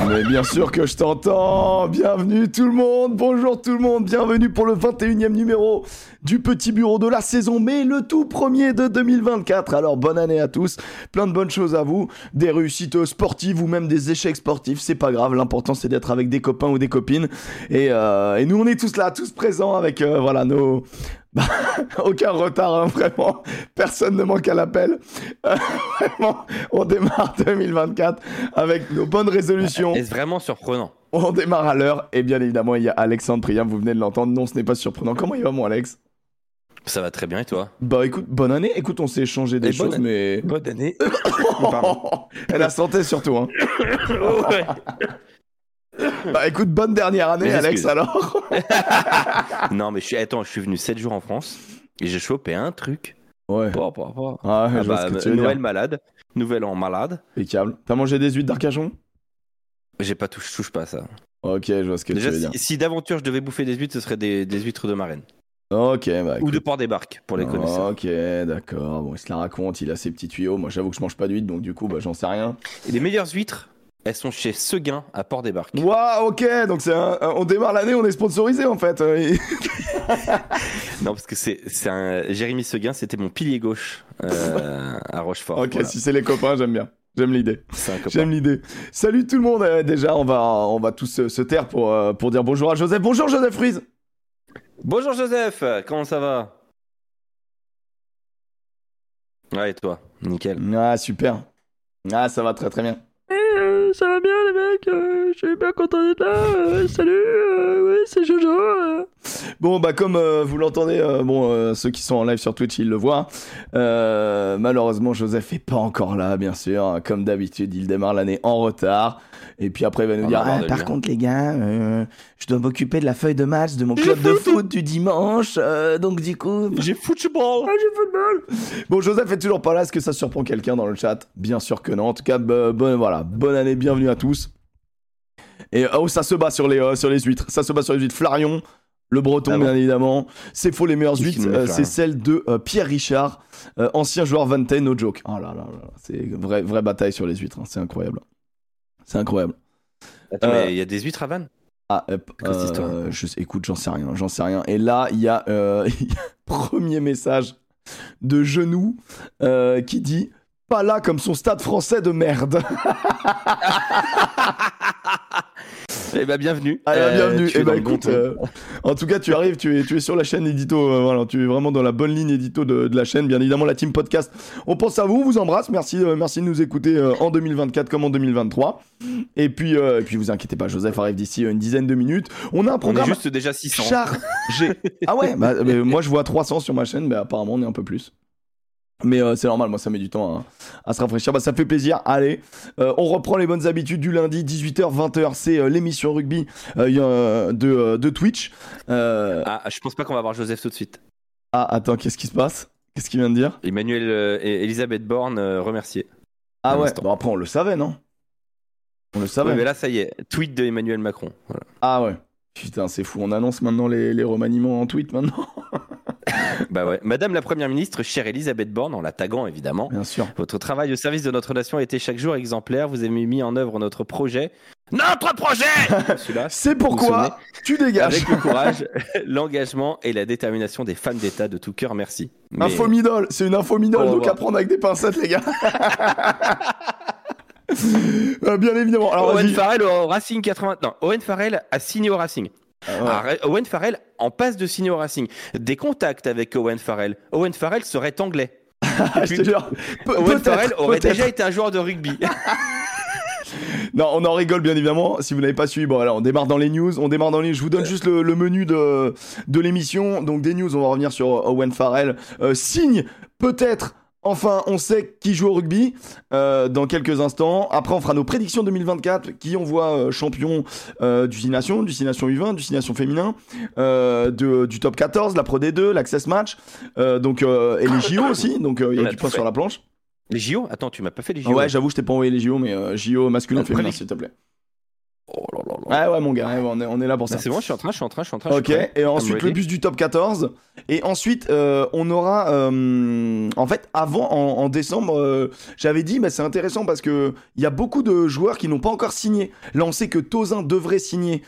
Mais bien sûr que je t'entends. Bienvenue tout le monde. Bonjour tout le monde. Bienvenue pour le 21e numéro du Petit Bureau de la saison, mais le tout premier de 2024. Alors bonne année à tous. Plein de bonnes choses à vous. Des réussites sportives ou même des échecs sportifs. C'est pas grave. L'important c'est d'être avec des copains ou des copines. Et nous on est tous là, tous présents avec voilà nos... aucun retard, hein, vraiment. Personne ne manque à l'appel. Vraiment, on démarre 2024 avec nos bonnes résolutions. Est-ce vraiment surprenant? On démarre à l'heure. Et bien évidemment, il y a Alexandre Priam, vous venez de l'entendre. Non, ce n'est pas surprenant. Comment il va, mon Alex? Ça va très bien, et toi? Bah écoute, bonne année. Écoute, on s'est échangé des choses, mais... Bonne année. Et la santé surtout, hein. Ouais. Bah écoute, bonne dernière année, Alex, alors. Non, mais je suis venu 7 jours en France et j'ai chopé un truc. Ouais. Ah, je vois ce que tu veux Noël dire. malade, Nouvel An malade. Impeccable. T'as mangé des huîtres d'Arcachon? Je touche pas à ça. Ok, je vois ce que Déjà, tu veux dire. si d'aventure je devais bouffer des huîtres, ce serait des huîtres de marraine. Ok, bah écoute. Ou de Port-des-Barques, pour les connaisseurs. Ok, d'accord. Bon, il se la raconte, il a ses petits tuyaux. Moi, j'avoue que je mange pas d'huîtres, donc du coup, bah j'en sais rien. Et les meilleures huîtres, elles sont chez Seguin à Port-des-Barques. Waouh, ok, donc on démarre l'année, on est sponsorisé en fait. Non, parce que c'est Jérémy Seguin, c'était mon pilier gauche à Rochefort. Ok, voilà. si c'est les copains, j'aime bien. J'aime l'idée. C'est un copain. J'aime l'idée. Salut tout le monde. Déjà, on va tous se taire pour dire bonjour à Joseph. Bonjour Joseph Ruiz. Bonjour Joseph, comment ça va? Ouais, et toi? Nickel. Ah, super. Ah, ça va très très bien. Ça va bien les mecs, je suis bien content d'être là, salut, ouais c'est Jojo. Bon, bah comme vous l'entendez, ceux qui sont en live sur Twitch, ils le voient. Malheureusement, Joseph est pas encore là, bien sûr. Comme d'habitude, il démarre l'année en retard. Et puis après, il va nous dire, par contre les gars, je dois m'occuper de la feuille de match de mon club de foot du dimanche. Donc du coup... J'ai football. Ah, j'ai football. Bon, Joseph est toujours pas là. Est-ce que ça surprend quelqu'un dans le chat? Bien sûr que non. En tout cas, bonne année, bienvenue à tous. Et ça se bat sur les huîtres. Ça se bat sur les huîtres. Flareon, le breton, bien évidemment. C'est faux, les meilleures huîtres, c'est celle de Pierre Richard, ancien joueur Vantay, no joke. Oh là là, c'est vraie bataille sur les huîtres. Hein. C'est incroyable. C'est incroyable. Attends, mais il y a des huîtres à Vannes? Ah, écoute, j'en sais rien. Et là, il y a premier message de Genoux qui dit pas là comme son stade français de merde. Eh bah bienvenue. Bienvenue. Tu es dans le bon écoute, ton. en tout cas, tu arrives, tu es sur la chaîne édito. Voilà, tu es vraiment dans la bonne ligne édito de la chaîne. Bien évidemment, la team podcast. On pense à vous, on vous embrasse. Merci de nous écouter en 2024 comme en moi. Et puis vous inquiétez pas, Joseph arrive d'ici une dizaine de minutes. On a un programme. On est juste déjà 600. chargé. Ah ouais, mais moi je vois 300 sur ma chaîne, mais apparemment on est un peu plus. Mais c'est normal, moi ça met du temps à se rafraîchir. Bah ça fait plaisir. Allez, on reprend les bonnes habitudes du lundi 18h 20h. C'est l'émission rugby de Twitch. Je pense pas qu'on va voir Joseph tout de suite. Ah attends, qu'est-ce qui se passe? Qu'est-ce qu'il vient de dire? Emmanuel et Elisabeth Borne remerciés. Ah ouais. Bon après on le savait, non? On le savait. Ouais, mais là ça y est, tweet de Emmanuel Macron. Voilà. Ah ouais. Putain, c'est fou. On annonce maintenant les remaniements en tweet maintenant. Bah ouais. Madame la Première ministre, chère Elisabeth Borne, en la taguant évidemment. Bien sûr. Votre travail au service de notre nation a été chaque jour exemplaire. Vous avez mis en œuvre notre projet. Notre projet. Celui-là. C'est pourquoi tu dégages. Avec le courage, l'engagement et la détermination des femmes d'État de tout cœur. Merci. Infomidole, c'est une infomidole, donc à prendre avec des pincettes, les gars. Bien évidemment. Alors, Owen Farrell au Racing 80. Non, Owen Farrell a signé au Racing. Owen Farrell en passe de signer au Racing. Des contacts avec Owen Farrell. Owen Farrell serait anglais. Owen Farrell aurait déjà été un joueur de rugby. Non, on en rigole bien évidemment. Si vous n'avez pas suivi, bon alors on démarre dans les news. Je vous donne juste le menu de l'émission. Donc des news, on va revenir sur Owen Farrell. Signe peut-être. Enfin, on sait qui joue au rugby dans quelques instants. Après, on fera nos prédictions 2024, qui on voit champion du 6 Nations U20, du 6 Nations féminin, du top 14, la Pro D2, l'Access Match, et les JO aussi. Donc, il y a du poids sur la planche. Les JO? Attends, tu m'as pas fait les JO? Ouais, j'avoue, je t'ai pas envoyé les JO, mais JO masculin, féminin, s'il te plaît. Oh là là là Ouais, mon gars, on est là pour ça. C'est bon, je suis en train. Ok, et ensuite le bus du top 14. Et ensuite, on aura. En fait, avant, en décembre, j'avais dit, c'est intéressant parce qu'il y a beaucoup de joueurs qui n'ont pas encore signé. Là, on sait que Tozin devrait signer.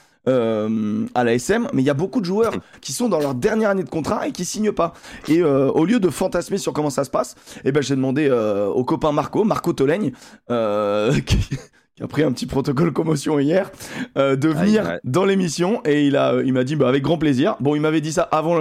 À la SM, mais il y a beaucoup de joueurs qui sont dans leur dernière année de contrat et qui signent pas. Et au lieu de fantasmer sur comment ça se passe, j'ai demandé au copain Marco Tolègne, qui a pris un petit protocole commotion hier, de venir dans l'émission, et il m'a dit avec grand plaisir. Bon, il m'avait dit ça avant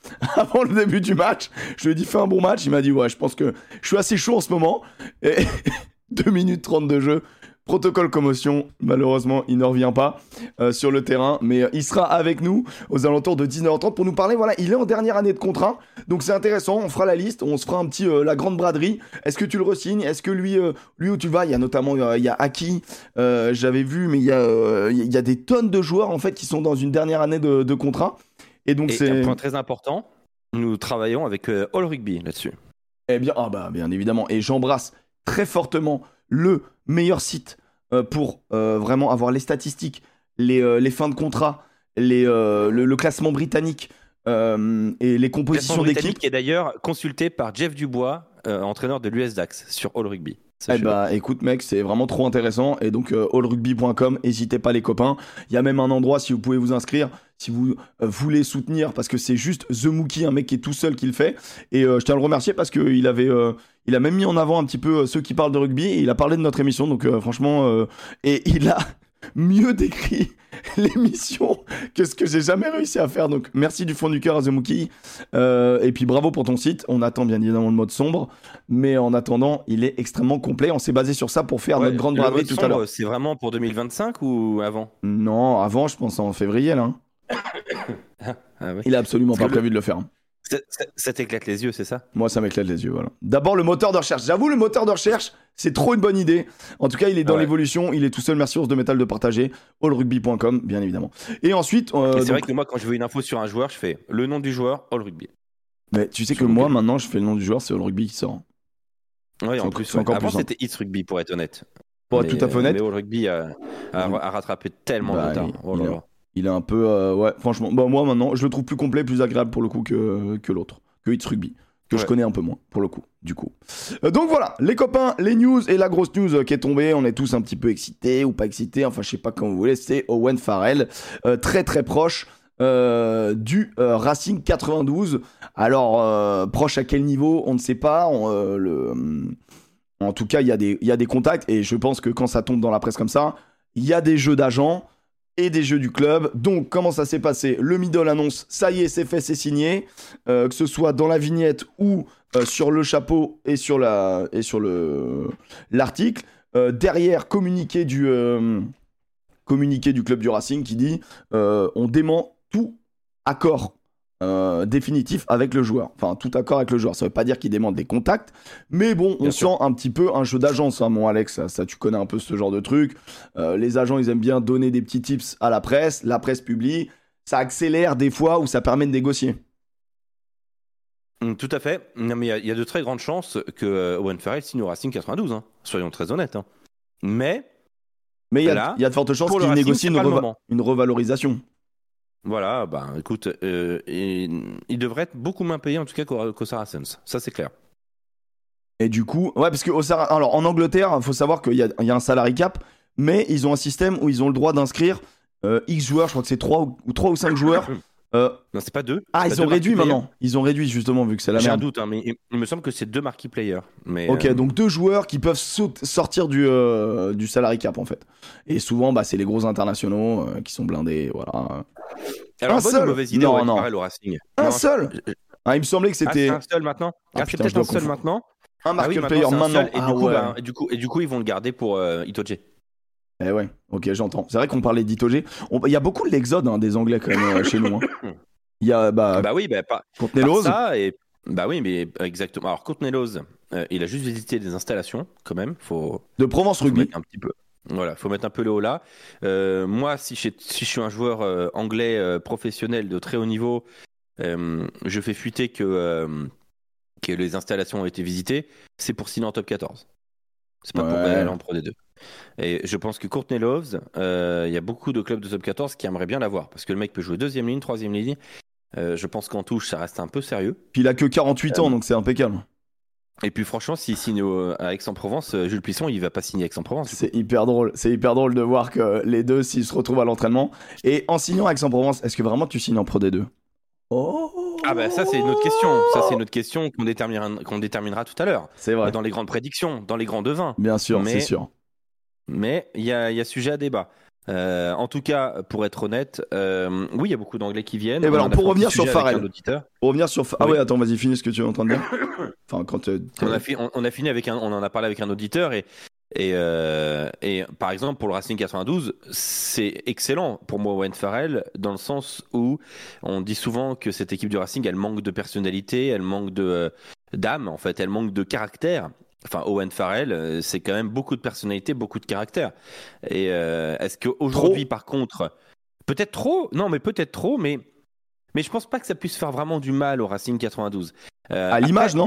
le début du match. Je lui ai dit fais un bon match. Il m'a dit je pense que je suis assez chaud en ce moment. Et 2 minutes 30 de jeu. Protocole commotion, malheureusement, il ne revient pas sur le terrain, mais il sera avec nous aux alentours de 19h30 pour nous parler. Voilà, il est en dernière année de contrat, donc c'est intéressant. On fera la liste, on se fera un petit la grande braderie. Est-ce que tu le re-signes? Est-ce que lui où tu vas? Il y a notamment il y a Aki, j'avais vu, mais il y a des tonnes de joueurs en fait qui sont dans une dernière année de contrat. Et donc c'est un point très important. Nous travaillons avec All Rugby là-dessus. Eh bien, bien évidemment, et j'embrasse très fortement le meilleur site pour vraiment avoir les statistiques, les fins de contrat, le classement britannique et les compositions d'équipe. Qui est d'ailleurs consulté par Jeff Dubois, entraîneur de l'US Dax sur All Rugby. Écoute mec, c'est vraiment trop intéressant, et donc allrugby.com, n'hésitez pas les copains, il y a même un endroit si vous pouvez vous inscrire, si vous voulez soutenir, parce que c'est juste The Mookie, un mec qui est tout seul qui le fait, et je tiens à le remercier parce qu'il il a même mis en avant un petit peu ceux qui parlent de rugby, et il a parlé de notre émission, donc franchement, et il a mieux décrit l'émission que ce que j'ai jamais réussi à faire, donc merci du fond du cœur à The Mookie, et puis bravo pour ton site. On attend bien évidemment le mode sombre, mais en attendant il est extrêment complet, on s'est basé sur ça pour faire notre grande braderie tout à l'heure. C'est vraiment pour 2025 ou avant? Non, avant, je pense en février là. Oui. Il a absolument pas prévu de le faire. Ça t'éclate les yeux, c'est ça? Moi, ça m'éclate les yeux, voilà. D'abord, le moteur de recherche. J'avoue, le moteur de recherche, c'est trop une bonne idée. En tout cas, il est dans l'évolution. Il est tout seul. Merci Ours de Métal de partager. allrugby.com, bien évidemment. Et ensuite... c'est vrai que moi, quand je veux une info sur un joueur, je fais le nom du joueur, All Rugby. Mais tu sais que moi, maintenant, je fais le nom du joueur, c'est All Rugby qui sort. Oui, en plus. Avant, c'était It's Rugby, pour être honnête. Pour être tout à fait honnête. Mais All Rugby a rattrapé tellement de retard. Il est un peu... franchement, moi, maintenant, je le trouve plus complet, plus agréable pour le coup que l'autre. Que It's Rugby. Que je connais un peu moins, pour le coup, du coup. Donc voilà, les copains, les news et la grosse news qui est tombée. On est tous un petit peu excités ou pas excités. Enfin, je sais pas comment vous voulez. C'est Owen Farrell, très très proche du Racing 92. Alors, proche à quel niveau, on ne sait pas. En tout cas, il y a des contacts. Et je pense que quand ça tombe dans la presse comme ça, il y a des jeux d'agents et des jeux du club. Donc, comment ça s'est passé? Le middle annonce, ça y est, c'est fait, c'est signé. Que ce soit dans la vignette ou sur le chapeau et sur l'article. Derrière, communiqué du club du Racing qui dit on dément tout accord définitif avec le joueur. Enfin, tout accord avec le joueur. Ça veut pas dire qu'il demande des contacts, mais bon, on sent un petit peu un jeu d'agence, hein, mon Alex. Ça, tu connais un peu ce genre de truc. Les agents, ils aiment bien donner des petits tips à la presse publie. Ça accélère des fois ou ça permet de négocier. Tout à fait. Non, mais il y a de très grandes chances que Owen Farrell signe au Racing 92. Hein. Soyons très honnêtes. Hein. Mais il y a de fortes chances qu'il négocie une revalorisation. Voilà, écoute, il devrait être beaucoup moins payé en tout cas qu'au Saracens, ça c'est clair. Et du coup, parce que alors en Angleterre, il faut savoir qu'il y a un salary cap, mais ils ont un système où ils ont le droit d'inscrire X joueurs, je crois que c'est 3 ou 5 joueurs. Non, c'est pas 2. Ils ont réduit maintenant. Ils ont réduit justement vu que c'est la merde. J'ai un doute, hein, mais il me semble que c'est 2 marquee players. Mais, ok, donc 2 joueurs qui peuvent sortir du salary cap en fait. Et souvent, c'est les gros internationaux qui sont blindés, voilà. Alors, bonne ou mauvaise idée au Racing? Un seul. Il me semblait que c'était. C'est un seul maintenant. C'est peut-être un seul maintenant. Un marquee player maintenant. Et du coup, ils vont le garder pour Itoje. Eh ouais, ok, j'entends. C'est vrai qu'on parlait d'Itoje. Il y a beaucoup de l'exode des Anglais quand même chez nous. Il y a Courtney Lawes. Oui, mais exactement. Alors Courtney Lawes, il a juste visité des installations quand même. De Provence Rugby. Un petit peu. Voilà, faut mettre un peu le haut là. Moi, si je suis un joueur anglais professionnel de très haut niveau, je fais fuiter que les installations ont été visitées. C'est pour signer en top 14. C'est pas pour aller en Pro D2. Et je pense que Courtney Loves, il y a beaucoup de clubs de top 14 qui aimeraient bien l'avoir. Parce que le mec peut jouer deuxième ligne, troisième ligne. Je pense qu'en touche, ça reste un peu sérieux. Puis il a que 48 ans, donc c'est impeccable. Et puis franchement, s'il signe à Aix-en-Provence, Jules Plisson, il va pas signer à Aix-en-Provence. C'est hyper drôle. C'est hyper drôle de voir que les deux, s'ils se retrouvent à l'entraînement. Et en signant à Aix-en-Provence, est-ce que vraiment tu signes en Pro D2 ? Ah bah ça c'est une autre question. Ça c'est une autre question qu'on déterminera tout à l'heure. C'est vrai. Dans les grandes prédictions, dans les grands devins. Bien sûr, c'est sûr. Mais il y a sujet à débat. En tout cas, pour être honnête, oui, il y a beaucoup d'anglais qui viennent. Et alors, pour revenir sur Farrell. Ah oui. ouais, attends, vas-y, finis ce que tu es en train de dire. Enfin, quand on a fini on en a parlé avec un auditeur et par exemple pour le Racing 92, c'est excellent pour moi Owen Farrell dans le sens où on dit souvent que cette équipe du Racing, elle manque de personnalité, elle manque d'âme en fait, elle manque de caractère. Enfin, Owen Farrell, c'est quand même beaucoup de personnalité, beaucoup de caractère. Et est-ce qu'aujourd'hui, par contre, peut-être trop, mais je pense pas que ça puisse faire vraiment du mal au Racing 92. À l'image, non ?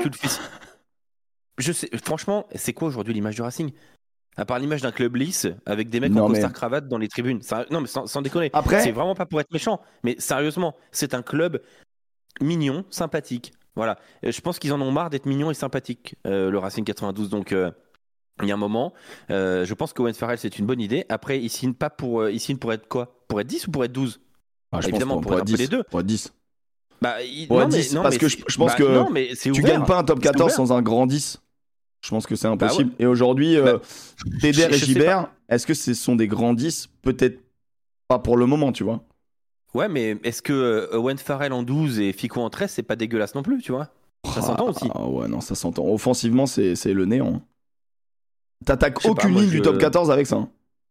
Je sais, franchement, c'est quoi aujourd'hui l'image du Racing ? À part l'image d'un club lisse avec des mecs en costard cravate dans les tribunes. Non, mais sans déconner. Après... C'est vraiment pas pour être méchant, mais sérieusement, c'est un club mignon, sympathique. Voilà, je pense qu'ils en ont marre d'être mignons et sympathiques, le Racing 92. Donc, il y a un moment, je pense qu'Owen Farrell, c'est une bonne idée. Après, il signe pour être quoi ? Pour être 10 ou pour être 12 ? Évidemment, pour être 10. Les deux. Pour être 10. Pour être 10, parce que je pense que tu gagnes pas un top 14 sans un grand 10. Je pense que c'est impossible. Ouais. Et aujourd'hui, Teder et Gibert, est-ce que ce sont des grands 10 ? Peut-être pas pour le moment, tu vois. Ouais, mais est-ce que Owen Farrell en 12 et Fico en 13, c'est pas dégueulasse non plus, tu vois ? Ça s'entend aussi. Ah ouais, non, ça s'entend. Offensivement, c'est le néant. T'attaques aucune ligne du top 14 avec ça.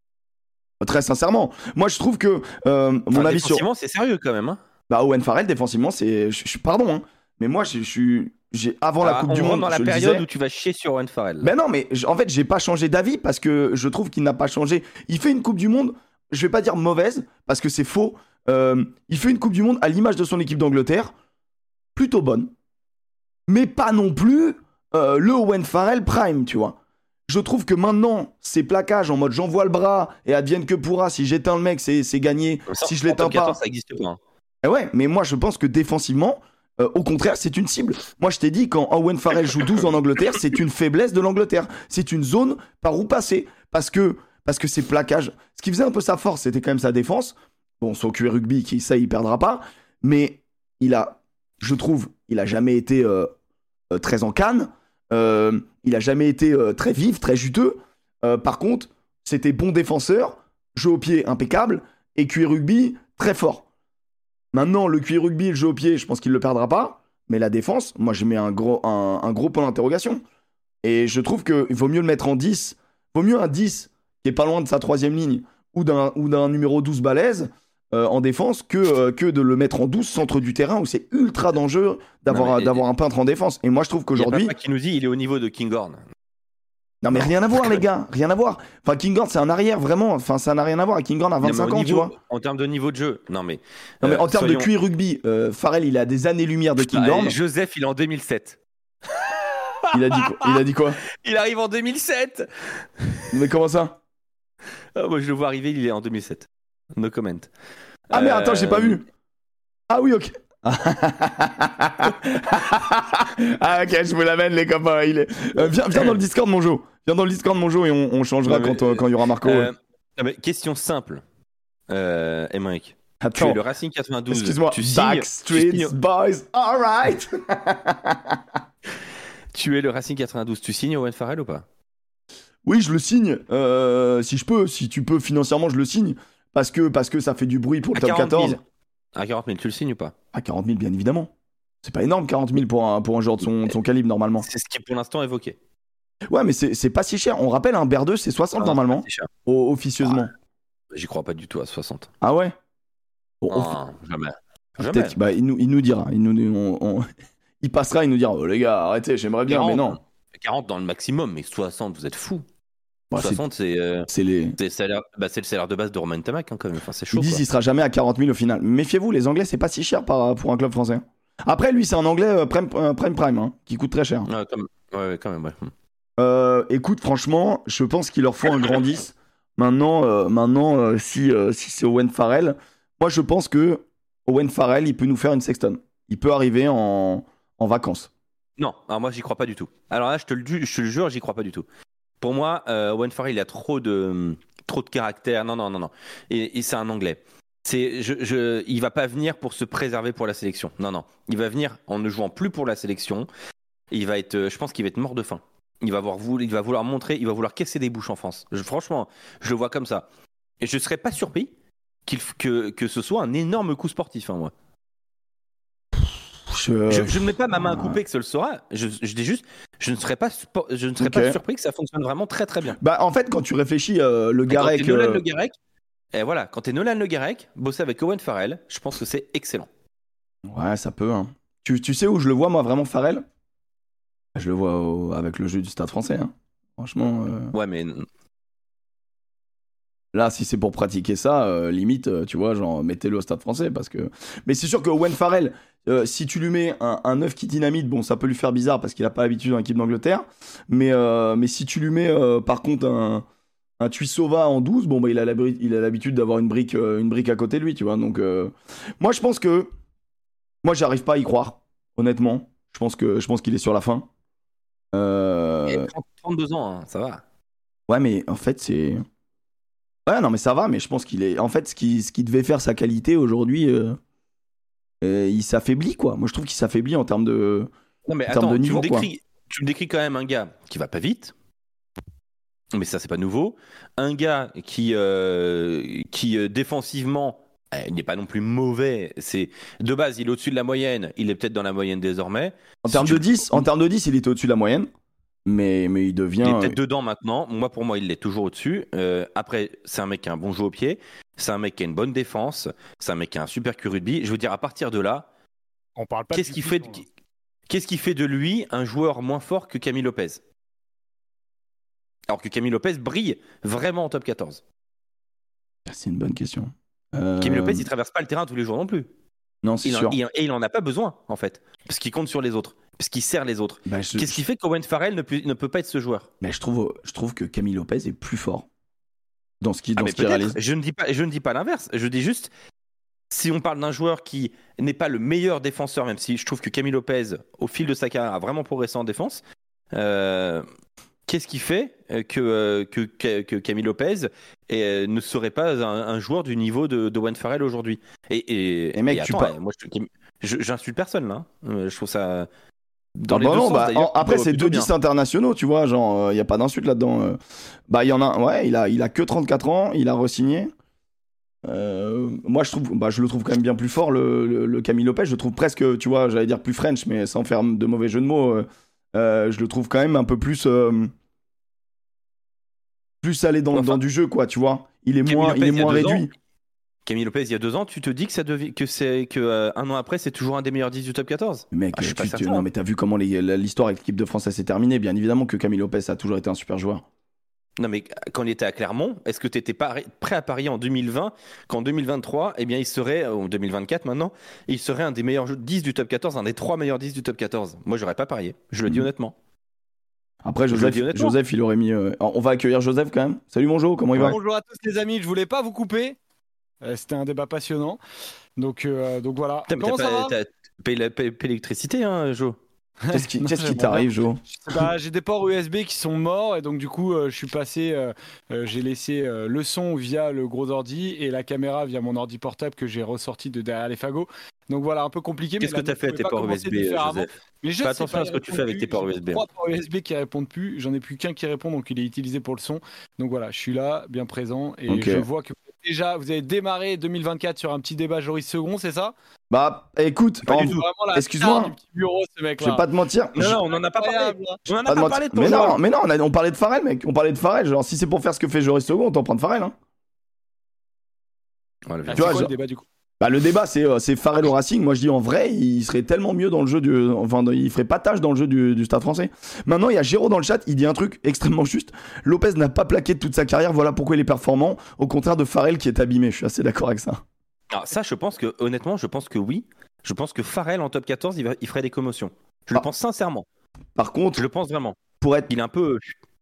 Très sincèrement. Moi, je trouve que mon avis sur... Défensivement, c'est sérieux quand même. Hein. Owen Farrell, défensivement, c'est... Pardon, hein. Mais moi, j'ai avant la Coupe du Monde, dans la période où tu vas chier sur Owen Farrell. Ben non, mais en fait, j'ai pas changé d'avis parce que je trouve qu'il n'a pas changé. Il fait une Coupe du Monde, je vais pas dire mauvaise, parce que c'est faux. Il fait une Coupe du Monde à l'image de son équipe d'Angleterre, plutôt bonne, mais pas non plus le Owen Farrell prime, tu vois. Je trouve que maintenant, ces plaquages en mode j'envoie le bras et advienne que pourra, si j'éteins le mec, c'est gagné. Si je l'éteins pas. Ça existe pas. Hein. Et ouais, mais moi je pense que défensivement, au contraire, c'est une cible. Moi je t'ai dit, quand Owen Farrell joue 12 en Angleterre, c'est une faiblesse de l'Angleterre. C'est une zone par où passer. Parce que ces plaquages, ce qui faisait un peu sa force, c'était quand même sa défense. Bon, son QI rugby, ça, il perdra pas. Mais je trouve, il a jamais été très en canne. Il a jamais été très vif, très juteux. Par contre, c'était bon défenseur, jeu au pied impeccable, et QI rugby très fort. Maintenant, le QI rugby, le jeu au pied, je pense qu'il le perdra pas. Mais la défense, moi, j'ai mis un gros point d'interrogation. Et je trouve qu'il vaut mieux le mettre en 10. Vaut mieux un 10 qui est pas loin de sa troisième ligne ou d'un numéro 12 balèze en défense que de le mettre en 12 centre du terrain où c'est ultra dangereux d'avoir un peintre en défense. Et moi je trouve qu'aujourd'hui... Il y a pas qui nous dit il est au niveau de Kinghorn. Non mais rien à voir les gars, rien à voir. Enfin Kinghorn c'est un arrière vraiment, enfin ça n'a rien à voir. Et Kinghorn a 25 ans tu vois. En termes de niveau de jeu, non mais en termes de QI rugby, Farrell il a des années-lumière de Kinghorn. Joseph il est en 2007. Il a dit quoi? Il arrive en 2007. Mais comment ça? Moi je le vois arriver, il est en 2007. No comment. Ah mais attends, j'ai pas vu. Ah oui, ok. Ah ok, je vous l'amène les copains. Viens dans le Discord mon jeu. Viens dans le Discord mon jeu et on changera quand il y aura Marco. Mais question simple. Emmerich. Tu es le Racing 92. Excuse-moi. Backstreet Boys. All right. Tu es le Racing 92. Tu signes Owen Farrell ou pas? Oui, je le signe. Si je peux, si tu peux financièrement, je le signe. Parce que ça fait du bruit pour le top 14. À 40 000, tu le signes ou pas? À 40 000, bien évidemment. C'est pas énorme, 40 000 pour un joueur de son calibre, normalement. C'est ce qui est pour l'instant évoqué. Ouais, mais c'est pas si cher. On rappelle, un Bear 2, c'est 60 normalement. Si officieusement. J'y crois pas du tout à 60. Ah ouais? Jamais. Peut-être, bah, il nous dira. Il passera, il nous dira, oh les gars, arrêtez, j'aimerais bien, 40, mais non. 40 dans le maximum, mais 60, vous êtes fous. Bah, 60, c'est le salaire de base de Romain Tamac, hein, quand même. Enfin, c'est chaud. Ils disent qu'il sera jamais à 40 000 au final. Méfiez-vous, les Anglais, c'est pas si cher pour un club français. Après, lui, c'est un Anglais prime, hein, qui coûte très cher. Ouais, quand même, ouais. Écoute, franchement, je pense qu'il leur faut un grand 10. Maintenant, si c'est Owen Farrell, moi je pense que Owen Farrell, il peut nous faire une Sexton. Il peut arriver en vacances. Non, alors moi j'y crois pas du tout. Alors là, je te le jure, j'y crois pas du tout. Pour moi, Owen Farrell, il a trop de caractère. Non. Et c'est un Anglais. Il va pas venir pour se préserver pour la sélection. Non. Il va venir en ne jouant plus pour la sélection. Je pense qu'il va être mort de faim. Il va vouloir montrer, il va vouloir casser des bouches en France. Franchement, je le vois comme ça. Et je serais pas surpris que ce soit un énorme coup sportif, hein, moi. Je ne mets pas ma main à couper que ce le sera. Je dis juste, je ne serais pas surpris que ça fonctionne vraiment très très bien. Bah en fait, quand tu réfléchis, Le Garec. Et voilà, quand t'es Nolan Le Garec, bosser avec Owen Farrell, je pense que c'est excellent. Ouais, ça peut. Hein. Tu sais où je le vois moi vraiment Farrell ? Je le vois avec le jeu du Stade Français. Hein. Franchement. Ouais, mais là, si c'est pour pratiquer ça, limite, tu vois, genre mettez-le au Stade Français parce que. Mais c'est sûr que Owen Farrell, si tu lui mets un œuf qui dynamite, bon, ça peut lui faire bizarre parce qu'il a pas l'habitude dans l'équipe d'Angleterre. Mais si tu lui mets par contre un Tuisova en 12, bon, bah, il a l'habitude d'avoir une brique à côté de lui, tu vois. Donc, moi, je pense que. Moi, j'arrive pas à y croire, honnêtement. Je pense qu'il est sur la fin. Il a 32 ans, hein, ça va. Ouais, mais en fait, c'est. Ouais, non, mais ça va, mais je pense qu'il est. En fait, ce qui devait faire sa qualité aujourd'hui, il s'affaiblit, quoi. Moi, je trouve qu'il s'affaiblit en termes de. Non, mais attends, tu me décris quand même un gars qui va pas vite. Mais ça, c'est pas nouveau. Un gars qui défensivement, il n'est pas non plus mauvais. De base, il est au-dessus de la moyenne. Il est peut-être dans la moyenne désormais. En termes de 10, il était au-dessus de la moyenne. Mais il devient. Il est peut-être dedans maintenant. Pour moi, il l'est toujours au-dessus. Après, c'est un mec qui a un bon jeu au pied. C'est un mec qui a une bonne défense. C'est un mec qui a un super Q-Rugby. Je veux dire, à partir de là, on parle pas qu'est-ce qui fait de lui un joueur moins fort que Camille Lopez ? Alors que Camille Lopez brille vraiment en top 14. C'est une bonne question. Camille Lopez, il traverse pas le terrain tous les jours non plus. Non, c'est sûr. Et il en a pas besoin, en fait. Parce qu'il compte sur les autres. Parce qu'il sert les autres. Qu'est-ce qui fait qu'Owen Farrell ne peut pas être ce joueur ? Mais je trouve que Camille Lopez est plus fort dans ce qu'il réalise. Je ne dis pas l'inverse. Je dis juste, si on parle d'un joueur qui n'est pas le meilleur défenseur, même si je trouve que Camille Lopez, au fil de sa carrière, a vraiment progressé en défense, qu'est-ce qui fait que Camille Lopez ne serait pas un joueur du niveau de Owen Farrell aujourd'hui ? Et mec, moi, j'insulte personne là. Je trouve ça. Dans les deux sens, après, c'est 2 10 internationaux, tu vois. Genre, il n'y a pas d'insulte là-dedans. Il y en a. Ouais, il a que 34 ans. Il a re-signé. Moi, je le trouve quand même bien plus fort, le Camille Lopez. Je le trouve presque, tu vois, j'allais dire plus French, mais sans faire de mauvais jeu de mots. Je le trouve quand même un peu plus allé dans du jeu, quoi, tu vois. Il est moins réduit. Camille Lopez, il y a 2 ans, tu te dis que un an après, c'est toujours un des meilleurs 10 du top 14 ? Mec, non, mais t'as vu comment l'histoire avec l'équipe de France s'est terminée. Bien évidemment que Camille Lopez a toujours été un super joueur. Non, mais quand il était à Clermont, est-ce que tu étais prêt à parier en 2020 qu'en 2023, eh bien, il serait, en 2024 maintenant, il serait un des meilleurs 10 du top 14, un des 3 meilleurs 10 du top 14 ? Moi, j'aurais pas parié. Je le dis honnêtement. Après, Joseph, il aurait mis. On va accueillir Joseph quand même. Salut mon Jo, comment il va ? Bonjour à tous les amis, je voulais pas vous couper. C'était un débat passionnant. Donc voilà. Comment ça va ? T'as payé l'électricité, hein, Jo ? Qu'est-ce qui t'arrive, Jo ? J'ai des ports USB qui sont morts et donc du coup, je suis passé. J'ai laissé le son via le gros ordi et la caméra via mon ordi portable que j'ai ressorti de derrière les fagots. Donc voilà, un peu compliqué. Qu'est-ce que tu as fait avec tes ports USB, Joseph ? Fais attention à ce que tu fais avec tes ports USB. 3 ports USB qui répondent plus. J'en ai plus qu'un qui répond, donc il est utilisé pour le son. Donc voilà, je suis là, bien présent. Et je vois que déjà, vous avez démarré 2024 sur un petit débat Joris Second, c'est ça ? Bah écoute, excuse-moi, je vais pas te mentir. Non, on n'en a pas parlé. On en a pas parlé de ton mais non, on parlait de Farrell, mec. On parlait de Farrell. Genre, si c'est pour faire ce que fait Joris Second, on t'en prend de Farrell. Hein. Voilà, tu vois, le débat du coup ? Bah, le débat, c'est Farrell au Racing. Moi, je dis en vrai, il serait tellement mieux dans le jeu il ferait pas tâche dans le jeu du Stade Français. Maintenant, il y a Géraud dans le chat. Il dit un truc extrêmement juste. Lopez n'a pas plaqué de toute sa carrière. Voilà pourquoi il est performant. Au contraire de Farrell qui est abîmé. Je suis assez d'accord avec ça. Alors ça, honnêtement, je pense que oui. Je pense que Farrell en top 14, il ferait des commotions. Je le pense sincèrement. Par contre, je le pense vraiment. Il est un peu.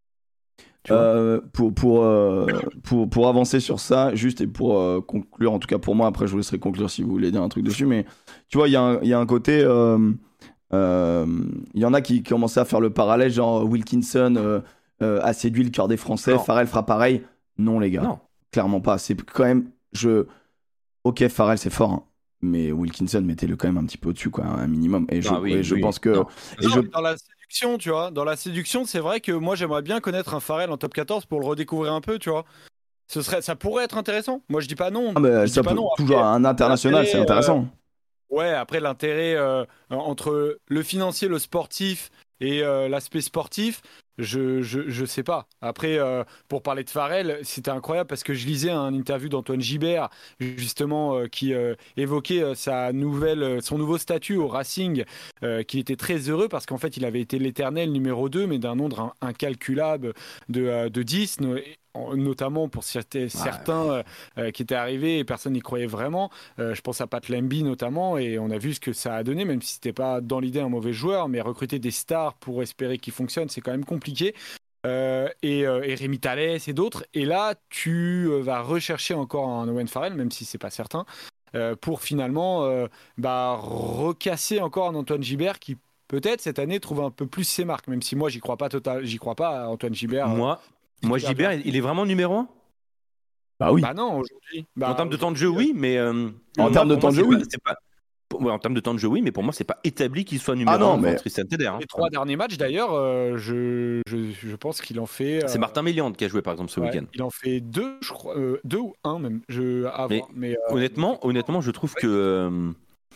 Pour avancer sur ça, juste et pour conclure, en tout cas pour moi, après je vous laisserai conclure si vous voulez dire un truc dessus, mais tu vois, il y a un côté, il y en a qui commençaient à faire le parallèle, genre Wilkinson a séduit le cœur des Français, Farrell fera pareil. Non les gars, non. Clairement pas. C'est quand même, ok, Farrell c'est fort, hein, mais Wilkinson mettez-le quand même un petit peu au-dessus, quoi, un minimum. Et je pense que... Dans la séduction, tu vois, dans la séduction, c'est vrai que moi j'aimerais bien connaître un Farrell en top 14 pour le redécouvrir un peu, tu vois. Ça pourrait être intéressant. Moi je dis pas non. Toujours un international, c'est intéressant. Ouais, après l'intérêt entre le financier, le sportif et l'aspect sportif, je sais pas. Après, pour parler de Farrell, c'était incroyable parce que je lisais un interview d'Antoine Gibert, justement, qui évoquait son nouveau statut au Racing, qu'il était très heureux parce qu'en fait, il avait été l'éternel numéro 2, mais d'un nombre incalculable de 10, notamment pour certains qui étaient arrivés et personne n'y croyait vraiment. Je pense à Pat Lemby notamment, et on a vu ce que ça a donné, même si c'était pas dans l'idée un mauvais joueur, mais recruter des stars pour espérer qu'ils fonctionnent, c'est quand même compliqué. Et Rémi Thalès et d'autres. Et là, tu vas rechercher encore un Owen Farrell, même si c'est pas certain, pour finalement recasser encore un Antoine Gibert qui peut-être cette année trouve un peu plus ses marques, même si moi j'y crois pas à Antoine Gibert. Moi, Gibert, il est vraiment numéro 1 ? Bah oui. Bah non, aujourd'hui. En termes de temps de jeu, oui, mais... en termes de temps de jeu, oui. En termes de temps de jeu, oui, mais pour moi, c'est pas établi qu'il soit numéro 1 contre Tristan Teder. Les 3 derniers matchs, d'ailleurs, je pense qu'il en fait... C'est Martin Méliande qui a joué, par exemple, ce week-end. Il en fait 2, je crois. 2 ou 1 même. Honnêtement, je trouve que...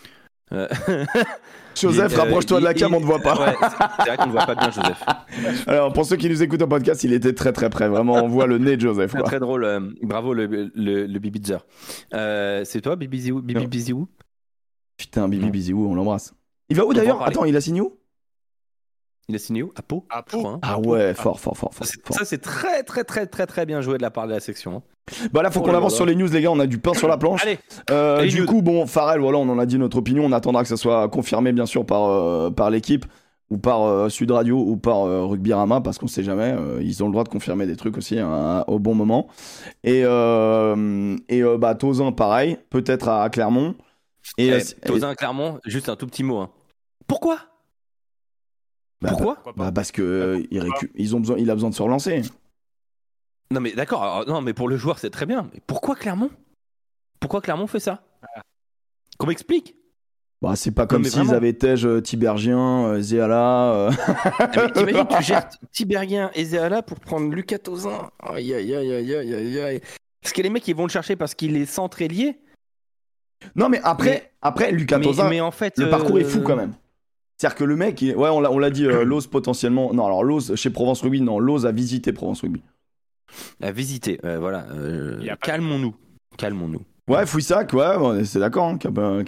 Joseph, rapproche-toi de la cam, on ne voit pas. Ouais, c'est vrai qu'on ne voit pas bien, Joseph. Alors, pour ceux qui nous écoutent en podcast, il était très très près. Vraiment, on voit le nez de Joseph. Quoi. Très drôle. Bravo, le Bibitzer. C'est toi, Bibi Biziou ? Putain, Bibi Biziou, on l'embrasse. Il va où d'ailleurs ? Attends, il a signé où ? Il a signé où ? À Pau. À Pau. Hein. Ah ouais, fort. Ça, c'est très très très très très bien joué de la part de la section. Bah là, faut qu'on avance sur les news, les gars. On a du pain sur la planche. Allez, du coup, bon, Farrell, voilà, on en a dit notre opinion. On attendra que ça soit confirmé, bien sûr, par l'équipe ou par Sud Radio ou par Rugbyrama, parce qu'on sait jamais. Ils ont le droit de confirmer des trucs aussi au bon moment. Et Tauzin, pareil, peut-être à Clermont. Tauzin à Clermont, juste un tout petit mot. Hein. Pourquoi ? Pourquoi ? Parce que il a besoin de se relancer. Non mais d'accord, non mais pour le joueur c'est très bien. Mais pourquoi Clermont fait ça ? Qu'on m'explique ? Bah c'est pas comme s'ils avaient Tej, Tiberghien, Zéala. Mais t'imagines, tu gères Tiberghien et Zéala pour prendre Lucas Tauzin. Aïe. Est-ce que les mecs ils vont le chercher parce qu'il est centre-ailier ? Non mais après Lucas Tauzin, mais en fait, le parcours est fou quand même. C'est-à-dire que le mec, on l'a dit, Loz potentiellement. Non, alors Loz chez Provence Rugby, non, Loz a visité Provence Rugby. À visiter, voilà. Calmons-nous. Ouais, Fouissac, ouais, c'est d'accord. Hein,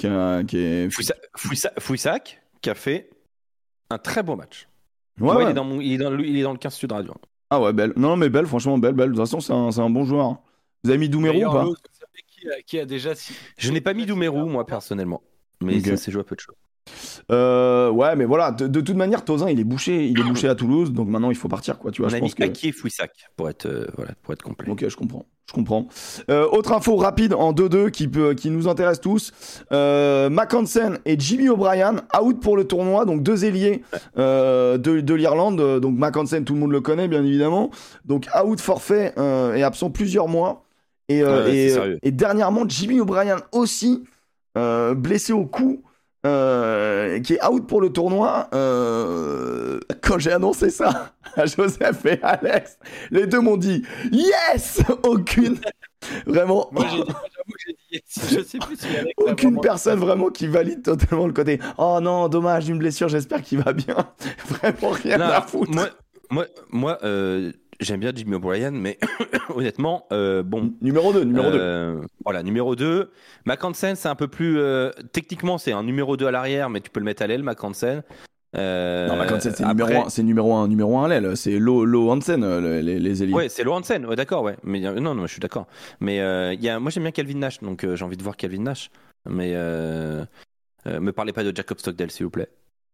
Fouissac qui a fait un très beau match. Ouais. Il est dans le 15 Sud Radio. Ah ouais, belle. Non, mais belle, franchement, belle. De toute façon, c'est un bon joueur. Hein. Vous avez mis Doumerou ou pas ? Qui a déjà... Je n'ai pas mis Doumerou, moi, personnellement. Mais ça s'est joué à peu de choses. Ouais, mais voilà, de toute manière, Tauzin, il est bouché à Toulouse, donc maintenant il faut partir, quoi. Tu vois, on a mis Aki et Fouissac pour être complet. Ok, je comprends. Autre info rapide en 2-2 qui nous intéresse tous. Mac Hansen et Jimmy O'Brien out pour le tournoi, donc 2 ailiers de l'Irlande. Donc Mac Hansen, tout le monde le connaît, bien évidemment. Donc out, forfait et absent plusieurs mois. Et dernièrement, Jimmy O'Brien aussi blessé au cou. Qui est out pour le tournoi. Quand j'ai annoncé ça à Joseph et Alex, les deux m'ont dit yes. Vraiment. Moi j'avoue que j'ai dit yes. Je sais plus si Alex aucune personne vraiment qui valide totalement le côté. Oh non, dommage, une blessure. J'espère qu'il va bien. Vraiment rien à foutre. Moi, j'aime bien Jimmy O'Brien, mais honnêtement, bon. Numéro 2. Voilà, numéro 2. Mac Hansen, c'est un peu plus. Techniquement, c'est un numéro 2 à l'arrière, mais tu peux le mettre à l'aile, Mac Hansen. Non, Mac Hansen, c'est numéro 1 à l'aile. C'est Lo Hansen, les ailiers. Ouais, c'est Lo Hansen, ouais, d'accord, ouais. Mais non, je suis d'accord. Mais moi, j'aime bien Calvin Nash, donc j'ai envie de voir Calvin Nash. Mais me parlez pas de Jacob Stockdale, s'il vous plaît.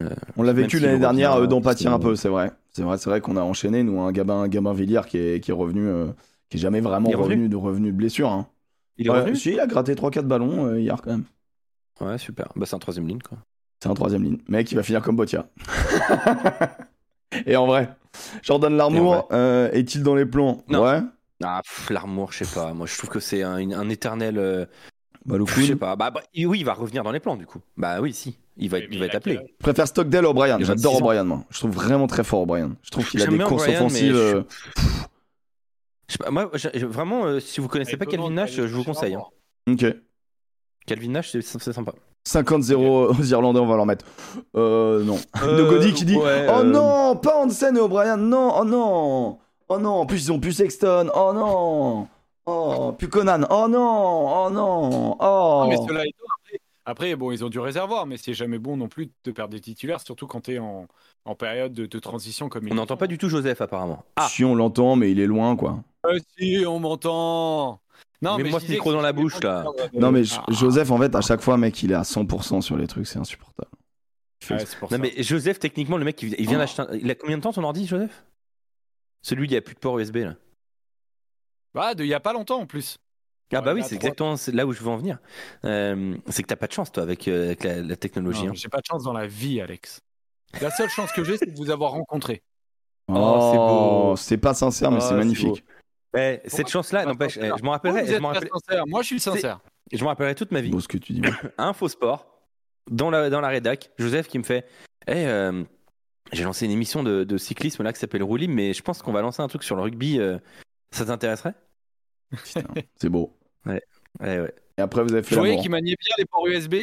On l'a Même vécu s'il l'année dernière, revient, d'en pâtir c'est- un peu, c'est vrai. C'est vrai qu'on a enchaîné, nous, un Gabin Villiers qui est revenu, qui est jamais vraiment Il est revenu revenu de blessure. Hein. Il est revenu Si, il a gratté 3-4 ballons hier quand même. Ouais, super. Bah, c'est un 3ème ligne, quoi. C'est un 3ème ligne. Mec, il va finir comme Botia. Et en vrai, Jordan Larmour, est-il dans les plans? Non. Ouais. Ah, Larmour, je sais pas. Moi, je trouve que c'est un éternel. Balokoun. Je sais pas. Oui, il va revenir dans les plans, du coup. Bah oui, si. Il va être appelé. Je préfère Stockdale au O'Brien. Il a J'adore 26 ans. O'Brien, moi. Je trouve vraiment très fort O'Brien. Je trouve qu'il a J'aime des bien courses O'Brien, offensives. mais Je sais pas, moi, vraiment, si vous connaissez pas Étonnant Calvin de Nash, aller je vous chercher conseille. Larmour. Ok. Calvin Nash, c'est sympa. 50-0 aux Irlandais, on va leur mettre. Non. Nogodi qui dit ouais, oh non, pas Hansen et O'Brien, non, oh non. Oh non, en plus ils ont plus Sexton, oh non. Oh, plus Conan, oh non, oh non, oh. Non, mais cela étant, après, bon, ils ont du réservoir, mais c'est jamais bon non plus de perdre des titulaires, surtout quand tu es en période de transition comme On n'entend pas du tout Joseph, apparemment. Ah, Si on l'entend, mais il est loin, quoi. Si, on m'entend. Non, Mets-moi je ce disais micro que dans la c'est bouche, bon de là. perdre, Non, mais Ah, Joseph, en fait, à chaque fois, mec, il est à 100% sur les trucs, c'est insupportable. ouais, c'est pour non, ça. mais Joseph, techniquement, le mec, il vient d'acheter. Il a combien de temps ton ordi, Joseph? Celui, il n'y a plus de port USB, là. Bah, il y a pas longtemps en plus. Ah, bah oui, il y a c'est 3. exactement là où je veux en venir. C'est que t'as pas de chance, toi, avec la technologie. Non, hein. j'ai pas de chance dans la vie, Alex. La seule chance que j'ai, c'est de vous avoir rencontré. Oh, c'est beau. C'est pas sincère, mais Oh, c'est c'est magnifique. Ouais, cette chance-là, n'empêche, je m'en rappellerai. Vous êtes pas sincère. Moi, je suis sincère. Je m'en rappellerai toute ma vie. Beau ce que tu dis. Un faux sport dans la rédac, Joseph qui me fait hey, j'ai lancé une émission de cyclisme là qui s'appelle Roulim, mais je pense qu'on va lancer un truc sur le rugby. Ça t'intéresserait? Putain, c'est beau. Ouais. Et après, vous avez fait Vous voyez l'amour. qu'il maniait bien les ports USB.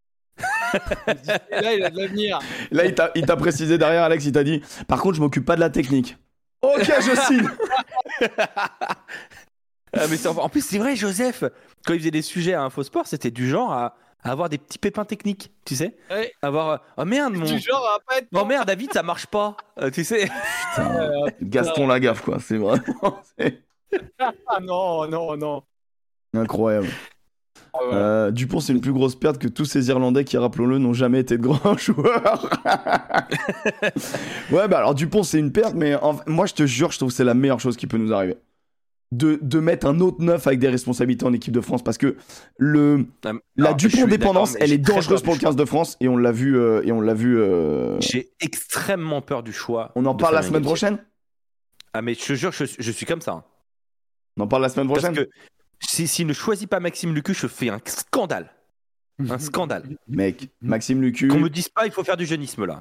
Là, il a de l'avenir. Là, il t'a précisé derrière, Alex, il t'a dit par contre, je m'occupe pas de la technique. Ok, je signe. Mais en plus, c'est vrai, Joseph, quand il faisait des sujets à Infosport, c'était du genre à avoir des petits pépins techniques, tu sais. Ouais. Avoir oh merde, Du genre à pas être. oh merde, David, ça marche pas, tu sais. Putain, Gaston Lagaffe, quoi. C'est vraiment Ah non. incroyable. Ah, voilà. Dupont, c'est une plus grosse perte que tous ces Irlandais qui, rappelons-le, n'ont jamais été de grands joueurs. Ouais, bah alors Dupont, c'est une perte, mais moi, je te jure, je trouve que c'est la meilleure chose qui peut nous arriver. De mettre un autre neuf avec des responsabilités en équipe de France, parce que la Dupont dépendance, elle est dangereuse pour le 15 de France, et on l'a vu. J'ai extrêmement peur du choix. On en de parle la Fabien semaine Galtier. prochaine. Ah mais je te jure, je suis comme ça. hein. On en parle la semaine Parce prochaine. que s'il ne choisit pas Maxime Lucu, je fais un scandale. Un scandale. Mec, Maxime Lucu. Qu'on me dise pas, il faut faire du jeunisme là.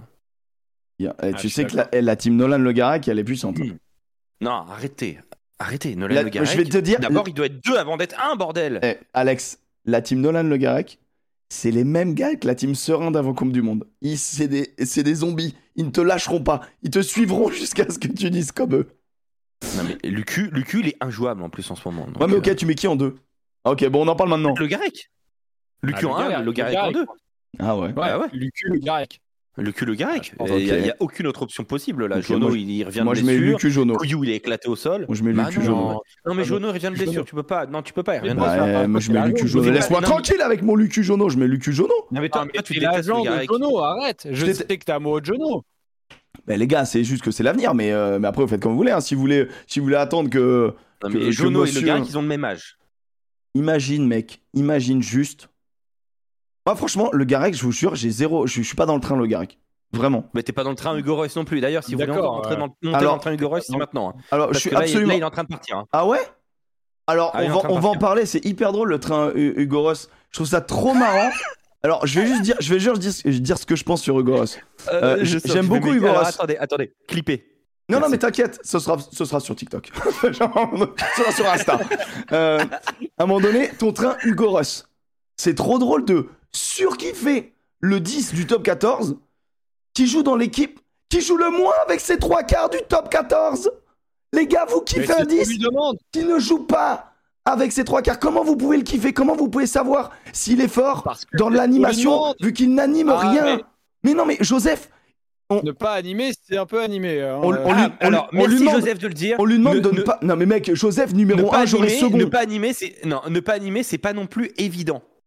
Tu sais que la team Nolan Le Garec, elle est puissante. Non, arrêtez. Nolan Le Garec. Je vais te dire. D'abord, il doit être 2 avant d'être 1, bordel. Alex, la team Nolan Le Garec, c'est les mêmes gars que la team Serein d'avant Coupe du Monde. C'est des zombies. Ils ne te lâcheront pas. Ils te suivront jusqu'à ce que tu dises comme eux. Non mais Lucu, il est injouable en plus en ce moment. Donc, Ouais, mais ok, tu mets qui en 2? Ok, bon, on en parle maintenant. Le Garec. Lucu en 1, Le Garec en 2. Ah ouais. Ah ouais. Lucu, le Garec. Lucu, Le Garec. Ok. Il n'y a aucune autre option possible là. Ok, Jono, moi, il revient Moi, de je mets blessure. Lucu Jono. Couillou, il est éclaté au sol. Moi, je mets Bah Lucu non. Jono. Non mais Jono, il revient de blessure. Tu peux pas. Non, tu peux pas. Il revient de Ouais, blessure. Ouais, moi, je mets Lucu Jono. Mais Laisse-moi non, tranquille avec mon Lucu Jono. Je mets Lucu Jono. Non mais toi, Ah, mais tu t'es détestes l'agent Le de Garec. Jono, arrête. Je J'étais- sais que t'es amoureux de Jono. Ben, les gars, c'est juste que c'est l'avenir. Mais après, vous faites comme vous voulez. Hein. Si vous voulez attendre que. Non, que mais Jono et monsieur- Le Garec, ils ont le même âge. Imagine, mec. Imagine juste. Moi, franchement, Le Garec, je vous jure, j'ai zéro. Je suis pas dans le train, Le Garec. Vraiment. Mais t'es pas dans le train Hugo Royce non plus. D'ailleurs, si vous voulez D'accord, encore monter Alors- dans le train Hugo Royce, c'est maintenant. hein. Alors, Parce je suis que là, absolument. là, il est en train de partir. hein. Ah ouais? Alors, Ah, il est en train de on va en partir. parler. C'est hyper drôle, le train Hugo Ross. Je trouve ça trop marrant. Alors, je vais juste dire ce que je pense sur Hugo Ross. J'aime beaucoup Hugo Ross. Attendez, clippez. Non, Merci. mais t'inquiète, ce sera sur TikTok. Genre, ce sera sur Insta. À un moment donné, ton train Hugo Ross. C'est trop drôle de surkiffer le 10 du top 14 qui joue dans l'équipe qui joue le moins avec ses 3/4 du top 14. Les gars, vous kiffez un 10 qui ne joue pas avec ses 3/4. Comment vous pouvez le kiffer? Comment vous pouvez savoir s'il est fort Parce que dans on lui l'animation demande. vu qu'il n'anime Ah, rien? Mais non, mais Joseph, Ne pas animer, c'est un peu animé. hein. Alors, on lui merci demande- Joseph de le dire. on lui demande de ne pas. Non, mais mec, Joseph, numéro 1, j'aurais second. Ne pas animer, c'est pas non plus évident.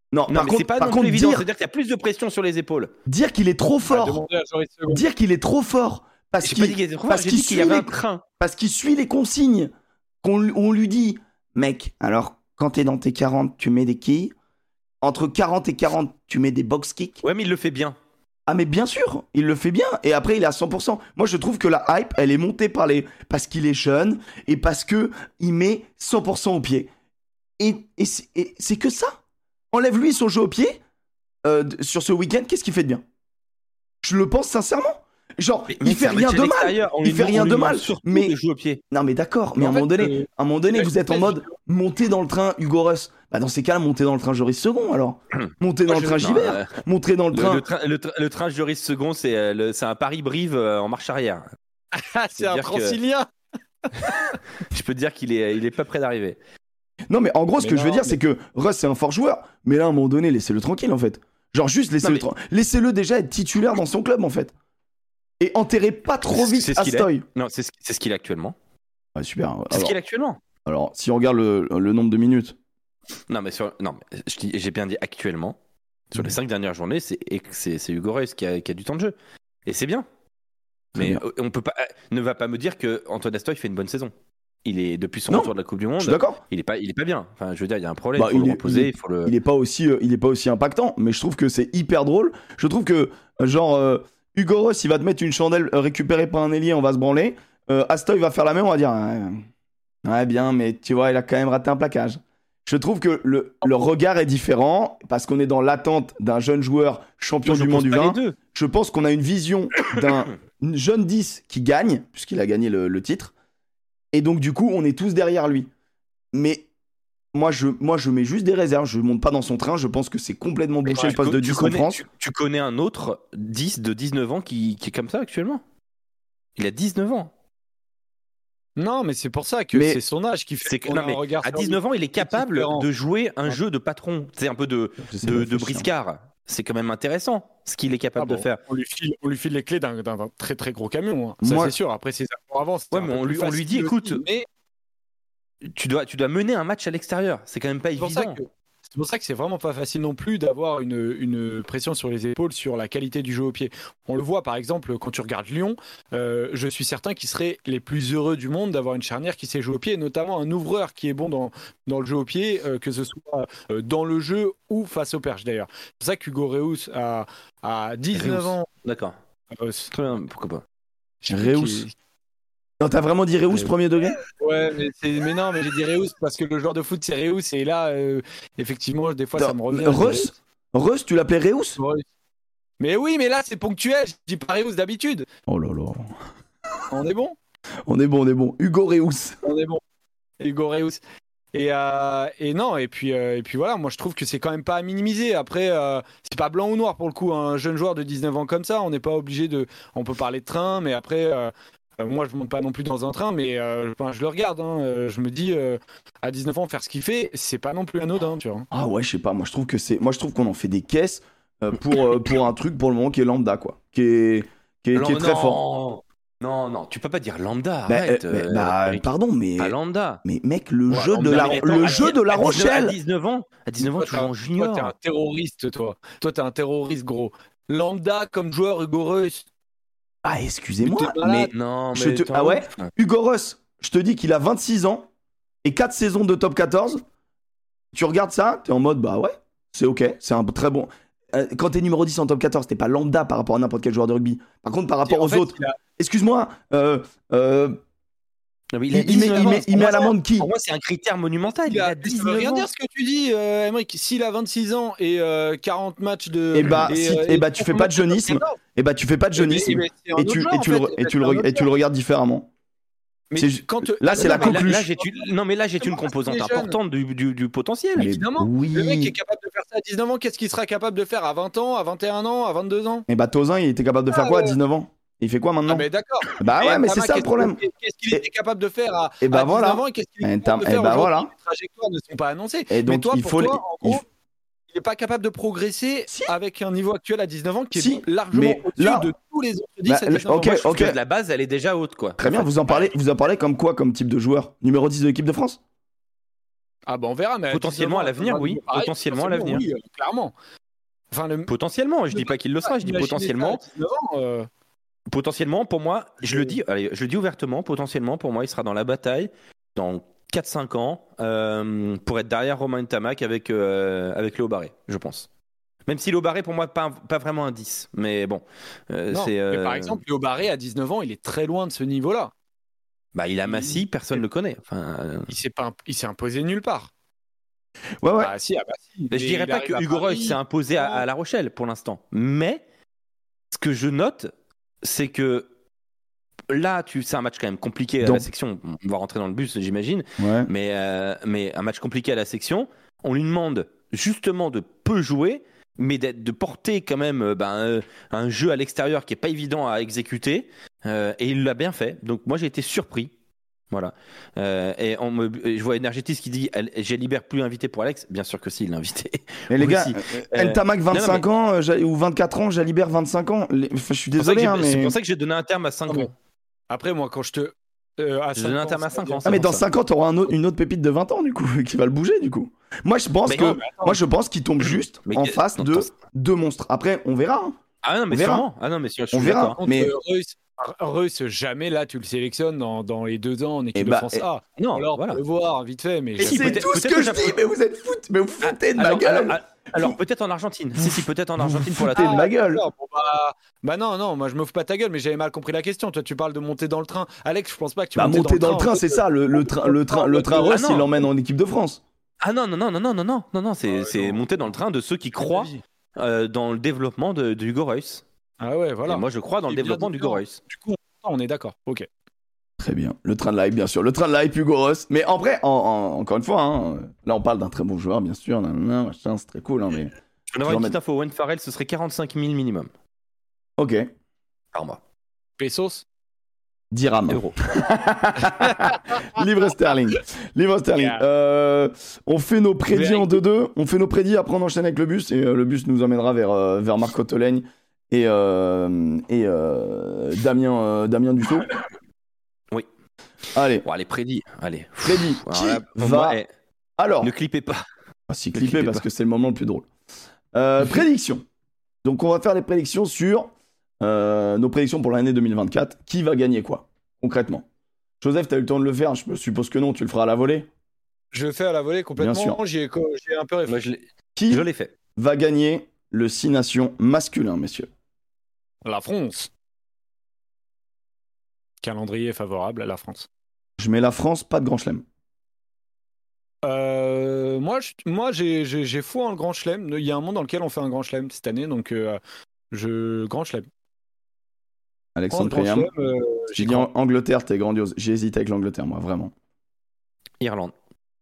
Non, Non, mais c'est pas non plus évident. C'est-à-dire qu'il y a plus de pression sur les épaules. Dire qu'il est trop fort. Dire qu'il est trop fort. Parce qu'il y avait un train. Parce qu'il suit les consignes. On lui dit, mec, alors, quand t'es dans tes 40, tu mets des quilles. Entre 40 et 40, tu mets des box kicks. Ouais, mais il le fait bien. Ah, mais bien sûr, il le fait bien. Et après, il est à 100%. Moi, je trouve que la hype, elle est montée parce qu'il est jeune et parce qu'il met 100% au pied. Et c'est que ça. Enlève-lui son jeu au pied sur ce week-end, qu'est-ce qu'il fait de bien? Je le pense sincèrement. Genre, il fait rien de mal. Il fait rien de mal. Mais joue au pied. Non, mais d'accord. Mais à un moment donné, vous êtes en mode monter dans le train Hugo Russ. Bah, dans ces cas-là, monter dans le train Joris Second alors. Monter dans le train Gilbert. Monter dans le train. Le train Joris Second, c'est un Paris-Brive en marche arrière. C'est un Transilien. Je peux te dire qu'il est pas prêt d'arriver. Non, mais en gros, ce que je veux dire, c'est que Russ, c'est un fort joueur. Mais là, à un moment donné, laissez-le tranquille, en fait. Genre, juste laissez-le déjà être titulaire dans son club, en fait. Et enterrez pas trop vite Astoy. Non, c'est ce qu'il est actuellement. Ah, super. C'est ce qu'il est actuellement. Alors, si on regarde le nombre de minutes. Non, mais j'ai bien dit actuellement. Sur les 5 dernières journées, c'est Hugo Reus qui a du temps de jeu. Et c'est bien. Mais on peut pas. Ne va pas me dire que Antoine Astoy fait une bonne saison. Il est depuis son retour de la Coupe du Monde. Je suis d'accord. Il est pas bien. Enfin, je veux dire, il y a un problème. Il faut le reposer. Il est pas aussi impactant. Mais je trouve que c'est hyper drôle. Je trouve que genre Hugo Reus, il va te mettre une chandelle récupérée par un ailier, on va se branler. Astoy va faire la même, on va dire ouais bien, mais tu vois, il a quand même raté un plaquage. Je trouve que le regard est différent parce qu'on est dans l'attente d'un jeune joueur champion du monde du vin. Je pense qu'on a une vision d'un jeune 10 qui gagne, puisqu'il a gagné le titre. Et donc, du coup, on est tous derrière lui. Mais moi, je mets juste des réserves. Je ne monte pas dans son train. Je pense que c'est complètement bouché le poste de 10 en France. Tu connais un autre 10 de 19 ans qui est comme ça actuellement? Il a 19 ans. Non, mais c'est pour ça que c'est son âge qui fait qu'on a un regard. À 19 ans, il est capable de jouer un jeu de patron. C'est un peu de briscard. C'est quand même intéressant ce qu'il est capable de faire. On lui file les clés d'un très très gros camion. Hein. Ça, c'est sûr. Après, ses apports avancent. Ouais, mais on lui dit, écoute, tu dois mener un match à l'extérieur. C'est quand même pas évident. C'est pour ça que c'est vraiment pas facile non plus d'avoir une pression sur les épaules sur la qualité du jeu au pied. On le voit par exemple quand tu regardes Lyon, je suis certain qu'ils seraient les plus heureux du monde d'avoir une charnière qui sait jouer au pied, notamment un ouvreur qui est bon dans le jeu au pied, que ce soit dans le jeu ou face au perche d'ailleurs. C'est pour ça qu'Hugo Reus a 19 ans. D'accord. Très bien, pourquoi pas. Reus. Non, t'as vraiment dit Reus premier degré? Ouais, mais non, mais j'ai dit Reus parce que le joueur de foot c'est Reus et là, effectivement, des fois ça me revient. Reus, tu l'appelais Reus? Mais oui, mais là c'est ponctuel, je dis pas Reus d'habitude. Oh là là. On est bon? On est bon. Hugo Reus. On est bon. Hugo Reus. Et non, et puis voilà, moi je trouve que c'est quand même pas à minimiser. Après, c'est pas blanc ou noir pour le coup. Un jeune joueur de 19 ans comme ça, on n'est pas obligé de. On peut parler de train, mais après. Moi, je ne monte pas non plus dans un train, mais je le regarde. Je me dis, à 19 ans, faire ce qu'il fait, c'est pas non plus anodin, tu vois. Ah ouais, je sais pas. Moi, je trouve qu'on en fait des caisses pour un truc pour le moment qui est lambda, quoi, qui est très fort. Non, tu peux pas dire lambda. Arrête. Pardon, mais pas lambda. Mais mec, le jeu de La Rochelle. À 19 ans, tu joues en junior. Toi, t'es un terroriste, toi. Toi, t'es un terroriste, gros. Lambda comme joueur, Hugo Reus. Ah, excusez-moi, mais ah ouais, Hugo Reus, je te dis qu'il a 26 ans et 4 saisons de top 14. Tu regardes ça, t'es en mode, bah ouais, c'est ok, c'est un très bon. Quand t'es numéro 10 en top 14, t'es pas lambda par rapport à n'importe quel joueur de rugby. Par contre, par rapport aux autres, excuse-moi, il met à l'amende qui? Pour moi, c'est un critère monumental. Il a 19 ans. Rien dire ce que tu dis, Emric. S'il a 26 ans et 40 matchs de. Tu fais pas de jeunisme. Tu fais pas de jeunisme. Et tu le regardes différemment. Mais là, c'est la conclusion. Là, j'ai une composante importante du potentiel. Évidemment. Oui. Le mec est capable de faire ça à 19 ans. Qu'est-ce qu'il sera capable de faire à 20 ans, à 21 ans, à 22 ans? Tozin, il était capable de faire quoi à 19 ans? Il fait quoi maintenant? Mais d'accord. Bah ouais, mais c'est ça le problème. Qu'est-ce qu'il était capable de faire à 19 ans et qu'est-ce qu'il est capable de faire aujourd'hui? Les trajectoires ne sont pas annoncées. Et donc, mais toi, il n'est pas capable de progresser avec un niveau actuel à 19 ans qui est largement au-dessus de tous les autres 10 à 19 ans. Ok. La base, elle est déjà haute, quoi. Très bien, vous en parlez comme quoi, comme type de joueur? Numéro 10 de l'équipe de France? Ah on verra, mais potentiellement à l'avenir, oui. Potentiellement à l'avenir. Oui, clairement. Potentiellement, je dis pas qu'il le sera, je dis potentiellement. Potentiellement, pour moi, je le dis ouvertement, potentiellement, pour moi, il sera dans la bataille dans 4-5 ans pour être derrière Romain Ntamak avec Léo Barré, je pense. Même si Léo Barré, pour moi, pas vraiment un 10. Mais bon. Mais par exemple, Léo Barré, à 19 ans, il est très loin de ce niveau-là. Il a Massy, personne ne le connaît. Il s'est imposé nulle part. Ouais. Si. Je dirais pas que Hugo Reus s'est imposé à La Rochelle pour l'instant. Mais ce que je note, c'est que là, c'est un match quand même compliqué à la section. On va rentrer dans le bus, j'imagine. Ouais. Mais un match compliqué à la section. On lui demande justement de peu jouer, mais de porter quand même un jeu à l'extérieur qui est pas évident à exécuter. Et il l'a bien fait. Donc moi, j'ai été surpris. Voilà. Et je vois Energetis qui dit j'ai Libère plus invité pour Alex. Bien sûr que si, il l'a invité. Mais les gars, Ntamak 25 ans ou 24 ans, Jalibert 25 ans. Je suis désolé. C'est pour ça que j'ai donné un terme à 5 ans. Après, moi, quand je te. J'ai donné un terme à 5 ans. Mais dans 5 ans, tu auras une autre pépite de 20 ans, du coup, qui va le bouger, du coup. Moi, je pense qu'il tombe juste en face de deux monstres. Après, on verra. Ah non, mais sûrement. On verra. Mais Reus, jamais là, tu le sélectionnes dans les 2 ans en équipe de France A. Non, alors, on peut le voir vite fait. Mais c'est tout ce que je dis, mais vous êtes mais vous foutez de ma gueule. Alors peut-être en Argentine. Si, peut-être en Argentine pour la de ma gueule. Non, moi je me fous pas de ta gueule, mais j'avais mal compris la question. Toi, tu parles de monter dans le train. Alex, je pense pas que tu monter dans le train, c'est ça. Le train Reus, il l'emmène en équipe de France. Ah non, c'est monter dans le train de ceux qui croient dans le développement de Hugo Reus. Ah ouais, voilà. Et moi, je crois dans le développement d'Hugo Reus. Du coup, on est d'accord. Ok. Très bien. Le train de la hype, bien sûr. Le train de la hype, Hugo Reus. Mais en vrai, encore une fois, là, on parle d'un très bon joueur, bien sûr. Machin, c'est très cool. Mais... Je vais avoir une petite info. Owen Farrell, ce serait 45 000 minimum. Ok. Par mois. Pesos 10 dirhams. Euros. Livre sterling. Yeah. On fait nos prédits en 2-2. On fait nos prédits, après on enchaîne avec le bus. Et le bus nous emmènera vers Marc Ottolaigne et Damien Dussault. Oui. Allez. Bon, allez, prédit. Allez. Prédit. Qui va... Alors. Ne clippez pas. Si, clippez parce que c'est le moment le plus drôle. Prédiction. Donc on va faire les prédictions sur nos prédictions pour l'année 2024. Qui va gagner quoi, concrètement? Joseph, t'as eu le temps de le faire? Je suppose que non, tu le feras à la volée. Je le fais à la volée complètement. Bien sûr. J'ai un peu réfléchi. Qui je l'ai fait. Va gagner le 6 nations masculin, messieurs? La France. Calendrier favorable à la France. Je mets la France, pas de Grand Chelem. Moi, j'ai foi en le Grand Chelem. Il y a un monde dans lequel on fait un Grand Chelem cette année, donc Grand Chelem. Alexandre Priam. J'ai dit Angleterre, t'es grandiose. J'ai hésité avec l'Angleterre, moi, vraiment. Irlande.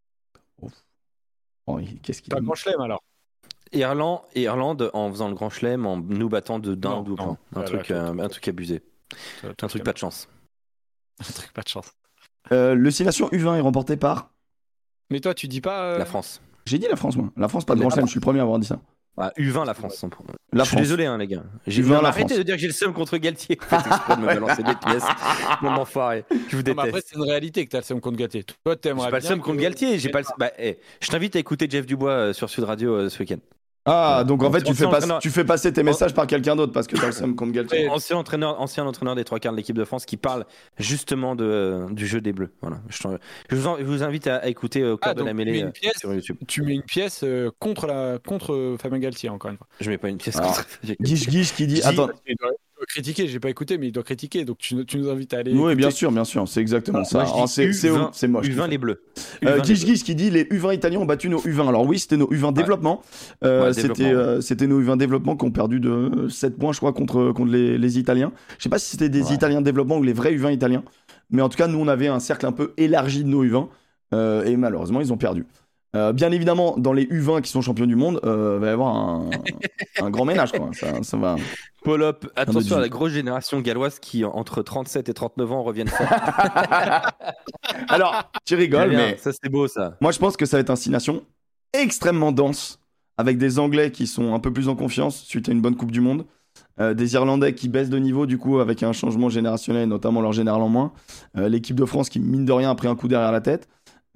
Qu'est-ce qu'il a? Pas Grand Chelem alors. Irlande en faisant le Grand Chelem, en nous battant d'un ou deux points. Un truc abusé. Un truc pas de chance. Un truc pas de chance. Le 6 nations U20 est remporté par... Mais toi, tu dis pas... La France. J'ai dit la France, moi. La France, pas de Grand Chelem, je suis le premier à avoir dit ça. U20, la France. Je suis désolé, les gars. Arrêtez de dire que j'ai le seum contre Galtier. Faites exprès de me balancer des pièces. Mon enfoiré. Je vous déteste. Après, c'est une réalité que t'as le seum contre Galtier. Toi, t'aimerais j'ai pas le seum contre Galtier. Je t'invite à écouter Jeff Dubois sur Sud Radio ce week-end. Ah, donc en fait, tu fais passer tes messages par quelqu'un d'autre parce que t'as le seum contre Galtier. Ancien entraîneur des 3/4 de l'équipe de France qui parle justement du jeu des Bleus. Voilà. Je vous invite à écouter au cœur de la mêlée sur YouTube. Tu mets une pièce contre Fabien Galtier, encore une fois. Je mets pas une pièce contre Guiche qui dit... Attends. Il doit critiquer, j'ai pas écouté, mais il doit critiquer, donc tu nous invites à aller. Oui, bien sûr, c'est exactement ça. C'est moche. U20 les Bleus. Guiche qui dit les U20 italiens ont battu nos U20. Alors oui, c'était nos U20 développement. C'était nos U20 développement qui ont perdu de 7 points, je crois, contre les Italiens. Je sais pas si c'était des Italiens développement ou les vrais U20 italiens. Mais en tout cas, nous, on avait un cercle un peu élargi de nos U20. Et malheureusement, ils ont perdu. Bien évidemment, dans les U20 qui sont champions du monde, va y avoir un grand ménage, quoi. Ça va. Paul-up, attention à la grosse génération galloise qui, entre 37 et 39 ans, reviennent fort. Alors, tu rigoles, mais ça c'est beau, ça. Moi, je pense que ça va être un 6 nations extrêmement dense, avec des Anglais qui sont un peu plus en confiance suite à une bonne Coupe du Monde, des Irlandais qui baissent de niveau, du coup, avec un changement générationnel, notamment leur général en moins, l'équipe de France qui, mine de rien, a pris un coup derrière la tête.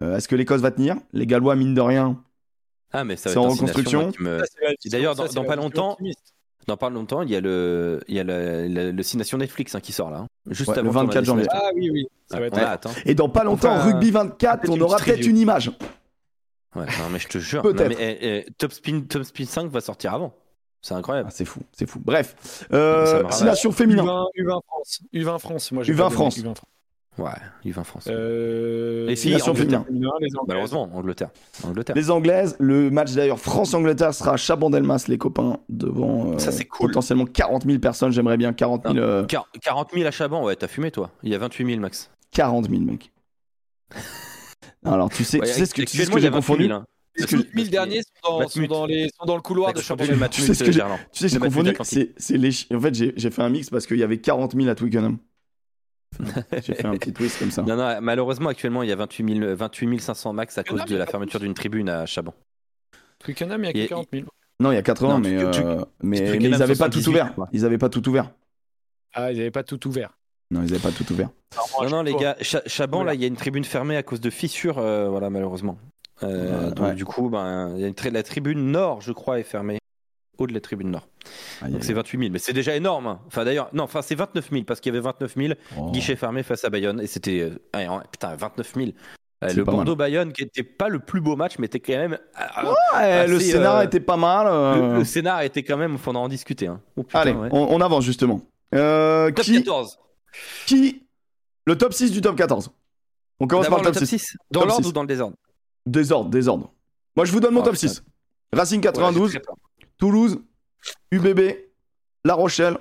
Est-ce que l'Écosse va tenir? Les Gallois, mine de rien, Ah, mais ça c'est va en être un reconstruction. D'ailleurs, dans pas longtemps, il y a le 6 Nations Netflix qui sort là. Juste Ouais, avant le 24 janvier. Ah oui. Ça va être Ouais, attends. Et dans pas longtemps, Enfin, Rugby 24, on une aura petite peut-être review. une image. Ouais, non, mais je te jure. Peut-être. Non, mais, Top Spin 5 va sortir avant. C'est incroyable. Ah, c'est fou. Bref, Ça me 6 nations féminines. U20 France. Moi, j'ai U20 pas donné France. U20 France. Ouais, U20 France. Les filles, nations féminines. Malheureusement, Angleterre. Les Anglaises, le match d'ailleurs France-Angleterre sera à Chabandelmas, les copains, devant Ça, c'est cool. potentiellement 40 000 personnes. J'aimerais bien 40 000. 40 000 à Chaban, ouais, t'as fumé toi. Il y a 28 000 max. 40 000, mec. Alors, tu sais ce que Actuellement, il y j'ai a 28 confondu 000. Les 1000 derniers sont dans le couloir de Chaban. Tu sais ce que j'ai confondu. C'est les. En fait, j'ai fait un mix parce qu'il y avait 40 000 à Twickenham. J'ai fait un petit twist comme ça. Non, malheureusement, actuellement, il y a 28 500 max à cause de la fermeture d'une tribune à Chaban. Twickenham, il y a que 40 000. Non, il y a 80, Non, mais Twickenham, ils n'avaient pas tout 78, ouvert. quoi. Ils n'avaient pas tout ouvert. Ah, ils n'avaient pas tout ouvert. Non, ils n'avaient pas tout ouvert. Non, les gars, Chaban, là, il y a une tribune fermée à cause de fissures, voilà, malheureusement. Donc, du coup, il y a la tribune nord, je crois, est fermée. Haut de la tribune nord. Donc, c'est 28 000. Mais c'est déjà énorme. Hein. Enfin, d'ailleurs, c'est 29 000 parce qu'il y avait 29 000 guichets fermés face à Bayonne. Et c'était. Putain, 29 000. Le Bordeaux-Bayonne, qui était pas le plus beau match, mais était quand même. Le scénar était pas mal. Le scénar était quand même. Il faudra en discuter. Hein. Oh, putain, allez, ouais. on avance justement. Top 14. Le top 6 du top 14. On commence par le top 6. Dans l'ordre ou dans le désordre? Désordre. Moi, je vous donne mon top 6. Racing 92, Toulouse, UBB, La Rochelle,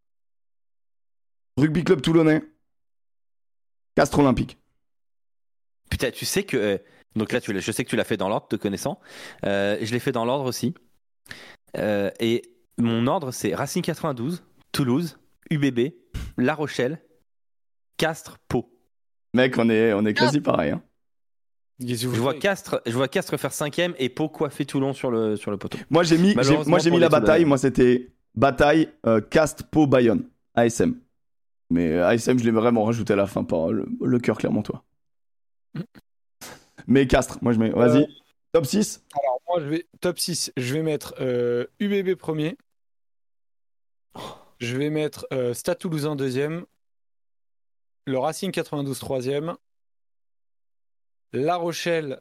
Rugby Club Toulonnais, Castres Olympique. Putain, tu sais que. Donc là, je sais que tu l'as fait dans l'ordre, te connaissant. Je l'ai fait dans l'ordre aussi. Et mon ordre, c'est Racing 92, Toulouse, UBB, La Rochelle, Castres, Pau. Mec, on est quasi pareil. Hein. Je vois Castres faire 5ème et Pau coiffer Toulon sur le poteau. Moi, j'ai mis la bataille. Moi, c'était bataille Castres, Pau, Bayonne, ASM. Mais ASM, je l'ai vraiment rajouté à la fin par le cœur clermontois. Mais Castres, moi je mets. Vas-y. Top 6. Alors, moi, top 6. Je vais mettre UBB premier. Je vais mettre Stade Toulousain deuxième. Le Racing 92 troisième. La Rochelle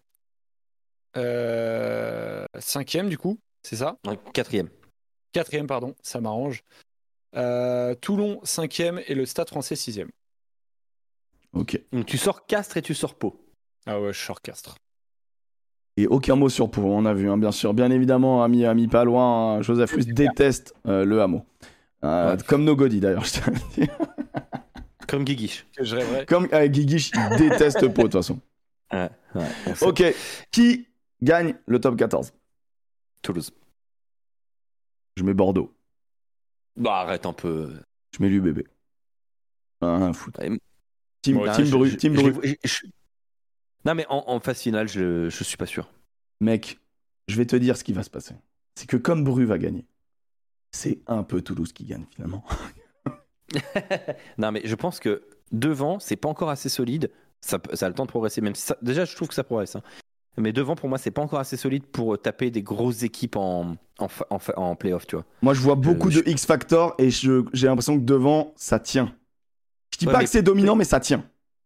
5e, du coup. C'est ça? 4e. 4e, pardon. Ça m'arrange. Toulon 5e et le Stade Français 6e. Ok. Donc tu sors Castres et tu sors Pau. Ah ouais, je sors Castres. Et aucun mot sur Pau, on a vu, hein, bien sûr. Bien évidemment, ami pas loin, hein, Joseph Russe déteste le hameau. Comme Nogodi d'ailleurs, je tiens à le dire. Comme Guiguiche. Que je rêverais. Comme Guiguiche, il déteste Pau de toute façon. Ok, qui gagne le top 14? Toulouse. Je mets Bordeaux. Bah arrête un peu. Je mets l'UBB. Foot. Team Bru. Non mais en phase finale, je suis pas sûr. Mec, je vais te dire ce qui va se passer. C'est que comme Bru va gagner, c'est un peu Toulouse qui gagne finalement. Non mais je pense que devant, c'est pas encore assez solide. Ça a le temps de progresser. Même si déjà, je trouve que ça progresse. Hein. Mais devant, pour moi, c'est pas encore assez solide pour taper des grosses équipes en play-off, tu vois. Moi, je vois beaucoup de X-Factor et j'ai l'impression que devant, ça tient. Je dis pas que c'est dominant, mais ça tient.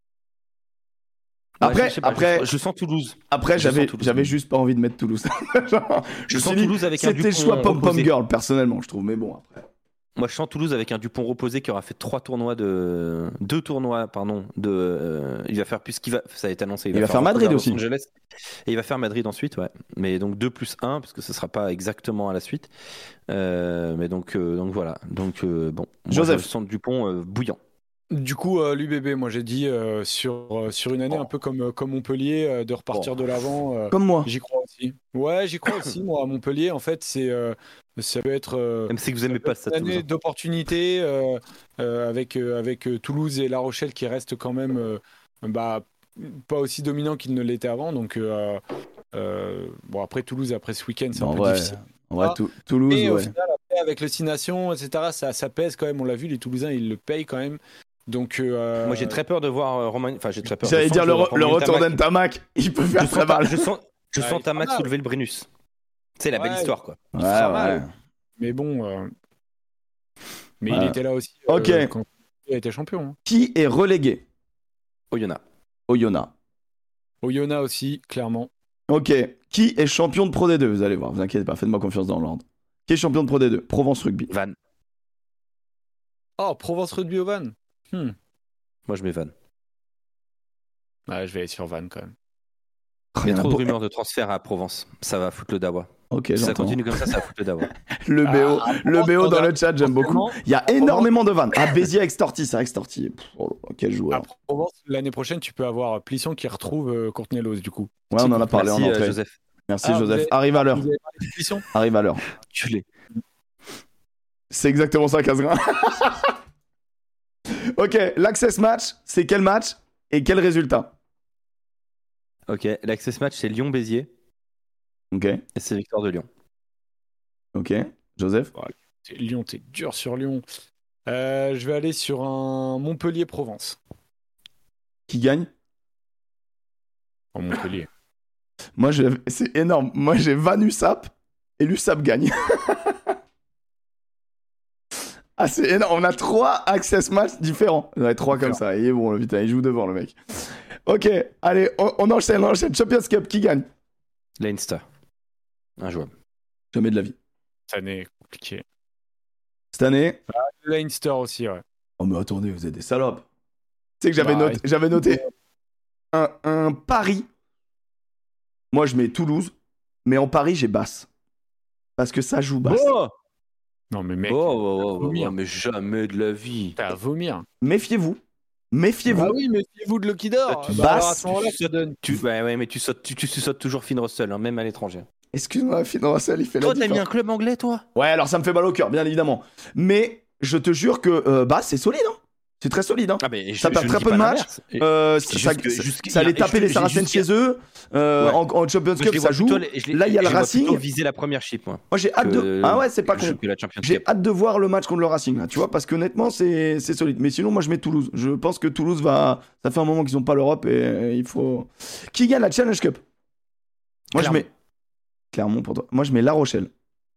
Après, je sens Toulouse. Après, j'avais juste pas envie de mettre Toulouse. Je sens Toulouse avec un Dupont. C'était le choix pom-pom girl, personnellement, je trouve. Mais bon, après. Moi, je sens Toulouse avec un Dupont reposé qui aura fait 2 tournois, il va faire ça a été annoncé. Il va faire Madrid aussi. Et il va faire Madrid ensuite, ouais. Mais donc 2+1 parce que ce sera pas exactement à la suite. Mais donc voilà. Donc bon. Joseph. Moi, je sens Dupont bouillant. Du coup, l'UBB, moi j'ai dit sur une année un peu comme Montpellier, de repartir de l'avant. Comme moi. J'y crois aussi. Ouais, j'y crois aussi. Moi, à Montpellier, en fait, ça peut être même si vous aimez pas ça, une année d'opportunité avec Toulouse et La Rochelle qui restent quand même pas aussi dominants qu'ils ne l'étaient avant. Donc bon, après Toulouse, après ce week-end, c'est un peu difficile. Ouais, Toulouse, et au final, après, avec le 6 Nations, etc., ça pèse quand même. On l'a vu, les Toulousains, ils le payent quand même. Donc, Moi, j'ai très peur de voir Romain. Enfin, j'ai très peur. J'allais dire le retour d'Ntamak, il peut faire très mal. Je sens Ntamak soulever le Brennus. C'est la belle histoire, quoi. Ouais. Mais bon. Mais il était là aussi. Ok. Quand il a été champion. Hein. Qui est relégué? Oyonnax. Oyonnax aussi, clairement. Ok. Qui est champion de Pro D2? Vous allez voir, vous inquiétez pas, faites-moi confiance dans l'ordre. Qui est champion de Pro D2? Provence Rugby. Vannes. Oh, Provence Rugby au Vannes. Moi, je mets Vannes. Ouais, je vais aller sur Vannes quand même. Il y a trop de rumeurs de transfert à Provence. Ça va foutre le dawa. Ok, si ça j'entends. continue comme ça va foutre le dawa. Le BO dans le chat, j'aime beaucoup. Il y a énormément de vannes. Ah, Béziers avec Storti, c'est vrai que Storti. Quel joueur. À Provence, l'année prochaine, tu peux avoir Plisson qui retrouve Courtenay-Lose, du coup. Ouais, on en a parlé Merci, en entrée. Joseph. Merci, Joseph. Arrive à l'heure. Vous avez parlé de Plisson ? Arrive à l'heure. Tu l'es. C'est exactement ça, Casgrain. Ok, l'Access Match, c'est quel match et quel résultat? Ok, l'Access Match, c'est Lyon-Béziers. Ok. Et c'est victoire de Lyon. Ok. Joseph? Lyon, t'es dur sur Lyon. Je vais aller sur un Montpellier-Provence. Qui gagne? En Montpellier. Moi, c'est énorme. Moi, j'ai Van USAP et l'USAP gagne. Ah, c'est énorme. On a 3 Access Match différents. On a 3 comme ça. Il est bon, putain, il joue devant, le mec. Ok, allez, on enchaîne. Champions Cup, qui gagne? Leinster. Injouable. Jamais de la vie. Cette année, compliqué. Cette année? Leinster aussi, ouais. Oh, mais attendez, vous êtes des salopes. Tu sais que j'avais noté un pari. Moi, je mets Toulouse, mais en Paris, j'ai Basse. Parce que ça joue Basse. Oh Non, mais mec, mais jamais de la vie. t'as à vomir. Méfiez-vous. Ah oui, méfiez-vous de Lucky Dor. Basse. À ce moment-là, ça donne. Ouais, mais tu sautes toujours Finn Russell, hein, même à l'étranger. Excuse-moi, Finn Russell, il fait la Toi, t'as mis différence. un club anglais, toi? Ouais, alors ça me fait mal au cœur, bien évidemment. Mais je te jure que Basse, c'est solide. Hein. C'est très solide. Hein. Ah, mais ça perd très peu de matchs. Ça allait taper les Saracens chez eux. En Champions Cup, ça joue. Là, il y a le Racing. J'ai viser la première chip, moi. Moi, j'ai hâte de. Ah ouais, c'est pas con. J'ai hâte de voir le match contre le Racing, là, tu vois, parce qu'honnêtement, c'est solide. Mais sinon, moi, je mets Toulouse. Je pense que Toulouse va. Ça fait un moment qu'ils n'ont pas l'Europe et il faut. Qui gagne la Challenge Cup? Moi, je mets. Clermont pour toi. Moi, je mets La Rochelle.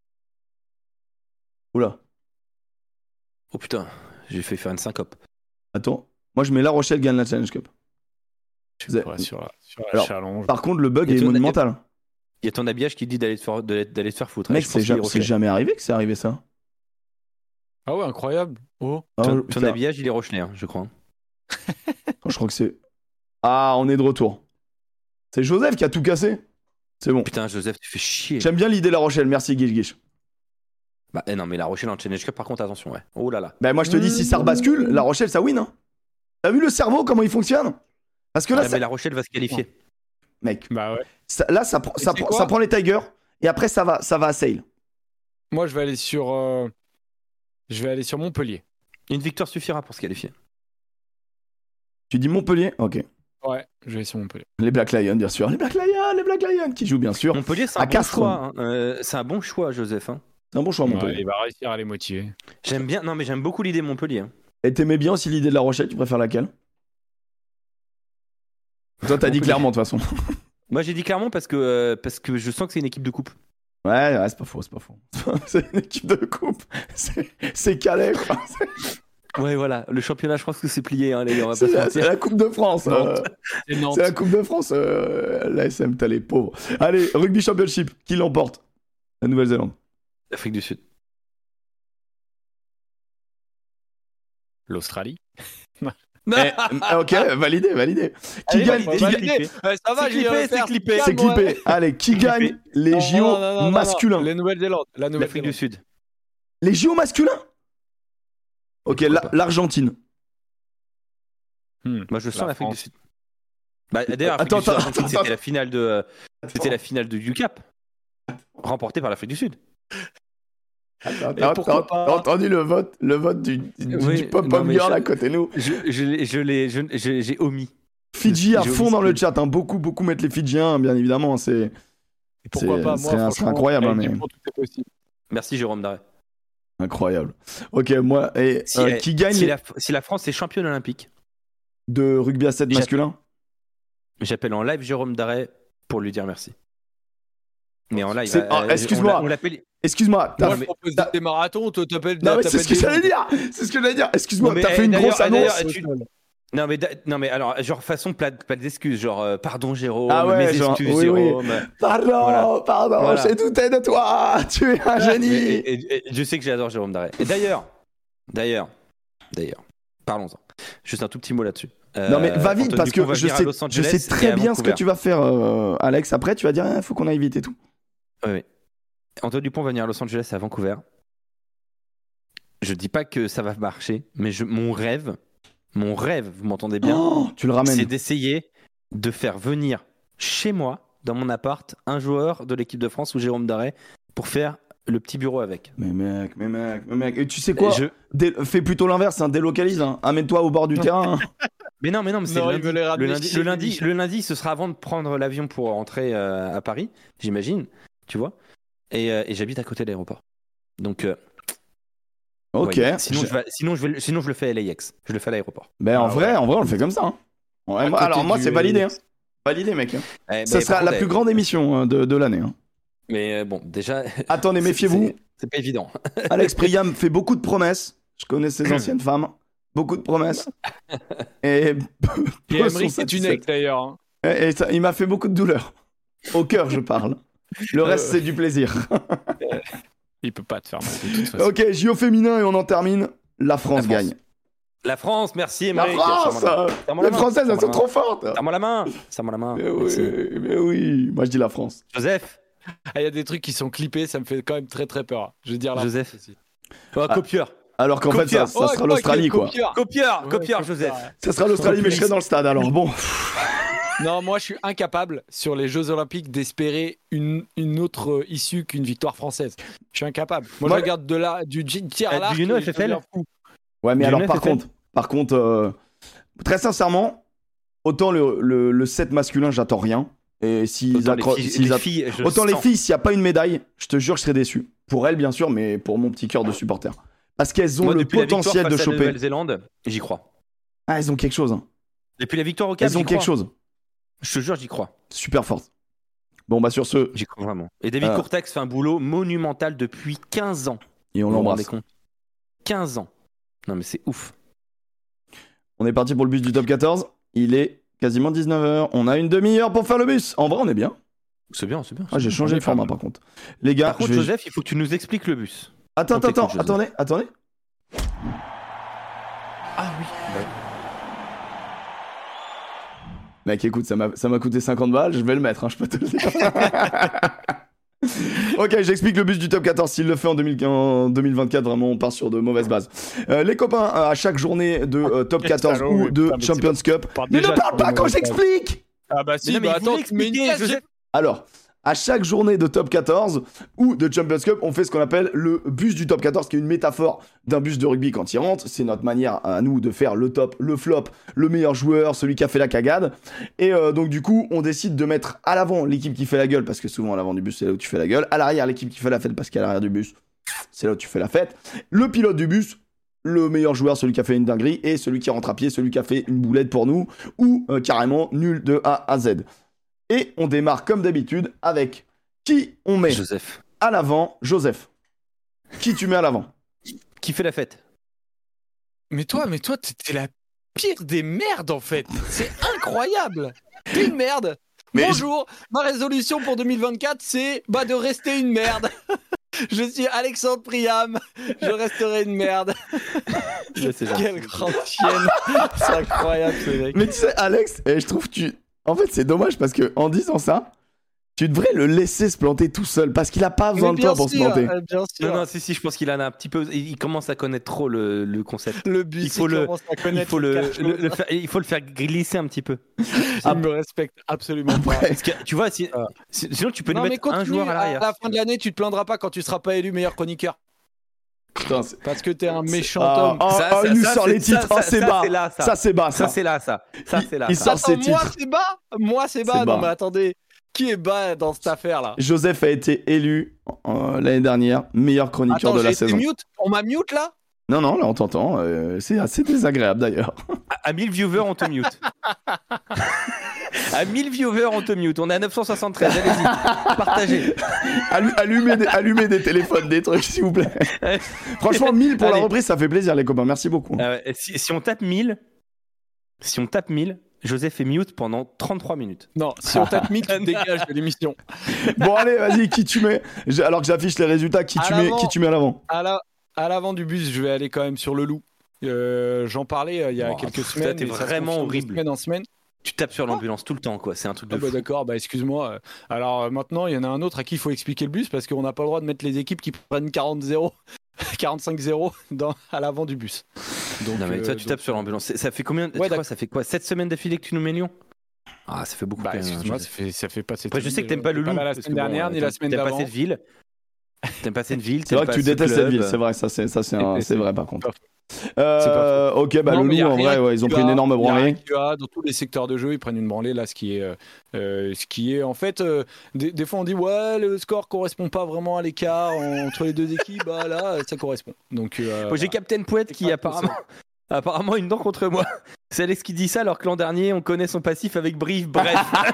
Oula. Oh putain, j'ai fait faire une syncope. Attends. Moi, je mets La Rochelle gagne la Challenge Cup. Sur la Alors, challenge. par contre, le bug est monumental. Il y a ton habillage qui dit d'aller te faire foutre. Mec, c'est jamais arrivé que c'est arrivé ça. Ah ouais, incroyable. Oh. Ton habillage, il est Rochelais, hein, je crois. Je crois que c'est. Ah, on est de retour. C'est Joseph qui a tout cassé. C'est bon. Putain, Joseph, tu fais chier. J'aime bien l'idée La Rochelle. Merci, Guiche. Bah, non, mais La Rochelle en Challenge Cup, par contre, attention, ouais. Oh là là. Bah, moi, je te dis, si ça rebascule, La Rochelle, ça win. Hein. T'as vu le cerveau, comment il fonctionne? Parce que là, mais La Rochelle va se qualifier. Mec, bah ouais. Ça prend les Tigers et après, ça va à Sale. Moi, je vais aller sur Montpellier. Une victoire suffira pour se qualifier. Tu dis Montpellier? Ok. Ouais, je vais aller sur Montpellier. Les Black Lions, bien sûr. Les Black Lions qui jouent, bien sûr. Montpellier, c'est un bon choix. Hein. C'est un bon choix, Joseph. Hein. C'est un bon choix, Montpellier. Ouais, il va réussir à les motiver. J'aime beaucoup l'idée Montpellier. Hein. Et t'aimais bien aussi l'idée de La Rochelle, tu préfères laquelle? Toi, t'as dit Clermont, de toute façon. Moi, j'ai dit Clermont parce que je sens que c'est une équipe de coupe. Ouais, c'est pas faux. C'est une équipe de coupe. C'est Calais, quoi. Ouais, voilà. Le championnat, je pense que c'est plié, hein, les gars. C'est la Coupe de France. C'est la Coupe de France. L'ASM, t'as les pauvres. Allez, Rugby Championship, qui l'emporte? La Nouvelle-Zélande. L'Afrique du Sud. L'Australie. Ok, validé. Qui gagne? Ça va, c'est clippé. C'est clippé. Allez, qui gagne les JO masculins? Les Nouvelle-Zélande. L'Afrique du Sud. Les JO masculins? Ok, l'Argentine. Moi, je sens l'Afrique du Sud. Bah, d'ailleurs, c'était la finale de UCAP, remportée par l'Afrique du Sud. T'as entendu le vote du pop-up girl à côté de nous? J'ai omis. Fidji à fond dans le chat, hein. Beaucoup mettent les Fidjiens, bien évidemment. Pourquoi pas, moi, c'est incroyable. Mais... tout est possible. Merci Jérôme Daré. Incroyable. Ok, moi, et qui gagne si la France est championne olympique de rugby à 7 masculin? J'appelle en live Jérôme Darret pour lui dire merci. Mais en live. Excuse-moi. Excuse-moi. Moi, je propose des marathons, toi t'appelles. Non, mais c'est ce que j'allais dire. Excuse-moi, t'as fait une grosse annonce. Non mais alors genre façon pas d'excuses, genre pardon Jérôme, excuses Jérôme. Oui. Pardon, voilà. J'ai douté de toi. Tu es un génie. Et je sais que j'adore Jérôme Darret. Et d'ailleurs, parlons-en. Juste un tout petit mot là-dessus. Non mais va vite parce que je sais très bien ce que tu vas faire, Alex. Après tu vas dire faut qu'on aille vite et tout. Oui. Antoine Dupont va venir à Los Angeles et à Vancouver. Je dis pas que ça va marcher, mais mon rêve, vous m'entendez bien, tu le ramènes. C'est d'essayer de faire venir chez moi, dans mon appart, un joueur de l'équipe de France ou Jérôme Darret pour faire le petit bureau avec. Mais mec, et tu sais quoi, fais plutôt l'inverse, délocalise, amène-toi au bord du terrain. Mais non, c'est le lundi, ce sera avant de prendre l'avion pour rentrer à Paris, j'imagine, tu vois. Et j'habite à côté de l'aéroport. Donc ok. Ouais. Sinon je le fais à LAX. Je le fais à l'aéroport. Ben en vrai, on le fait comme ça. Alors moi c'est validé. Validé mec. Ça sera la plus grande émission de l'année. Mais bon, déjà. Attendez, méfiez-vous. C'est pas évident. Alex Priam fait beaucoup de promesses. Je connais ses anciennes femmes. Beaucoup de promesses. Et Emery, c'est une ex d'ailleurs. Et ça, il m'a fait beaucoup de douleur. Au cœur, je parle. Le reste, c'est du plaisir. Il peut pas te faire mal de toute façon. Ok, JO féminin et on en termine. La France gagne. La France, merci Emery. La France, les Françaises, elles sont trop fortes. Serre-moi la main. Mais oui, moi je dis la France. Joseph. Il y a des trucs qui sont clippés, ça me fait quand même très très peur. Je veux dire la Joseph. France aussi. Copieur. Alors qu'en fait, ça sera l'Australie, quoi. Copieur, Joseph. Ça sera l'Australie, mais je serai dans le stade, alors bon. Non, moi je suis incapable sur les Jeux Olympiques d'espérer une autre issue qu'une victoire française. Je suis incapable. Moi je regarde du tir à l'arc. Du FFL. Ouais, mais alors par contre, très sincèrement, autant le 7 masculin, j'attends rien. Et autant les filles, s'il n'y a pas une médaille, je te jure, je serais déçu. Pour elles, bien sûr, mais pour mon petit cœur de supporter. Parce qu'elles ont le potentiel de choper. La Nouvelle-Zélande, j'y crois. Ah, elles ont quelque chose. Depuis la victoire au Cap, elles ont quelque chose. Je te jure, j'y crois. Super forte. Bon, bah sur ce. J'y crois vraiment. Et David Courtex fait un boulot monumental depuis 15 ans. Et on l'embrasse. 15 ans. Non, mais c'est ouf. On est parti pour le bus du top 14. Il est quasiment 19h. On a une demi-heure pour faire le bus. En vrai, on est bien. C'est bien. Ah, j'ai changé de format par contre. Les gars. Par contre, Joseph, il faut que tu nous expliques le bus. Attendez. Ah oui. Mec, écoute, ça m'a coûté 50 balles, je vais le mettre, je peux te le dire. Ok, j'explique le bus du top 14. S'il le fait en 2024, vraiment, on part sur de mauvaises bases. Les copains, à chaque journée de top 14 ou de Champions Cup, mais ne parle pas quand j'explique. Ah bah si, mais attends, Alors, à chaque journée de top 14 ou de Champions Cup, on fait ce qu'on appelle le bus du top 14, qui est une métaphore d'un bus de rugby quand il rentre. C'est notre manière à nous de faire le top, le flop, le meilleur joueur, celui qui a fait la cagade. Et donc du coup, on décide de mettre à l'avant l'équipe qui fait la gueule, parce que souvent à l'avant du bus, c'est là où tu fais la gueule. À l'arrière, l'équipe qui fait la fête, parce qu'à l'arrière du bus, c'est là où tu fais la fête. Le pilote du bus, le meilleur joueur, celui qui a fait une dinguerie, et celui qui rentre à pied, celui qui a fait une boulette pour nous, ou carrément nul de A à Z. Et on démarre comme d'habitude avec qui on met à l'avant. Joseph. Qui tu mets à l'avant? Qui fait la fête? Mais toi, t'es la pire des merdes en fait. C'est incroyable. T'es une merde. Bonjour. Ma résolution pour 2024, c'est de rester une merde. Je suis Alexandre Priam. Je resterai une merde. Quelle grande chienne. C'est incroyable ce mec. Mais tu sais, Alex, je trouve que en fait, c'est dommage parce que en disant ça, tu devrais le laisser se planter tout seul parce qu'il a pas besoin de toi pour se planter. Bien sûr. Non, si, je pense qu'il en a un petit peu. Il commence à connaître trop le concept. Le but, il faut le faire glisser un petit peu. Il me respecte absolument pas. Parce que, tu vois, sinon tu peux nous mettre un joueur à l'arrière. À la fin de l'année, tu te plaindras pas quand tu seras pas élu meilleur chroniqueur. Putain, parce que t'es un méchant homme. Il nous sort les titres. C'est bas. Ça, c'est bas. Ça, c'est là, ça. Il sort ses titres. Moi, c'est bas. Non, mais attendez. Qui est bas dans cette affaire-là? Joseph a été élu l'année dernière meilleur chroniqueur de la saison. Mute. On m'a mute là? Non, là on t'entend. C'est assez désagréable d'ailleurs. À 1000 viewers, on te mute. À 1000 viewers, on te mute. On est à 973. Allez-y, partagez. Allumez des téléphones, des trucs, s'il vous plaît. Franchement, 1000 pour la reprise, ça fait plaisir, les copains. Merci beaucoup. Si on tape 1000, Joseph est mute pendant 33 minutes. Non, si on tape 1000, tu te dégages de l'émission. Bon, allez, vas-y, qui tu mets? Alors que j'affiche les résultats, qui tu mets à l'avant? À l'avant du bus, je vais aller quand même sur le loup. J'en parlais il y a quelques semaines. T'es vraiment horrible. Semaine en semaine. Tu tapes sur l'ambulance tout le temps, quoi. C'est un truc de fou. D'accord, excuse-moi. Alors maintenant, il y en a un autre à qui il faut expliquer le bus parce qu'on n'a pas le droit de mettre les équipes qui prennent 40-0, 45-0 à l'avant du bus. Donc, non, mais toi, tu tapes sur l'ambulance. Ça fait combien? Ça fait quoi? 7 semaines d'affilée que tu nous mets Lyon? Ah, ça fait beaucoup. Excuse-moi, ça fait pas cette. Après, je sais que t'aimes pas le loup. Pas la semaine dernière ni la semaine d'avant. T'aimes pas cette ville. T'aimes pas cette ville. C'est vrai que tu détestes cette ville, c'est vrai, c'est vrai par contre. Ok, le loup en vrai, ils ont pris une énorme branlée. Dans tous les secteurs de jeu, ils prennent une branlée là, ce qui est en fait, des fois on dit ouais, le score correspond pas vraiment à l'écart entre les deux équipes, là ça correspond. Donc j'ai Captain Pouette qui apparemment une dent contre moi. C'est Alex qui dit ça alors que l'an dernier on connaît son passif avec Brive. Bref.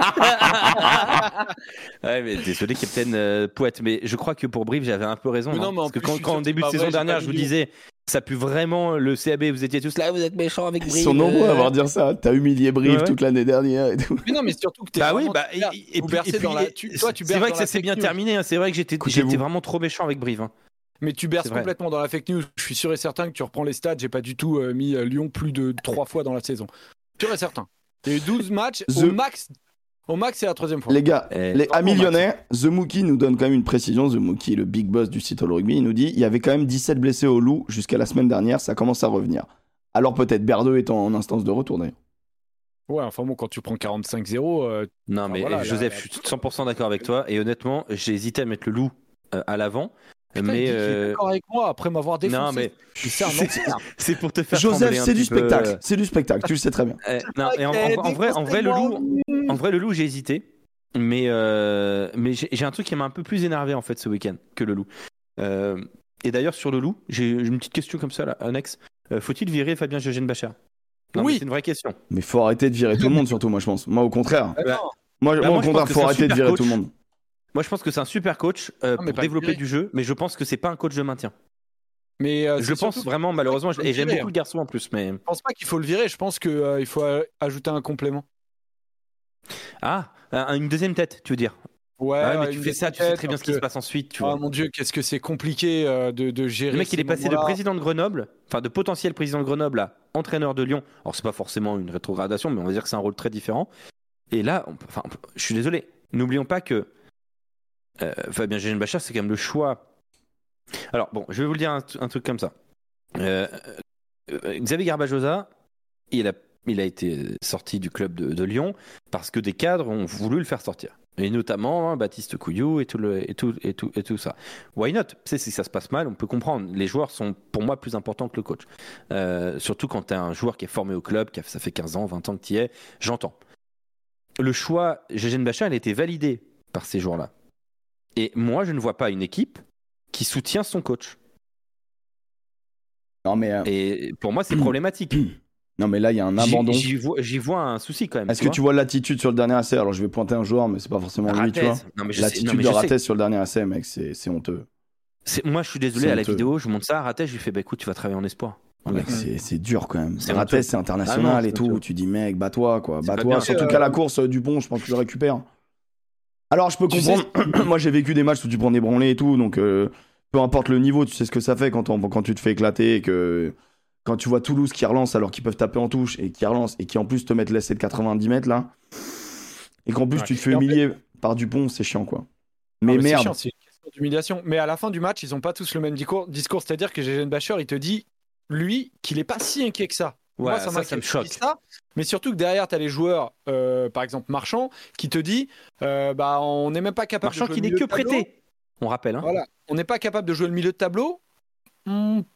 Ouais, mais désolé Captain Pouette, mais je crois que pour Brive j'avais un peu raison. Non, parce que quand en début de saison dernière je vous disais ça pue vraiment le CAB, vous étiez tous là, vous êtes méchants avec Brive. Ils sont nombreux à avoir dire ça. T'as humilié Brive toute l'année dernière et tout. Mais non, mais surtout que t'es c'est vrai que ça s'est bien terminé. C'est vrai que j'étais vraiment trop méchant avec Brive. Mais tu berces complètement dans la fake news. Je suis sûr et certain que tu reprends les stats. J'ai pas du tout mis Lyon plus de 3 fois dans la saison. Sûr et certain. Il y a eu 12 matchs. Au max, c'est la 3e fois. Les gars, les amis lyonnais, The Mookie nous donne quand même une précision. The Mookie, le big boss du site All Rugby, il nous dit il y avait quand même 17 blessés au loup jusqu'à la semaine dernière. Ça commence à revenir. Alors peut-être Berdeux est en instance de retour d'ailleurs. Ouais, enfin bon, quand tu prends 45-0. Non, mais voilà, Joseph, je suis 100% d'accord avec toi. Et honnêtement, j'ai hésité à mettre le loup à l'avant. Putain, mais d'accord avec moi après m'avoir défoncé. Non, mais c'est pour te faire Joseph, c'est du spectacle. C'est du spectacle, tu le sais très bien. Non, et en vrai, le loup, j'ai hésité. Mais j'ai un truc qui m'a un peu plus énervé en fait ce week-end que le loup. Et d'ailleurs, sur le loup, j'ai une petite question comme ça, là, annexe. Faut-il virer Fabien Geoghegan-Bachar? Oui, c'est une vraie question. Mais faut arrêter de virer tout le monde, surtout, moi je pense. Moi au contraire. Moi au contraire, faut arrêter de virer tout le monde. Moi, je pense que c'est un super coach pour développer du jeu, mais je pense que c'est pas un coach de maintien. Mais je pense vraiment, malheureusement, et j'aime beaucoup le garçon en plus. Mais je pense pas qu'il faut le virer. Je pense qu'il faut ajouter un complément. Ah, une deuxième tête, tu veux dire? Ouais, mais tu fais ça, tu sais très bien ce qui se passe ensuite. Tu vois. Mon Dieu, qu'est-ce que c'est compliqué de gérer. Le mec, il est passé de président de Grenoble, enfin de potentiel président de Grenoble à entraîneur de Lyon. Alors, c'est pas forcément une rétrogradation, mais on va dire que c'est un rôle très différent. Et là, je suis désolé, n'oublions pas que Fabien Geoghegan-Bachar, c'est quand même le choix. Alors bon, je vais vous le dire un truc comme ça. Xavier Garbajosa, il a été sorti du club de Lyon parce que des cadres ont voulu le faire sortir. Et notamment Baptiste Couillou et tout ça. Why not? Si ça se passe mal, on peut comprendre. Les joueurs sont pour moi plus importants que le coach. Surtout quand tu as un joueur qui est formé au club, ça fait 15 ans, 20 ans que tu y es, j'entends. Le choix Geoghegan-Bachar, il a été validé par ces joueurs-là. Et moi, je ne vois pas une équipe qui soutient son coach. Non, mais et pour moi, c'est problématique. Non, mais là, il y a un abandon. J'y vois un souci quand même. Est-ce que tu vois l'attitude sur le dernier essai? Alors, je vais pointer un joueur, mais c'est pas forcément lui, tu vois. L'attitude de Rattez sur le dernier essai, mec, c'est honteux. Moi, je suis désolé, à la vidéo, je monte ça à Rattez, je lui fais écoute, tu vas travailler en espoir. Mec, c'est dur quand même. Rattez, c'est international et tout. Tu dis, mec, bats-toi, quoi. Bats-toi. Surtout qu'à la course, Dupont, je pense que tu le récupères. Alors, je peux comprendre. Moi, j'ai vécu des matchs où tu prends des branlées et tout, donc peu importe le niveau, tu sais ce que ça fait quand tu te fais éclater et que. Quand tu vois Toulouse qui relance alors qu'ils peuvent taper en touche et qui relance et qui en plus te mettent l'essai de 90 mètres là, et qu'en plus tu te fais humilier par Dupont, c'est chiant quoi. Mais merde. C'est chiant, c'est une question d'humiliation. Mais à la fin du match, ils ont pas tous le même discours, c'est-à-dire que Geoghegan-Bachar, il te dit, lui, qu'il est pas si inquiet que ça. Ouais, moi, ça me choque. Ça, mais surtout que derrière, tu as les joueurs, par exemple Marchand, qui te dit on n'est même pas capable Marchand de jouer qui n'est que prêté, on rappelle. Voilà, on n'est pas capable de jouer le milieu de tableau.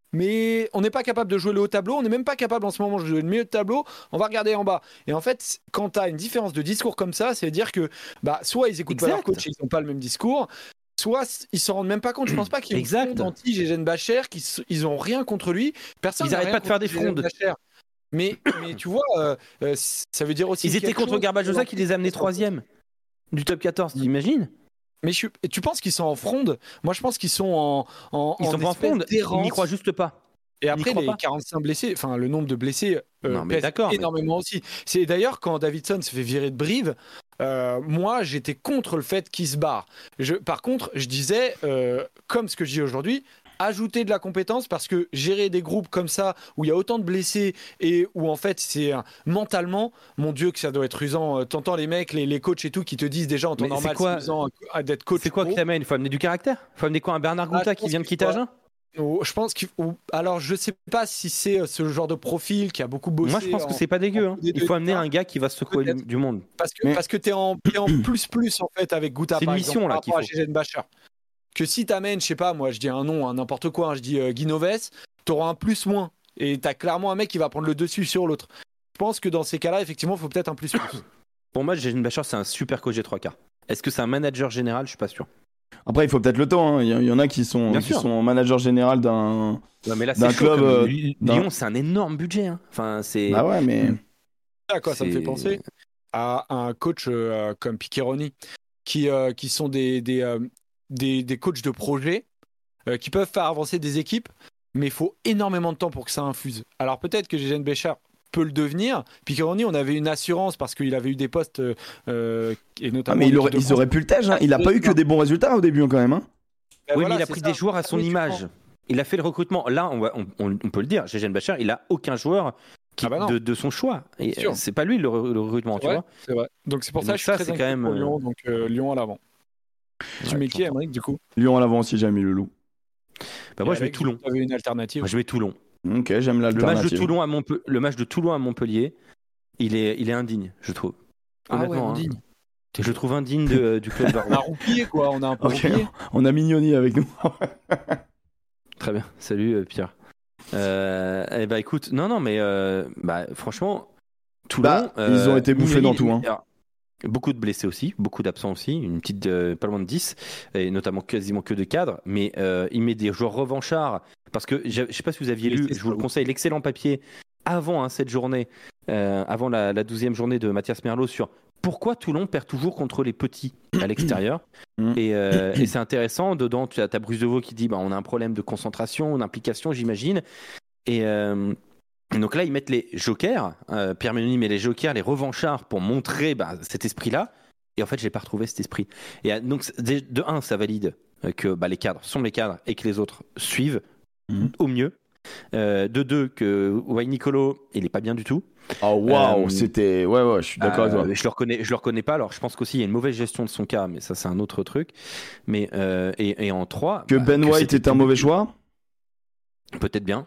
mais on n'est pas capable de jouer le haut tableau, on n'est même pas capable en ce moment de jouer le milieu de tableau, on va regarder en bas. Et en fait, quand tu as une différence de discours comme ça, c'est dire que soit ils écoutent pas leur coach et ils n'ont pas le même discours, soit ils s'en rendent même pas compte. Je pense pas qu'ils sont anti-Gégène Bacher, qu'ils ont rien contre lui. Personne ils n'arrêtent pas de faire des frondes. Mais tu vois, ça veut dire aussi. Ils étaient contre Garbajosa qui les a amenés 3e du top 14, t'imagines? Mais tu penses qu'ils sont en fronde? Moi, je pense qu'ils sont ils sont pas en fronde, ils n'y croient juste pas. Et après, les 45 blessés, enfin, le nombre de blessés pèse énormément aussi. C'est d'ailleurs quand Davidson se fait virer de Brive, moi, j'étais contre le fait qu'il se barre. Par contre, je disais, comme ce que je dis aujourd'hui, ajouter de la compétence, parce que gérer des groupes comme ça où il y a autant de blessés et où en fait c'est mentalement, mon Dieu que ça doit être usant. T'entends les mecs, les coachs et tout qui te disent déjà en temps normal c'est usant d'être coach. C'est quoi qui t'amène? Il faut amener du caractère? Il faut amener quoi? Un Bernard Gouta qui vient de quitter Agen? Je pense alors je sais pas si c'est ce genre de profil qui a beaucoup bossé. Moi je pense que c'est pas dégueu. Hein. Il faut amener un gars qui va secouer du monde. Parce que t'es en plus en fait avec Gouta. C'est une mission là qu'il faut. Gégène Bacher. Que si t'amènes, je sais pas, moi je dis un nom, n'importe quoi, je dis Guy Noves, t'auras un plus-moins. Et t'as clairement un mec qui va prendre le dessus sur l'autre. Je pense que dans ces cas-là, effectivement, il faut peut-être un plus-plus. Pour moi, Gégène Bacher, c'est un super coach G3K. Est-ce que c'est un manager général? Je suis pas sûr. Après, il faut peut-être le temps. Hein. Il y en a qui sont manager général d'un club. Lyon, c'est un énorme budget. Hein. Enfin, c'est. Ah ouais, mais. À quoi ça me fait penser? À un coach comme Piccheroni, qui sont des coachs de projet qui peuvent faire avancer des équipes, mais il faut énormément de temps pour que ça infuse. Alors peut-être que Gégène Bacher peut le devenir. Piccheroni, on avait une assurance parce qu'il avait eu des postes et notamment. Mais ils auraient pu le tège. Hein. Il n'a pas eu que des bons résultats au début quand même. Hein. Oui, mais il a pris des joueurs à son image. Il a fait le recrutement. Là, on peut le dire. Gégène Bacher, il a aucun joueur de son choix. Et c'est pas lui le recrutement, tu vois. C'est vrai. Donc c'est pour ça que je suis très inquiet pour Lyon. Donc Lyon à l'avant. Tu mets qui, Aymeric, du coup? Lyon à l'avant aussi, j'ai mis le loup. Moi, je mets Toulon. Tu avais une alternative? Moi, je mets Toulon. Ok, j'aime l'alternative. Le match de Toulon à Montpellier, il est indigne, je trouve. Honnêtement, indigne. Je le trouve indigne du club Baron. On a roupillé, quoi. On a un peu roupillé. On a Mignoni avec nous. Très bien. Salut, Pierre. Écoute, non, mais franchement, Toulon. Ils ont été bouffés dans tout. Hein. Beaucoup de blessés aussi, beaucoup d'absents aussi, une petite pas loin de 10, et notamment quasiment que de cadres, mais il met des joueurs revanchards, parce que je ne sais pas si vous aviez lu, je vous le conseille, l'excellent papier avant cette journée, avant la 12e journée de Mathias Merlot sur pourquoi Toulon perd toujours contre les petits à l'extérieur. Et c'est intéressant, dedans tu as Bruce Deveau qui dit on a un problème de concentration, d'implication j'imagine, et donc là, ils mettent les jokers, Pierre Mignoni met les jokers, les revanchards pour montrer cet esprit-là. Et en fait, je n'ai pas retrouvé cet esprit. Et donc, de un, ça valide que les cadres sont les cadres et que les autres suivent au mieux. De deux, que Nicolo, il n'est pas bien du tout. Oh waouh, c'était. Ouais, je suis d'accord avec toi. Je le reconnais pas. Alors, je pense qu'aussi, il y a une mauvaise gestion de son cas, mais ça, c'est un autre truc. Mais, et en 3. Que Ben White est un mauvais choix? Peut-être bien.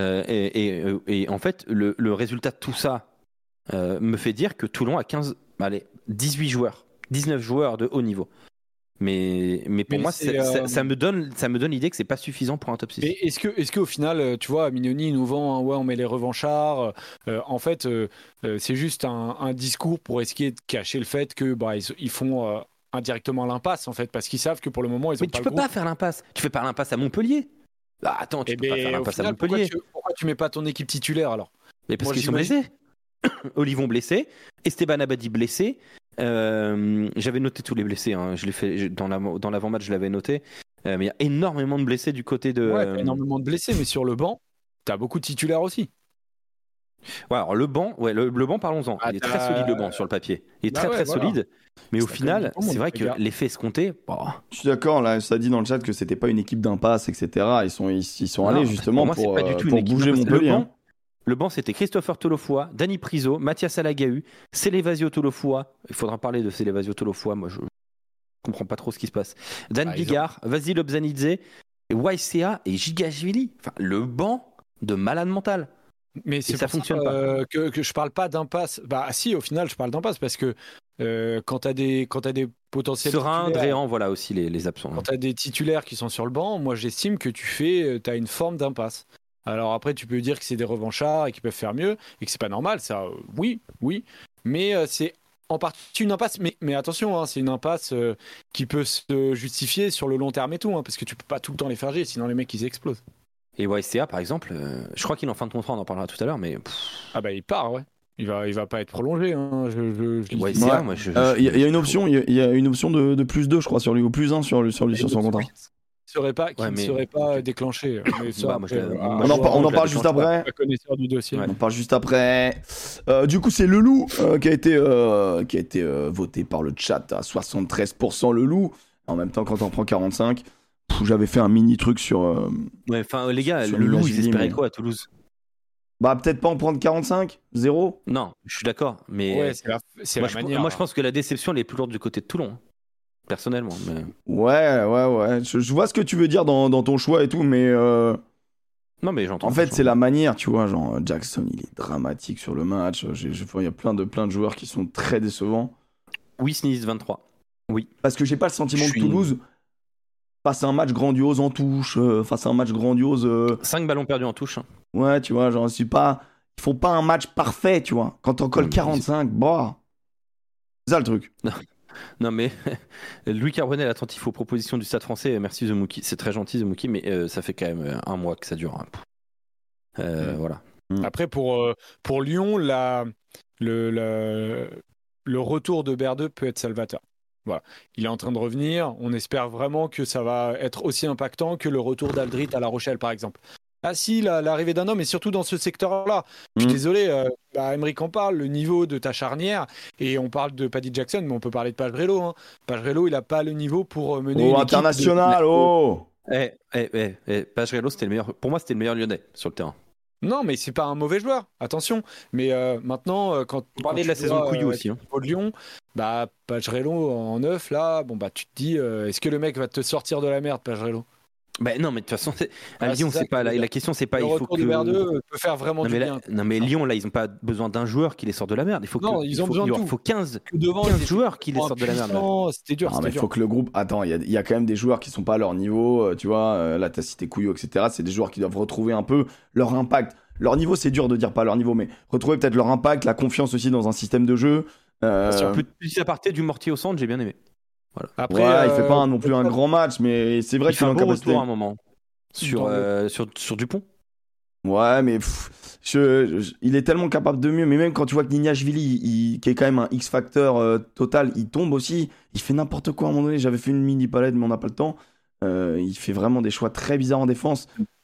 Et en fait, le résultat de tout ça me fait dire que Toulon a 19 joueurs de haut niveau. Mais pour moi, ça me donne l'idée que c'est pas suffisant pour un top 6. Mais est-ce qu'au final, tu vois, Mignoni nous vend, on met les revanchards. En fait, c'est juste un discours pour essayer de cacher le fait que ils font indirectement l'impasse, en fait, parce qu'ils savent que pour le moment, ils ont mais pas tu le peux pas faire l'impasse. Tu fais pas l'impasse à Montpellier. Attends, tu peux pas faire l'impasse à Montpellier. Pourquoi tu mets pas ton équipe titulaire alors? Mais parce qu'ils sont blessés. Olivon blessé, Esteban Abadi blessé. J'avais noté tous les blessés. Hein. Je l'ai fait dans l'avant-match, je l'avais noté. Mais il y a énormément de blessés du côté de. Ouais, énormément de blessés, mais sur le banc, t'as beaucoup de titulaires aussi. Ouais, alors le banc, le banc, parlons-en. Il est très solide le banc sur le papier. Il est très solide. Mais au final, c'est vrai que l'effet escompté. Je suis d'accord, là, ça dit dans le chat que c'était pas une équipe d'impasse, etc. Ils sont allés justement pour bouger Montpellier. Le banc, c'était Christopher Tolofoa, Dani Priso, Mathias Alagahu, Célevasio Tolofoa. Il faudra parler de Célevasio Tolofoa. Moi, je comprends pas trop ce qui se passe. Dan Bigard, Vasil Obzanidze, YCA et Gigashvili. Enfin, le banc de malade mental. Mais c'est ça fonctionne pas. Que je parle pas d'impasse. Si, au final, je parle d'impasse parce que quand t'as des potentiels Serein, Dréan, voilà aussi les absents. Quand t'as des titulaires qui sont sur le banc, moi j'estime que t'as une forme d'impasse. Alors après, tu peux dire que c'est des revanchards et qu'ils peuvent faire mieux et que c'est pas normal, ça, oui. Mais c'est en partie une impasse. Mais attention, hein, c'est une impasse qui peut se justifier sur le long terme et tout, hein, parce que tu peux pas tout le temps les faire gérer, sinon les mecs ils explosent. Et YCA, par exemple, je crois qu'il est en fin de contrat, on en parlera tout à l'heure, mais. Ah bah il part, ouais. Il va pas être prolongé. Hein. YCA, moi, il y a une option, il y a une option de plus 2, je crois, sur lui, ou plus 1 sur son contrat. Ne serait pas déclenché. Mais ça, on en parle juste après. Connaisseur du dossier. On en parle juste après. Du coup, c'est le loup qui a été voté par le chat à 73%. Le loup. En même temps, quand on prend 45, j'avais fait un mini truc sur. Ouais, enfin, les gars, le loup, ils espéraient quoi à Toulouse? Bah, peut-être pas en prendre 45, 0. Non, je suis d'accord. Mais ouais, c'est la manière. Moi, je pense que la déception, elle est plus lourde du côté de Toulon. Personnellement. Mais... Ouais. Je vois ce que tu veux dire dans ton choix et tout, mais. Non, mais j'entends. En fait, c'est la manière, tu vois. Genre, Jackson, il est dramatique sur le match. Il y a plein de joueurs qui sont très décevants. Oui, Sneeze 23. Oui. Parce que j'ai pas le sentiment que Toulouse fasse un match grandiose en touche, fasse un match grandiose. 5 ballons perdus en touche. Hein. Ouais, tu vois, genre, ils font pas un match parfait, tu vois. Quand on colle 45, bah. C'est ça le truc. Non mais Louis Carbonel attentif aux propositions du Stade Français. Merci The Mookie, c'est très gentil The Mookie, mais ça fait quand même un mois que ça dure. Voilà. Après pour Lyon, le retour de Berdeux peut être salvateur. Voilà, il est en train de revenir. On espère vraiment que ça va être aussi impactant que le retour d'Aldrit à La Rochelle par exemple. Ah si, l'arrivée d'un homme, et surtout dans ce secteur-là. Je suis désolé, Aymeric en parle, le niveau de ta charnière, et on parle de Paddy Jackson, mais on peut parler de Pajrello. Hein. Pajrello, il n'a pas le niveau pour mener une international, Pajrello, c'était le meilleur. Pour moi, c'était le meilleur Lyonnais sur le terrain. Non, mais c'est pas un mauvais joueur, attention. Mais maintenant, quand on parlait de la saison de Couillou aussi. Au Lyon, Pajrello en 9, là, tu te dis, est-ce que le mec va te sortir de la merde, Pajrello? Non, mais de toute façon, à Lyon, c'est pas la question, c'est pas le il faut que Verdeux peut faire vraiment du bien. Non, mais Lyon, là, ils ont pas besoin d'un joueur qui les sort de la merde. Ils ont besoin de tout. Il faut 15 joueurs qui les sortent de la merde. C'était dur. Il faut que le groupe. Attends, il y a quand même des joueurs qui sont pas à leur niveau. Tu vois, là, t'as cité Couillou, etc. C'est des joueurs qui doivent retrouver un peu leur impact. Leur niveau, c'est dur de dire pas leur niveau, mais retrouver peut-être leur impact, la confiance aussi dans un système de jeu. Petit aparté du Mortier au centre, j'ai bien aimé. Voilà. Après, il fait pas non plus un grand match, mais c'est vrai qu'il fait un bon retour à un moment sur Dupont. Ouais, mais il est tellement capable de mieux. Mais même quand tu vois que Nignashvili, qui est quand même un X-Factor total, il tombe aussi. Il fait n'importe quoi à un moment donné. J'avais fait une mini palette, mais on n'a pas le temps. Il fait vraiment des choix très bizarres en défense.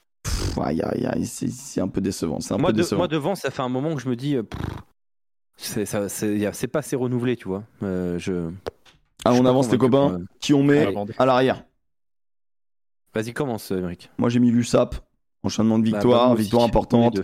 C'est un peu décevant. Moi, devant, ça fait un moment que je me dis, c'est pas assez renouvelé, tu vois. On avance les copains. Qui on met à l'arrière? Vas-y, commence, Aymeric. Moi, j'ai mis l'USAP. Enchaînement de victoire, victoire importante.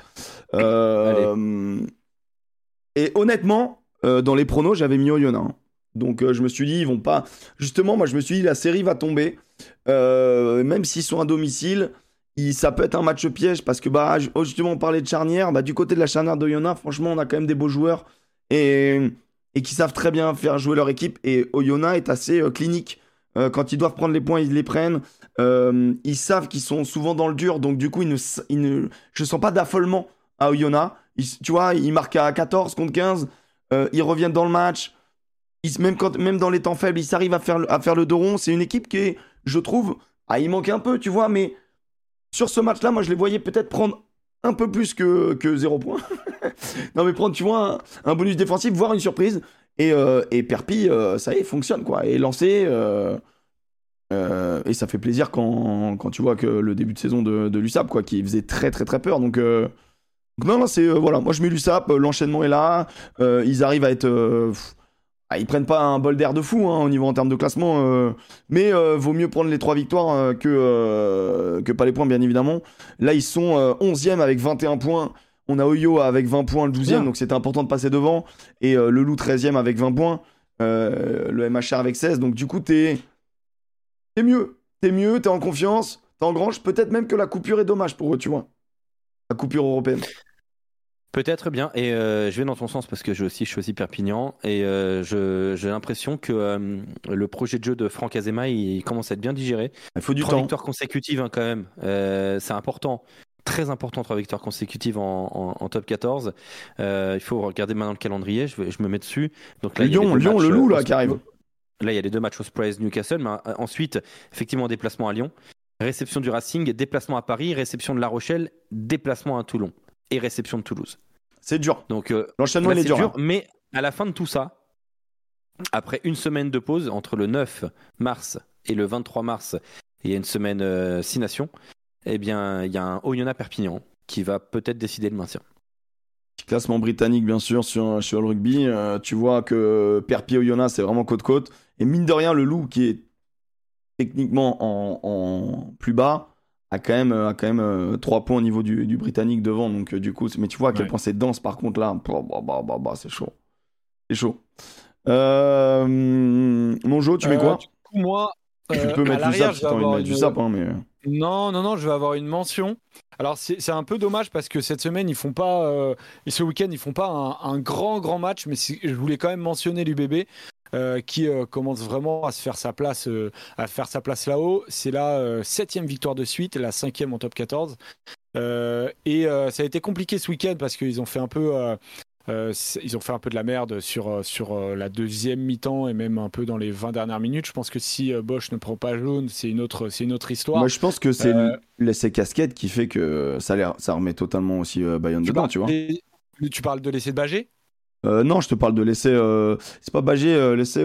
Et honnêtement, dans les pronos, j'avais mis Oyonnax. Donc, je me suis dit, ils vont pas. Justement, moi, je me suis dit, la série va tomber. Même s'ils sont à domicile, ça peut être un match piège parce que, justement, on parlait de charnière. Du côté de la charnière d'Oyonnax, franchement, on a quand même des beaux joueurs et qui savent très bien faire jouer leur équipe. Et Oyonnax est assez clinique. Quand ils doivent prendre les points, ils les prennent. Ils savent qu'ils sont souvent dans le dur, donc du coup, je sens pas d'affolement à Oyonnax. Tu vois, ils marquent à 14 contre 15, ils reviennent dans le match. Même dans les temps faibles, ils arrivent à faire le dos rond. C'est une équipe qui est, je trouve, il manque un peu, tu vois, mais sur ce match-là, moi, je les voyais peut-être prendre un peu plus que 0 points. Non, mais prendre, tu vois, un bonus défensif, voire une surprise. Et Perpi, ça y est, fonctionne, quoi. Et lancé. Et ça fait plaisir quand tu vois que le début de saison de l'USAP, quoi, qui faisait très, très, très peur. Donc, non, c'est. Voilà, moi, je mets l'USAP, l'enchaînement est là. Ils arrivent à être. Ils prennent pas un bol d'air de fou au niveau en termes de classement. Mais vaut mieux prendre les 3 victoires que pas les points, bien évidemment. Là, ils sont 11e avec 21 points. On a Oyo avec 20 points, le 12e, donc c'était important de passer devant. Et le Loup 13e avec 20 points. Le MHR avec 16. Donc du coup, t'es mieux. T'es en confiance, t'engranges. Peut-être même que la coupure est dommage pour eux, tu vois. La coupure européenne. Peut-être bien. Et je vais dans ton sens parce que j'ai aussi choisi Perpignan. Et j'ai l'impression que le projet de jeu de Franck Azema, il commence à être bien digéré. Il faut du 3 temps. victoires consécutives, quand même. C'est important. très important, 3 victoires consécutives en top 14. Il faut regarder maintenant le calendrier, je me mets dessus. Donc là, Lyon, le loup là qui arrive. Là, il y a les 2 matchs Ospreys Newcastle, mais ensuite, effectivement, déplacement à Lyon, réception du Racing, déplacement à Paris, réception de La Rochelle, déplacement à Toulon et réception de Toulouse. C'est dur. Donc, l'enchaînement il est dur. Hein. Mais à la fin de tout ça, après une semaine de pause, entre le 9 mars et le 23 mars, il y a une semaine 6 nations, eh bien, il y a un Oyonnax Perpignan qui va peut-être décider le maintien. Classement britannique, bien sûr, sur le rugby. Tu vois que Perpignan-Oyonnax, c'est vraiment côte-côte. Et mine de rien, le Loup, qui est techniquement en plus bas, a quand même 3 points au niveau du britannique devant. Donc, du coup, mais tu vois à quel point c'est dense, par contre, là. C'est chaud. C'est chaud. Mon Jo, tu mets quoi? Du coup, moi, tu peux mettre du sap si t'as envie de mettre du sap, hein, mais... Non, je vais avoir une mention. Alors, c'est un peu dommage parce que cette semaine, ils font pas... et ce week-end, ils font pas un grand match, mais je voulais quand même mentionner l'UBB. Qui commence vraiment à se faire sa place, là-haut. C'est la 7e victoire de suite, la 5e en top 14. Et ça a été compliqué ce week-end parce qu'ils ont fait un peu... ils ont fait un peu de la merde sur la deuxième mi-temps et même un peu dans les 20 dernières minutes. Je pense que si Bosch ne prend pas jaune, c'est une autre histoire. Moi, je pense que c'est l'essai casquette qui fait que ça remet totalement aussi Bayonne dedans, tu vois. Tu parles de l'essai de Bagé? Non, je te parle de l'essai. C'est pas Bagé, l'essai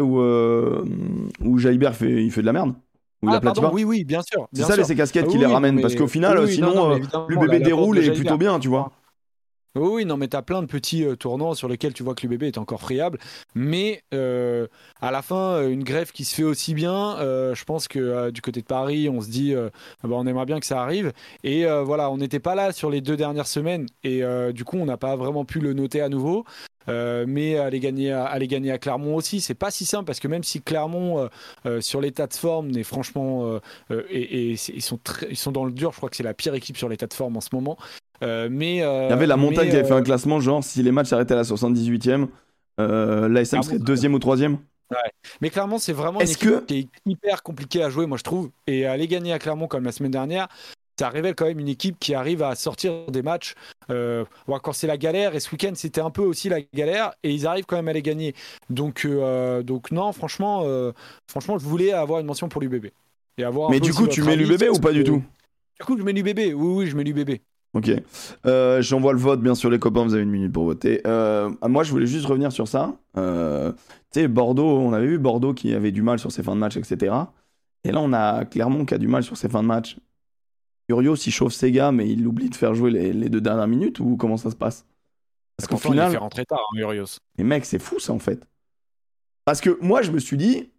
où Jaibert il fait de la merde. Oui, bien sûr. C'est ça l'essai casquette qui les ramène. Parce qu'au final, sinon, l'UBB déroule et est plutôt bien, tu vois. Oui, non, mais tu as plein de petits tournants sur lesquels tu vois que l'UBB est encore friable. Mais à la fin, une grève qui se fait aussi bien, je pense que du côté de Paris, on se dit on aimerait bien que ça arrive. Et voilà, on n'était pas là sur les 2 dernières semaines. Et du coup, on n'a pas vraiment pu le noter à nouveau. Mais aller gagner à Clermont aussi, c'est pas si simple parce que même si Clermont sur l'état de forme n'est franchement ils sont dans le dur, je crois que c'est la pire équipe sur l'état de forme en ce moment. Mais il y avait la montagne qui avait fait un classement genre si les matchs s'arrêtaient à la 78e, l'ASM serait 2e ou 3e. Ouais. Mais Clermont, c'est vraiment une équipe qui est hyper compliquée à jouer, moi je trouve. Et aller gagner à Clermont comme la semaine dernière, ça révèle quand même une équipe qui arrive à sortir des matchs quand c'est la galère. Et ce week-end, c'était un peu aussi la galère. Et ils arrivent quand même à les gagner. Donc non, franchement, je voulais avoir une mention pour l'UBB. Mais du coup, tu mets l'UBB ou pas du tout? Du coup, je mets l'UBB. Oui, je mets l'UBB. Ok. J'envoie le vote, bien sûr, les copains, vous avez 1 minute pour voter. Moi, je voulais juste revenir sur ça. Tu sais, Bordeaux, on avait vu Bordeaux qui avait du mal sur ses fins de match, etc. Et là, on a Clermont qui a du mal sur ses fins de match. Urios, il chauffe ses gars, mais il oublie de faire jouer les 2 dernières minutes, ou comment ça se passe? Parce qu'au final, il fait rentrer tard, Urios. Mais mec, c'est fou ça en fait. Parce que moi, je me suis dit,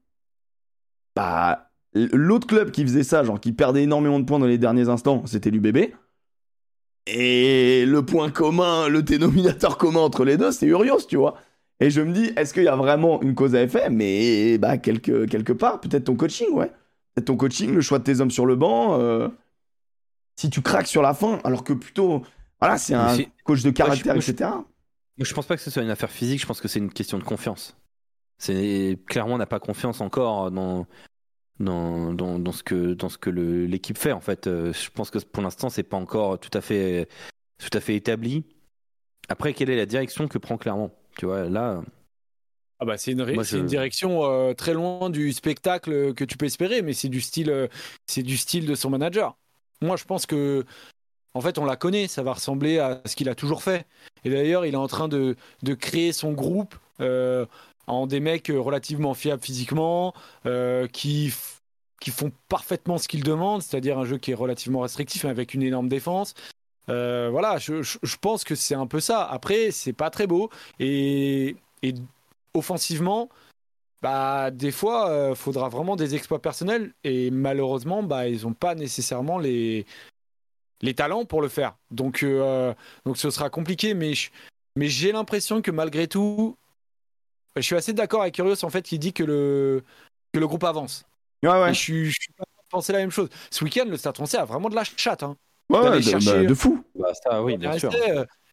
l'autre club qui faisait ça, genre qui perdait énormément de points dans les derniers instants, c'était l'UBB. Et le point commun, le dénominateur commun entre les deux, c'est Urios, tu vois. Et je me dis, est-ce qu'il y a vraiment une cause à effet? Mais quelque part, peut-être ton coaching, ouais. Peut-être ton coaching, le choix de tes hommes sur le banc. Si tu craques sur la fin, alors que plutôt, voilà, c'est un coach de caractère, etc. Je pense pas que ce soit une affaire physique, je pense que c'est une question de confiance. Clairement, on n'a pas confiance encore dans ce que l'équipe fait, en fait. Je pense que pour l'instant, c'est pas encore tout à fait établi. Après, quelle est la direction que prend Clermont? Tu vois, là... c'est une direction très loin du spectacle que tu peux espérer, mais c'est du style de son manager. Moi, je pense que, en fait, on la connaît. Ça va ressembler à ce qu'il a toujours fait. Et d'ailleurs, il est en train de créer son groupe en des mecs relativement fiables physiquement, qui font parfaitement ce qu'il demande, c'est-à-dire un jeu qui est relativement restrictif, mais avec une énorme défense. Voilà, je pense que c'est un peu ça. Après, c'est pas très beau. Et offensivement... des fois, faudra vraiment des exploits personnels et malheureusement, ils n'ont pas nécessairement les talents pour le faire. Donc ce sera compliqué, mais j'ai l'impression que malgré tout, je suis assez d'accord avec Urios en fait qui dit que le groupe avance. Ouais. Et je suis pas pensé la même chose. Ce week-end, le Stade Français a vraiment de la chatte. Hein. Ouais, de fou. Ça, oui, bien sûr.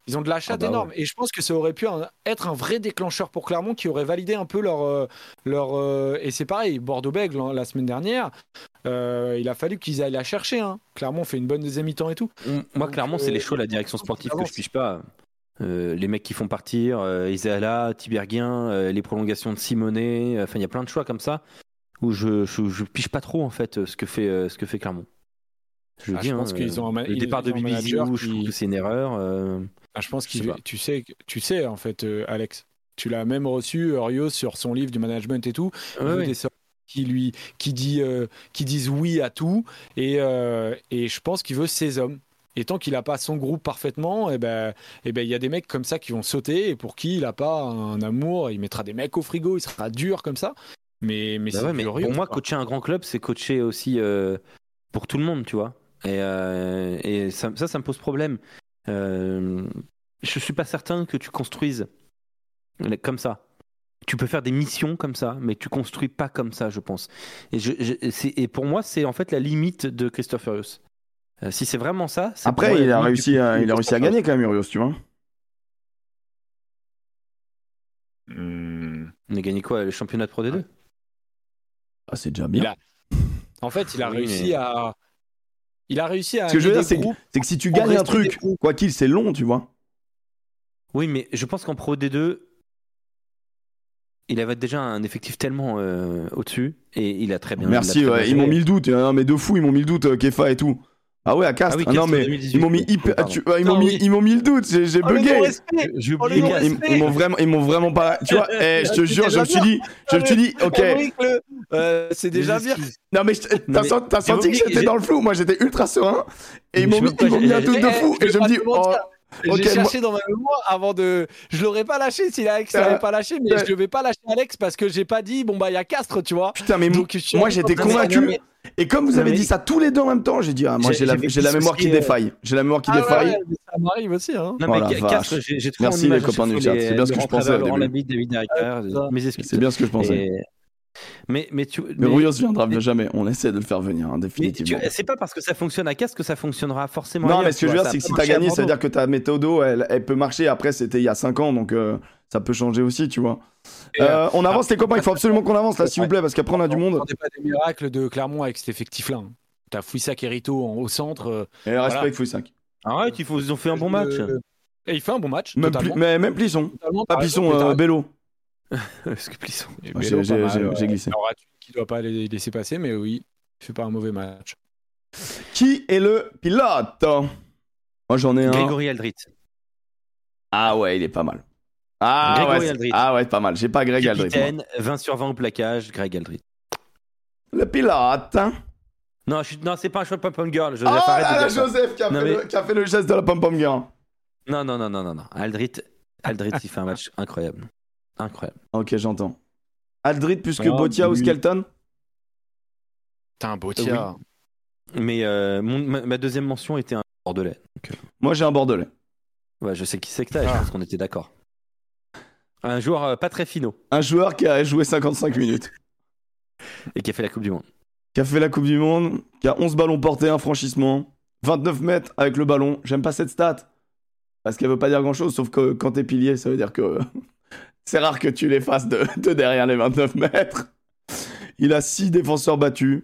Ils ont de la chatte énorme. Ouais. Et je pense que ça aurait pu être un vrai déclencheur pour Clermont qui aurait validé un peu leur et c'est pareil, Bordeaux-Bègles la semaine dernière, il a fallu qu'ils aillent la chercher. Hein. Clermont fait une bonne deuxième mi-temps et tout. Moi, Clermont, c'est les choix, la direction sportive que je pige pas. Les mecs qui font partir, Isala, Tiberghien, les prolongations de Simonet, enfin il y a plein de choix comme ça où je pige pas trop en fait ce que fait Clermont. Je pense qu'ils ont le départ de Bibiziou, je trouve que c'est une erreur. Je pense qu'il tu sais en fait Alex, tu l'as même reçu Rios sur son livre du management et tout, des qui disent oui à tout et je pense qu'il veut ses hommes. Et tant qu'il n'a pas son groupe parfaitement, il y a des mecs comme ça qui vont sauter et pour qui il n'a pas un amour, il mettra des mecs au frigo, il sera dur comme ça. Mais pour moi, coacher un grand club, c'est coacher aussi pour tout le monde, tu vois. Et ça me pose problème. Je suis pas certain que tu construises comme ça. Tu peux faire des missions comme ça, mais tu construis pas comme ça, je pense. Et pour moi, c'est en fait la limite de Christophe Furios. Si c'est vraiment ça. Après, il a réussi à gagner quand même, Urios, tu vois. On a gagné quoi, le championnat de Pro D2 ? Ah, c'est déjà bien. En fait, il a réussi à. Ce que je veux dire, c'est que si tu gagnes un truc, quoi qu'il, c'est long, tu vois. Oui, mais je pense qu'en Pro D2, il avait déjà un effectif tellement au-dessus et il a très bien. Merci, ils m'ont mis le doute. Mais de fou, ils m'ont mis le doute, Kefa et tout. Ah ouais, à Castres. Ah oui, non mais 2018, ils m'ont mis ils m'ont mis le doute, j'ai bugué. Ils m'ont vraiment pas, tu vois, je te jure, je me suis dit OK. C'est déjà bien. Non mais t'as senti que j'étais dans le flou, moi j'étais ultra serein et ils m'ont mis un doute de fou et je me dis j'ai cherché dans ma mémoire avant de. Je l'aurais pas lâché si Alex l'avait pas lâché, mais je vais pas lâcher Alex parce que j'ai pas dit il y a Castres, tu vois. Putain, mais moi j'étais convaincu. Et comme vous avez dit ça tous les deux en même temps, j'ai dit moi j'ai la mémoire qui défaille. J'ai la mémoire qui défaille. Ça m'arrive aussi. Hein. Non, mais Castres, j'ai trouvé. Merci les copains du chat. C'est bien ce que je pensais. C'est bien ce que je pensais. Mais Rouillos viendra jamais. On essaie de le faire venir, hein, définitivement. C'est pas parce que ça fonctionne à Castres que ça fonctionnera forcément. Non, mais ce que je veux dire, c'est que si t'as gagné, ça veut dire que ta méthode, elle peut marcher. Après, c'était il y a 5 ans, donc ça peut changer aussi, tu vois. On avance, les copains. Il faut absolument qu'on avance là, s'il vous plaît, parce qu'après on a du monde. On pas des miracles de Clermont avec cet effectif-là. T'as Fouissac et Rito au centre. Et respect Fouissac. Arrête, ils ont fait un bon match. Et il fait un bon match. Même Plisson. Pas Plisson, Bello. Est-ce que Plisson j'ai glissé. Qui doit pas les laisser passer, mais oui, il fait pas un mauvais match. Qui est le pilote ? Moi j'en ai un. Grégory Aldrit. Ah ouais, il est pas mal. Ah ouais, pas mal. J'ai pas Greg Aldrit. Capitaine, 20 sur 20 au plaquage, Greg Aldrit. Le pilote. Non, c'est pas un choix pom-pom girl. Joseph, arrête de dire Joseph qui a fait le geste de la pom-pom girl. Non. Aldrit, il fait un match incroyable. Incroyable. Ok, j'entends. Aldrit plus que Botia ou Skelton ? T'as un Botia. Oui. Mais ma deuxième mention était un Bordelais. Donc, moi, j'ai un Bordelais. Ouais, je sais qui c'est que t'as, je pense qu'on était d'accord. Un joueur pas très finot. Un joueur qui a joué 55 minutes. Et qui a fait la Coupe du Monde. Qui a 11 ballons portés, un franchissement, 29 mètres avec le ballon. J'aime pas cette stat. Parce qu'elle veut pas dire grand-chose, sauf que quand t'es pilier, ça veut dire que... c'est rare que tu les fasses de derrière les 29 mètres. Il a 6 défenseurs battus.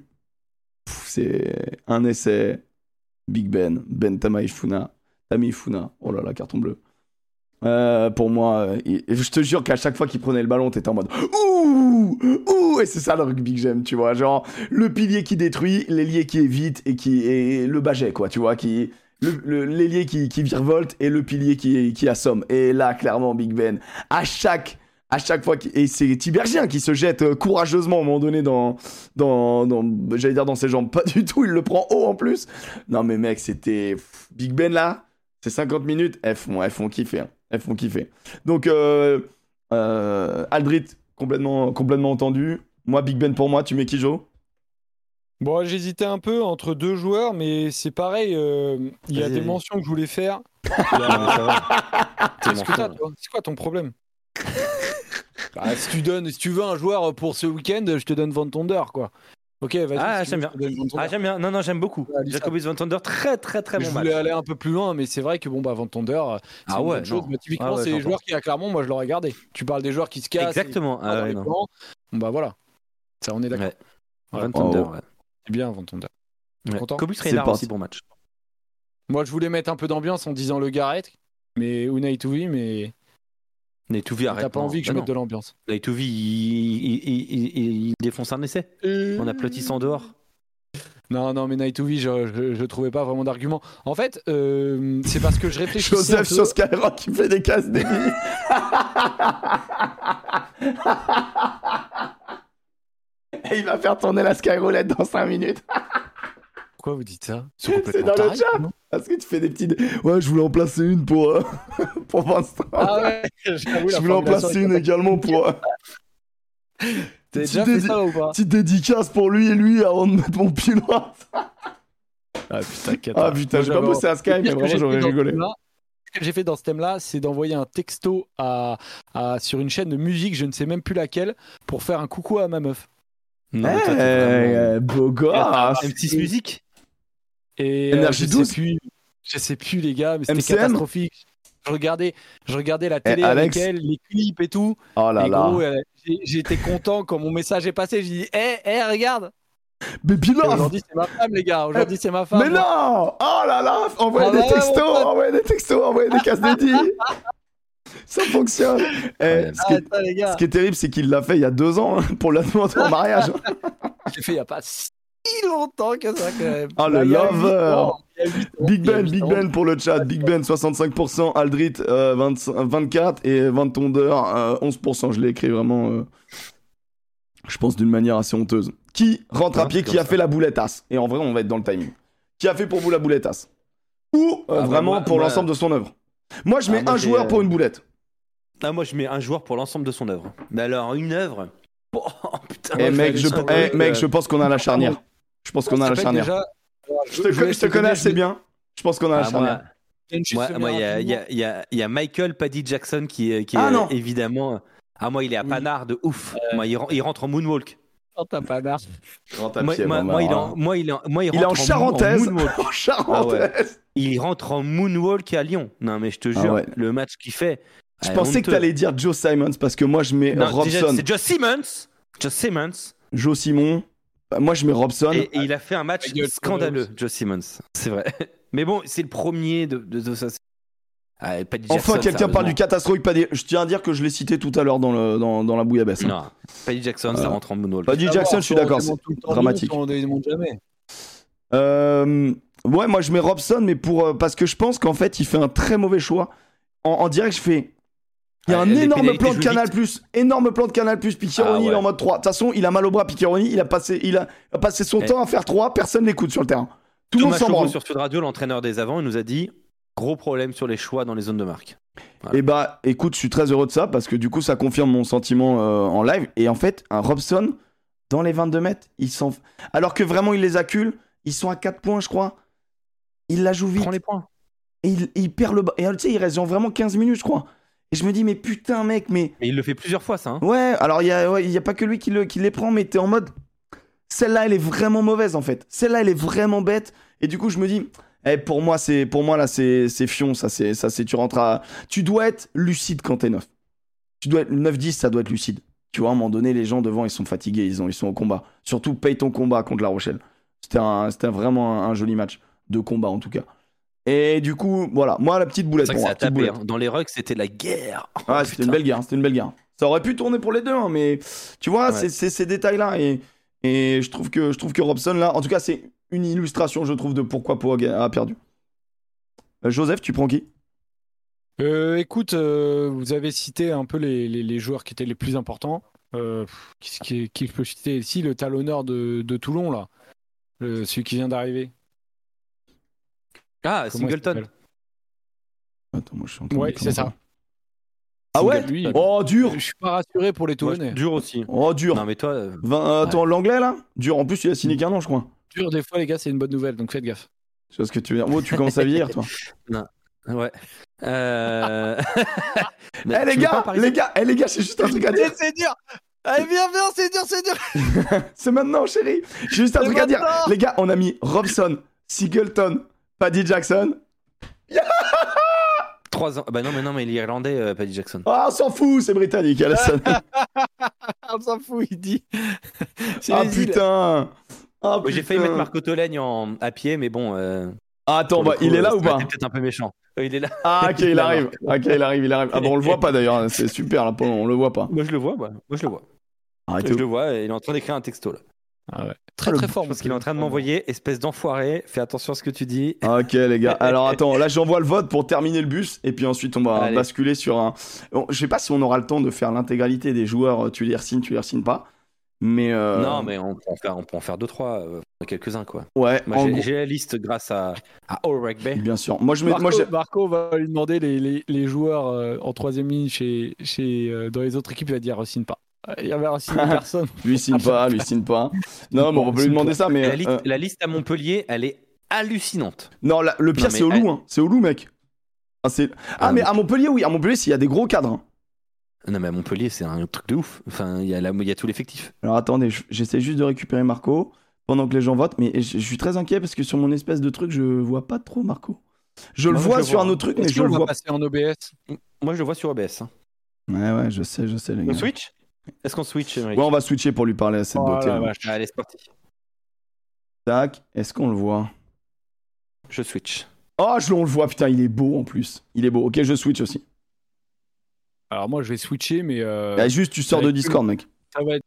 C'est un essai. Big Ben Tamifuna. Oh là là, carton bleu. Pour moi, je te jure qu'à chaque fois qu'il prenait le ballon, t'étais en mode ouh, et c'est ça le rugby que j'aime, tu vois. Genre, le pilier qui détruit, l'ailier qui évite et le Baget, quoi, tu vois, l'ailier qui virevolte et le pilier qui assomme. Et là, clairement, Big Ben, à chaque fois, et c'est Tiberghien qui se jette courageusement à un moment donné dans j'allais dire dans ses jambes, pas du tout, il le prend haut en plus. Non mais mec, c'était Big Ben là, c'est 50 minutes, elles font kiffer, hein. Elles font kiffer. Donc Aldrit, complètement entendu. Moi, Big Ben pour moi, tu mets qui, Joe ? Bon, j'hésitais un peu entre deux joueurs, mais c'est pareil, il y a des mentions que je voulais faire. C'est quoi ton problème ? Si tu veux un joueur pour ce week-end, je te donne Van Tonder, quoi. Ok, vas-y. Ah, si j'aime tu bien. veux, je te donne Van Tonder. J'aime bien. Non, j'aime beaucoup. Ouais, Lisa. Jacobus Van Tonder, très très très Mais bon je match. voulais aller un peu plus loin, mais c'est vrai que Van Tonder, c'est une bonne chose. non. Mais typiquement, Ah ouais, c'est les j'entends. joueurs qui à Clermont, moi je l'aurais gardé. Tu parles des joueurs qui se cassent. Exactement. et qui sont dans les non. plans. Bon, bah voilà. Ça, on est d'accord. Ouais. Ouais. Van Tonder, Oh. ouais. C'est bien, Van Tonder. Ouais. Content. Kobus C'est Reinhardt parti. aussi, bon match. Moi, je voulais mettre un peu d'ambiance en disant le Garrett, mais Unai Touvi, mais Naituvi arrête. t'as pas envie que je mette de l'ambiance. Naituvi, il défonce un essai. On applaudit en dehors. Non, mais Naituvi, je trouvais pas vraiment d'argument. En fait, c'est parce que je réfléchissais. Joseph sur Skyrock qui fait des casse débiles. Et il va faire tourner la Skyroulette dans 5 minutes. Pourquoi vous dites ça? C'est dans le chat. Parce que tu fais des petites. Ouais, je voulais en placer une pour Vincent. Ah ouais, Je voulais en placer une également pour. T'as déjà fait ça ou pas? Petite dédicace pour lui et lui avant de mettre mon pilote. Ah putain, cata. Ah putain, j'ai pas bossé à Sky, mais vraiment j'aurais rigolé. Ce que j'ai fait dans ce thème-là, c'est d'envoyer un texto sur une chaîne de musique, je ne sais même plus laquelle, pour faire un coucou à ma meuf. Non, mais toi, t'es vraiment- Beau gosse. M6 Musique. Et Énergie 12. je sais plus les gars, mais c'était MCM. catastrophique. Je regardais la télé Alex. avec elle, les clips et tout. Oh là Et là. gros, j'étais content quand mon message est passé. J'ai dit, regarde. Baby Et love. aujourd'hui, c'est ma femme, les gars. Aujourd'hui, c'est ma femme. Mais non. Oh là là. Envoyez Ah des bah ouais, textos, mon pote. envoyez des casse dédiées. Ça fonctionne. Ouais. Attends, les gars. Ce qui est terrible, c'est qu'il l'a fait il y a 2 ans pour la demande en mariage. J'ai fait il n'y a pas si longtemps que ça, quand même. Ah, le Là, il y a lover. 8 ans, il y a 8 ans, Big il y a Ben, 8 Big ans. Ben pour le chat. Big Ben 65%, Aldrit 24 et Van Tonder 11%. Je l'ai écrit vraiment, je pense, d'une manière assez honteuse. Qui rentre à Ouais, pied, comme qui a ça. fait la bouletasse. Et en vrai, on va être dans le timing. Qui a fait pour vous la bouletasse? Ou Ah bah, vraiment moi- pour moi- l'ensemble de son œuvre? Moi, je mets moi, un j'ai, joueur pour une boulette. Ah, moi, je mets un joueur pour l'ensemble de son œuvre. Mais alors, une œuvre. Oh putain. Eh moi, mec, vais aller sur mec, je pense qu'on a la charnière. Je pense qu'on a la Ça s'appelle charnière. déjà- Je te connais assez bien. Je pense qu'on a la Ah, charnière. moi, il y a Michael Paddy Jackson qui est Ah, non. évidemment. Ah, moi, il est à Oui. panard de ouf. Moi, il rentre en moonwalk. Oh, t'as pas d'art. Moi, il Il est en rentre charentaise. moonwalk. En charentaise. Il rentre en moonwalk à Lyon. Non, mais je te Ah jure, ouais. le match qu'il fait. Je ah, pensais que honteux. t'allais dire Joe Simons parce que moi je mets Non, déjà, Robson. c'est Joe Simmons. Joe Simmons. Joe Simon. Bah, moi je mets Robson. Et il a fait un match Ta gueule, scandaleux, Simmons. Joe Simmons. C'est vrai. Mais bon, c'est le premier de ça. Ah, Paddy Enfin Jackson, quelqu'un parle du sérieusement. catastrophique Paddy. Je tiens à dire que je l'ai cité tout à l'heure dans la bouillabaisse. hein. Non, Paddy Jackson, ça rentre en moonwalk. Paddy Jackson, je suis d'accord, c'est dramatique. On ne démonte jamais. Ouais, moi je mets Robson, mais parce que je pense qu'en fait il fait un très mauvais choix. En direct, je fais. Il y a Ah, un les énorme pénalités plan de jouent Canal+, vite. énorme plan de Canal+, Picciaroni Ah ouais. il est en mode 3. De toute façon, il a mal au bras, Picciaroni, il a passé son temps à faire 3, personne l'écoute sur le terrain. Tout le monde Thomas s'en Chauveau branle. sur Sud Radio, l'entraîneur des avants, il nous a dit gros problème sur les choix dans les zones de marque. Voilà. Et bah, écoute, je suis très heureux de ça, parce que du coup, ça confirme mon sentiment en live. Et en fait, un Robson, dans les 22 mètres, alors que vraiment, il les accule, ils sont à 4 points, je crois. Il la joue vite. Prends les points. Et il perd le bas. Et tu sais, il reste genre vraiment 15 minutes, je crois. Et je me dis, mais putain, mec, mais. Mais il le fait plusieurs fois, ça. Hein. Ouais, alors il y a pas que lui qui les prend, mais t'es en mode. Celle-là, elle est vraiment mauvaise, en fait. Celle-là, elle est vraiment bête. Et du coup, je me dis. Pour moi, là, c'est fion. Tu rentres à. Tu dois être lucide quand t'es neuf. Tu dois être 9-10, ça doit être lucide. Tu vois, à un moment donné, les gens devant, ils sont fatigués, ils sont au combat. Surtout, paye ton combat contre La Rochelle. C'était vraiment un joli match. De combat, en tout cas. Et du coup, voilà. Moi, la petite boulette C'est pour vrai moi. que ça a petite tapé. boulette. Hein. Dans les rucks, c'était la guerre. Oh, Ouais, c'était putain. une belle guerre. Ça aurait pu tourner pour les deux, hein, mais tu vois, Ouais. c'est ces détails-là. Et je trouve que Robson, là, en tout cas, c'est une illustration, je trouve, de pourquoi Pau a perdu. Joseph, tu prends qui? Écoute, vous avez cité un peu les joueurs qui étaient les plus importants. Qui je peux citer ici? Le talonneur de Toulon, là. Celui qui vient d'arriver. Ah, Comment il Singleton. s'appelle? Attends, moi, je suis en train de Ouais, déconner. c'est ça. Ah ouais? Lui, Oh, dur! je suis pas rassuré pour les Moi, Toulonnais. dur aussi. Oh, dur! Non, mais toi. Attends, l'anglais, là? Dur. En plus, il a signé qu'un an, je crois. Dur, des fois, les gars, c'est une bonne nouvelle, donc faites gaffe. Tu vois ce que tu veux dire? Oh, tu commences à vieillir, toi. Ouais. Eh, les gars, c'est juste un truc à dire. C'est dur! Allez, viens, c'est dur. C'est maintenant, chérie. J'ai juste un C'est truc à dire. maintenant. Les gars, on a mis Robson, Singleton, Paddy Jackson. 3 ans. Bah non, mais il est irlandais, Paddy Jackson. Ah, on s'en fout, c'est britannique. Alassane. On s'en fout, il dit. C'est Ah les îles. putain. Ah, Moi, j'ai failli mettre Marco Tolègne à pied, mais bon. Ah, attends, pour le bah, coup, il est là ça ou aurait pas? été peut-être un peu méchant. Il est là. Ah, ok, il arrive. Ok, il arrive. Ah, bon, on le voit pas d'ailleurs. C'est super, là, on le voit pas. Moi, je le vois. Arrêtez. Je le vois, et il est en train d'écrire un texto là. Ah ouais. Très très fort. Parce qu'il est en train de m'envoyer, espèce d'enfoiré, fais attention à ce que tu dis. Ok, les gars. Alors, attends, là, j'envoie le vote pour terminer le bus. Et puis ensuite, on va Allez. basculer sur un. Bon, je sais pas si on aura le temps de faire l'intégralité des joueurs. Tu les re-signes pas. Mais. Non, mais on peut en faire 2-3, quelques-uns quoi. Ouais, Moi, en j'ai gros, j'ai la liste grâce à All Rugby. bien sûr. Moi, je mets. Marco va lui demander les joueurs en troisième ligne dans les autres équipes, il va dire re-signe pas. Il y avait re-signé personne. Lui signe pas. Non, mais on peut lui demander ça. Mais. La liste à Montpellier, elle est hallucinante. Non, le pire, Non, mais c'est au loup. Hein. C'est au loup, mec. Ah, mais à Montpellier, oui. À Montpellier, s'il y a des gros cadres. Hein. Non, mais à Montpellier, c'est un truc de ouf. Enfin, il y a tout l'effectif. Alors attendez, j'essaie juste de récupérer Marco pendant que les gens votent, mais je suis très inquiet parce que sur mon espèce de truc, je vois pas trop Marco. Je le vois sur un autre truc, mais je le vois pas. passer en OBS. Moi, je le vois sur OBS. Hein. Ouais, je sais, les gars. On switch? Est-ce qu'on switch, Émeric? Ouais, on va switcher pour lui parler à cette beauté. Là. Allez, c'est parti. Tac, est-ce qu'on le voit? Je switch. Oh, on le voit, putain, il est beau en plus. Il est beau. Ok, je switch aussi. Alors moi, je vais switcher, mais. Juste, tu sors de Discord, mec. Ça va être.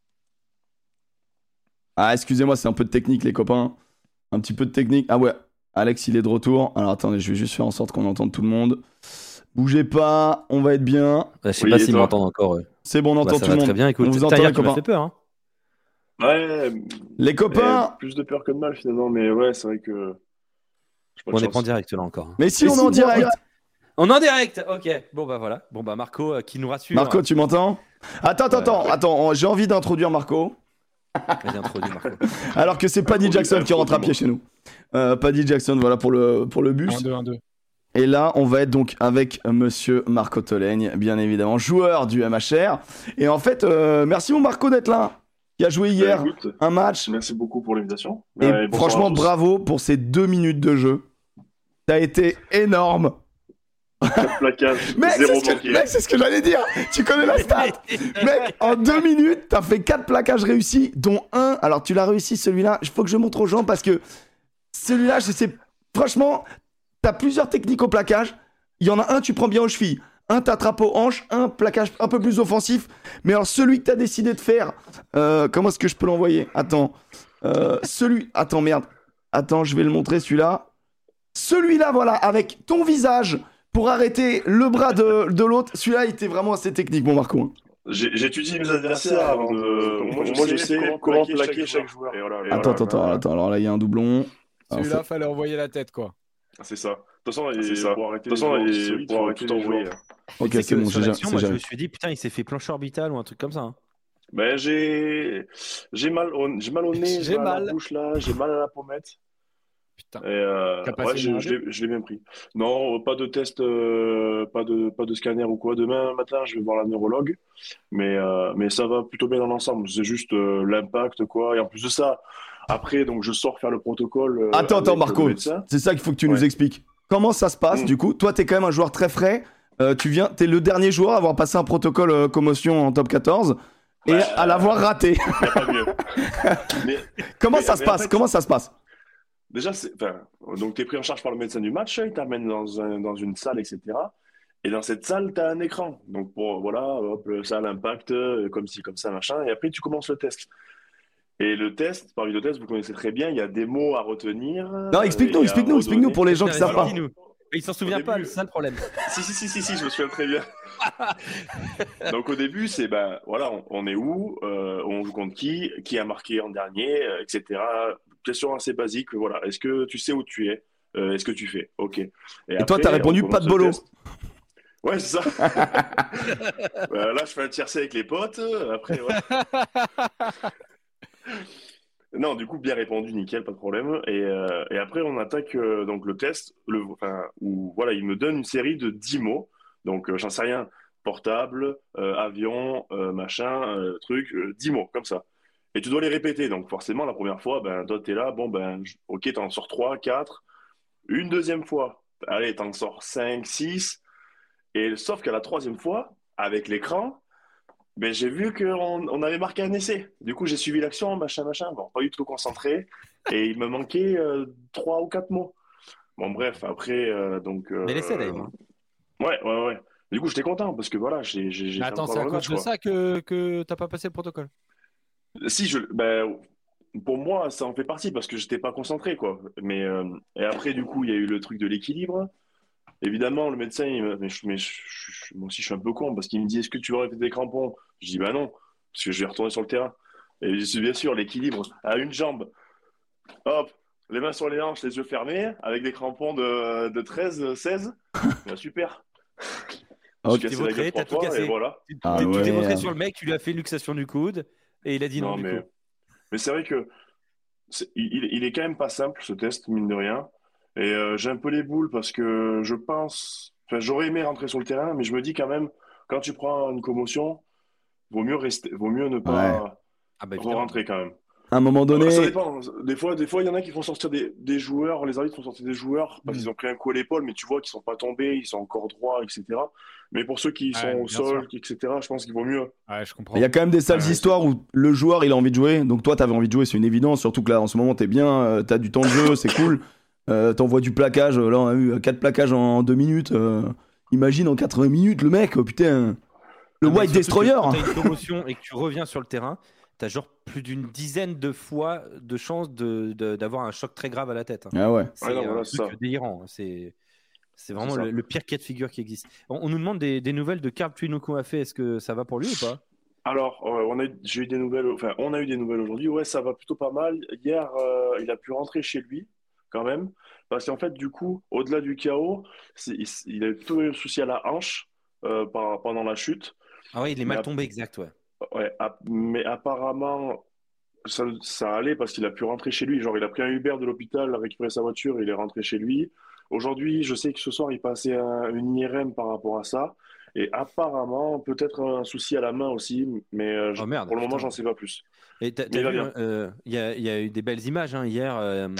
Ah, excusez-moi, c'est un peu de technique, les copains. Un petit peu de technique. Ah ouais, Alex, il est de retour. Alors attendez, je vais juste faire en sorte qu'on entende tout le monde. Bougez pas, on va être bien. Je sais pas s'ils m'entendent encore. C'est bon, on entend tout le monde. Très bien, écoute. On vous Putain, entend, hier, les tu m'as copains. fait peur. Hein. Ouais, Les copains. plus de peur que de mal finalement, mais ouais, c'est vrai que. On n'est pas en direct là encore. Mais si, on est en direct. On est en direct. Ok. Bon bah voilà. Bon bah Marco qui nous rassure. Marco, tu m'entends? Attends, j'ai envie d'introduire Marco. Vas-y, introduis Marco. Alors que c'est Paddy Jackson qui rentre à pied chez nous. Paddy Jackson, voilà pour le bus. 1-2. Et là, on va être donc avec monsieur Marco Tolègne, bien évidemment, joueur du MHR. Et en fait, merci mon Marco d'être là, qui a joué hier écoute, un match. merci beaucoup pour l'invitation. Et bonsoir franchement, à tous. bravo pour ces 2 minutes de jeu. T'as été énorme. 4 plaquages, Mec, 0 manqué. c'est ce que j'allais dire. Tu connais la stat. Mec, en 2 minutes, t'as fait 4 plaquages réussis, dont un. Alors, tu l'as réussi celui-là. Il faut que je montre aux gens parce que celui-là, je sais. Franchement, t'as plusieurs techniques au plaquage. Il y en a un, tu prends bien aux chevilles. Un, t'attrapes aux hanches. Un, plaquage un peu plus offensif. Mais alors, celui que t'as décidé de faire, comment est-ce que je peux l'envoyer? Attends. Attends, merde. Attends, je vais le montrer celui-là. Celui-là, voilà, avec ton visage pour arrêter le bras de l'autre. Celui-là, il était vraiment assez technique, mon Marco. J'étudie mes adversaires avant de. Moi, je sais comment plaquer chaque joueur. Et voilà, Attends. Alors là, il y a un doublon. Celui-là, fallait envoyer la tête, quoi. C'est ça. De toute façon, pour arrêter tout envoyer. Ok, Tu sais c'est que bon, sur l'action, moi je jamais. me suis dit putain, il s'est fait planche orbitale ou un truc comme ça. Hein. Ben j'ai mal au nez, J'ai mal. à la bouche là, j'ai mal à la pommette. Putain. Et T'as passé ouais, une je l'ai bien pris. Non, pas de test, pas de scanner ou quoi. Demain matin, je vais voir la neurologue, mais ça va plutôt bien dans l'ensemble. C'est juste l'impact quoi. Et en plus de ça, après donc je sors faire le protocole. Attends, avec Marco, le médecin. c'est ça qu'il faut que tu nous expliques. Comment ça se passe du coup? Toi, t'es quand même un joueur très frais. T'es le dernier joueur à avoir passé un protocole commotion en top 14 et à l'avoir raté. Y a pas mieux. Comment ça se en passe? fait, Comment ça se passe? Déjà, donc tu es pris en charge par le médecin du match, il t'amène dans une salle, etc. Et dans cette salle, tu as un écran. Donc, voilà, hop, ça a l'impact, comme ci, comme ça, machin. Et après, tu commences le test. Et le test, parmi le test, vous connaissez très bien, il y a des mots à retenir. Non, explique-nous pour les gens qui savent pas. Dis-nous. Il s'en souvient pas, c'est ça le problème. Si, je me souviens très bien. Donc au début, c'est voilà, on est où, on joue contre qui a marqué en dernier, etc. Question assez basique, voilà. Est-ce que tu sais où tu es, est-ce que tu fais, ok. Et toi, après, t'as répondu on pas de commence le bolo. test. Ouais, c'est ça. Là, je fais un tiercé avec les potes. Après, ouais. Non, du coup, bien répondu, nickel, pas de problème. Et après, on attaque donc le test, où voilà, il me donne une série de 10 mots. Donc, j'en sais rien. portable, avion, machin, truc, 10 mots, comme ça. Et tu dois les répéter. Donc forcément, la première fois, ben, toi, t'es là, bon, ben, ok, t'en sors 3, 4. Une deuxième fois, allez, t'en sors 5, 6. Et sauf qu'à la troisième fois, avec l'écran, ben, j'ai vu qu'on avait marqué un essai. Du coup, j'ai suivi l'action, machin, machin. Bon, pas du tout concentré. Et il me manquait 3 ou 4 mots. Bon, bref, après, donc. Mais l'essai d'ailleurs. Hein. Ouais. Du coup, j'étais content parce que voilà, j'ai Mais fait attends, encore c'est à le cause match, de quoi. ça que t'as pas passé le protocole. Si, ben, pour moi, ça en fait partie parce que j'étais pas concentré, quoi. Mais, et après, du coup, il y a eu le truc de l'équilibre. Évidemment, le médecin, moi aussi, je suis un peu con parce qu'il me dit, est-ce que tu veux répéter des crampons? Je dis, bah non, parce que je vais retourner sur le terrain. Et je dis, bien sûr, l'équilibre à une jambe. Hop, les mains sur les hanches, les yeux fermés, avec des crampons de 13, 16. Bah, super. J'ai Ok. T'es cassé la gueule vautré, 3 t'as tout fois et cassé. voilà. Ah Tu t'es vautré ouais. sur le mec, tu lui as fait luxation du coude et il a dit non Non, du coup. mais c'est vrai que il est quand même pas simple ce test, mine de rien. Et j'ai un peu les boules parce que je pense, enfin, j'aurais aimé rentrer sur le terrain, mais je me dis quand même, quand tu prends une commotion, vaut mieux ne Ouais. pas Ah bah évidemment. re-rentrer quand même. À un moment Ça donné, dépend. Des fois, il y en a qui font sortir des joueurs, les arbitres font sortir des joueurs parce qu'ils ont pris un coup à l'épaule, mais tu vois qu'ils sont pas tombés, ils sont encore droits, etc. Mais pour ceux qui sont Ouais, au bien sûr. sol, etc., je pense qu'il vaut mieux. Ouais, je comprends. il y a quand même des sales Ouais, histoires où le joueur il a envie de jouer, donc toi t'avais envie de jouer, c'est une évidence, surtout que là en ce moment t'es bien, t'as du temps de jeu, c'est cool. T'envoies du plaquage, là on a eu 4 plaquages en 2 minutes. Imagine en 80 minutes le mec, putain, le Non, mais White surtout que Destroyer. quand t'as une commotion et que tu reviens sur le terrain, t'as genre plus d'une dizaine de fois de chances d'avoir un choc très grave à la tête. Hein. Ah ouais. C'est non, un voilà, c'est truc ça. délirant. Hein. C'est vraiment C'est ça. le pire cas de figure qui existe. On nous demande des nouvelles de Carl Tuinuku Affe. Est-ce que ça va pour lui ou pas? Alors, j'ai eu des nouvelles, enfin, on a eu des nouvelles aujourd'hui. Ouais, ça va plutôt pas mal. Hier, il a pu rentrer chez lui, quand même. Parce qu'en fait, du coup, au-delà du chaos, il a eu plutôt un souci à la hanche pendant la chute. Ah ouais, il est Mais, mal tombé, exact. Ouais. mais apparemment, ça allait parce qu'il a pu rentrer chez lui. Genre, il a pris un Uber de l'hôpital, a récupéré sa voiture, il est rentré chez lui. Aujourd'hui, je sais que ce soir, il passait une IRM par rapport à ça. Et apparemment, peut-être un souci à la main aussi, mais Oh merde, pour le moment, putain. j'en sais pas plus. Et t'as Mais il va vu, bien. il y a eu des belles images hein, hier.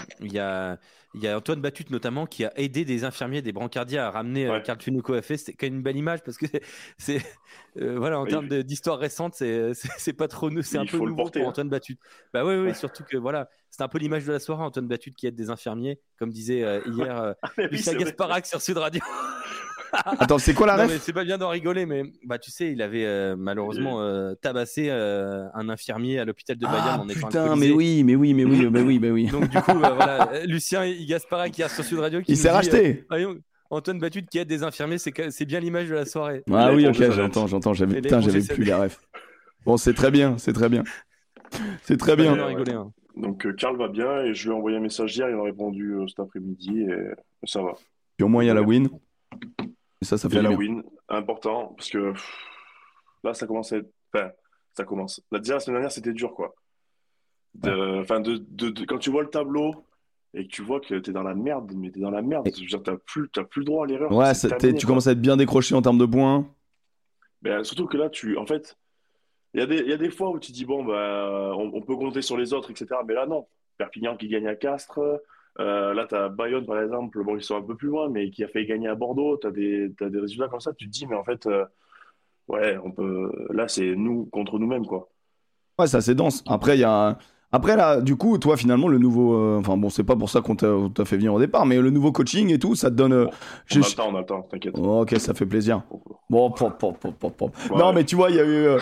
Il y a Antoine Batut notamment qui a aidé des infirmiers, des brancardiers à ramener Ouais. Carl Tuinuku Affe. C'était quand même une belle image parce que c'est voilà en Mais termes d'histoire récente, c'est pas trop c'est un il peu faut le nouveau porter, pour hein. Antoine Batut. Bah oui, Ouais. surtout que voilà, c'est un peu l'image de la soirée. Antoine Batut qui aide des infirmiers, comme disait hier Mais oui, Lucien c'est vrai. Gasparac sur Sud Radio. Attends, c'est quoi la Non ref? mais c'est pas bien d'en rigoler, mais bah tu sais, il avait malheureusement tabassé un infirmier à l'hôpital de Bayonne Ah en étant putain, alcoolisé. mais oui. Donc du coup, voilà, Lucien Gasparac qui a sur Sud Radio qui Il nous s'est dit, racheté. Antoine Batut qui aide des infirmiers, c'est bien l'image de la soirée. Ah oui, ok, éponge sa dette. j'entends. Il a Putain, épongé j'avais sa plus dette. les refs. Bon, c'est très bien. C'est très bien. Pas bien Ouais, d'en ouais. rigoler. Hein. Donc, Karl va bien et je lui ai envoyé un message hier, il m'a répondu cet après-midi et ça va. Puis au moins il y a la win. Et ça Il y fait a la bien. win, important, parce que là, ça commence à être. Enfin, ça commence. Déjà, la semaine dernière, c'était dur, quoi. Enfin, quand tu vois le tableau et que tu vois que t'es dans la merde, mais t'es dans la merde, je veux dire, t'as plus le droit à l'erreur. Ouais, C'est terminé, tu quoi. commences à être bien décroché en termes de points. Mais surtout que là, en fait, il y a des fois où tu dis, bon, bah, on peut compter sur les autres, etc. Mais là, non. Perpignan qui gagne à Castres. Là, tu as Bayonne, par exemple. Bon, ils sont un peu plus loin, mais qui a fait gagner à Bordeaux. Tu as des résultats comme ça. Tu te dis, mais en fait, ouais, on peut. Là, c'est nous contre nous-mêmes, quoi. Ouais, c'est assez dense. Après, il y a. Après, là, du coup, toi, finalement, le nouveau. Enfin, bon, c'est pas pour ça qu'on t'a fait venir au départ, mais le nouveau coaching et tout, ça te donne. Bon, on a le temps, t'inquiète. Oh, ok, ça fait plaisir. Bon, pop. Ouais. Non, mais tu vois, il y a eu.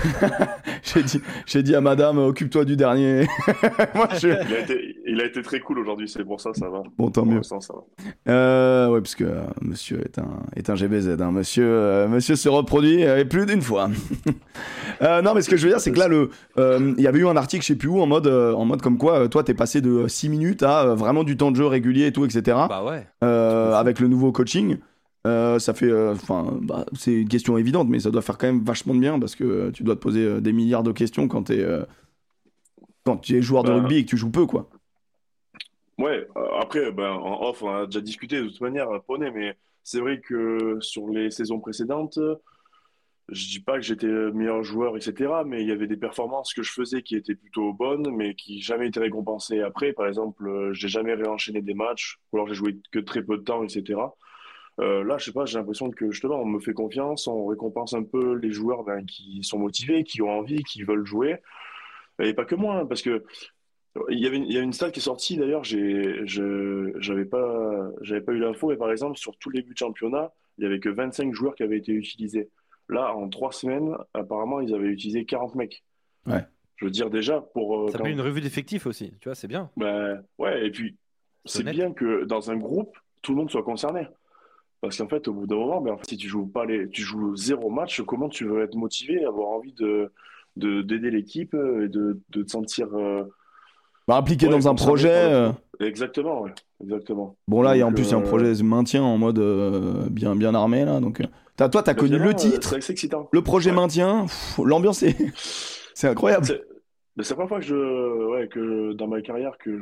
J'ai dit à madame, occupe-toi du dernier. Moi, Il a été très cool aujourd'hui, c'est pour ça, ça va. Bon, tant Pour mieux. l'instant, ça va. Ouais, parce que monsieur est un GBZ. Hein. Monsieur se reproduit plus d'une fois. Non, mais ce que je veux dire, c'est que là, il y avait eu un article, je sais plus où, en mode comme quoi, toi, t'es passé de 6 minutes à vraiment du temps de jeu régulier et tout, etc. Bah ouais. Avec le nouveau coaching. Ça fait, c'est une question évidente, mais ça doit faire quand même vachement de bien parce que tu dois te poser des milliards de questions quand tu es joueur de rugby et que tu joues peu, quoi. Ouais, après, ben, en off, on a déjà discuté de toute manière, Poney, mais c'est vrai que sur les saisons précédentes, je dis pas que j'étais le meilleur joueur, etc., mais il y avait des performances que je faisais qui étaient plutôt bonnes, mais qui jamais été récompensées après. Par exemple, j'ai jamais réenchaîné des matchs, ou alors j'ai joué que très peu de temps, etc. Là, je sais pas, j'ai l'impression que justement, on me fait confiance, on récompense un peu les joueurs qui sont motivés, qui ont envie, qui veulent jouer. Et pas que moi, hein, parce que il y a une stat qui est sortie d'ailleurs, j'avais pas eu l'info, mais par exemple, sur tous les buts de championnat, il y avait que 25 joueurs qui avaient été utilisés. Là, en 3 semaines, apparemment, ils avaient utilisé 40 mecs. Ouais. Je veux dire, déjà, pour. Ça fait une revue d'effectifs aussi, tu vois, c'est bien. Ben, ouais, et puis, c'est honnête. bien que dans un groupe, tout le monde soit concerné. Parce qu'en fait, au bout d'un moment, ben, en fait, si tu joues pas tu joues 0 match, comment tu veux être motivé, avoir envie d'aider l'équipe et de te sentir Impliqué ouais, dans un concerné projet. Exactement, ouais, exactement. Bon, là, Donc, en plus, il y a un projet de maintien en mode bien armé, là. Donc, toi, t'as connu le titre, c'est assez excitant. le projet Ouais. maintien, l'ambiance, c'est incroyable. C'est la première fois que dans ma carrière que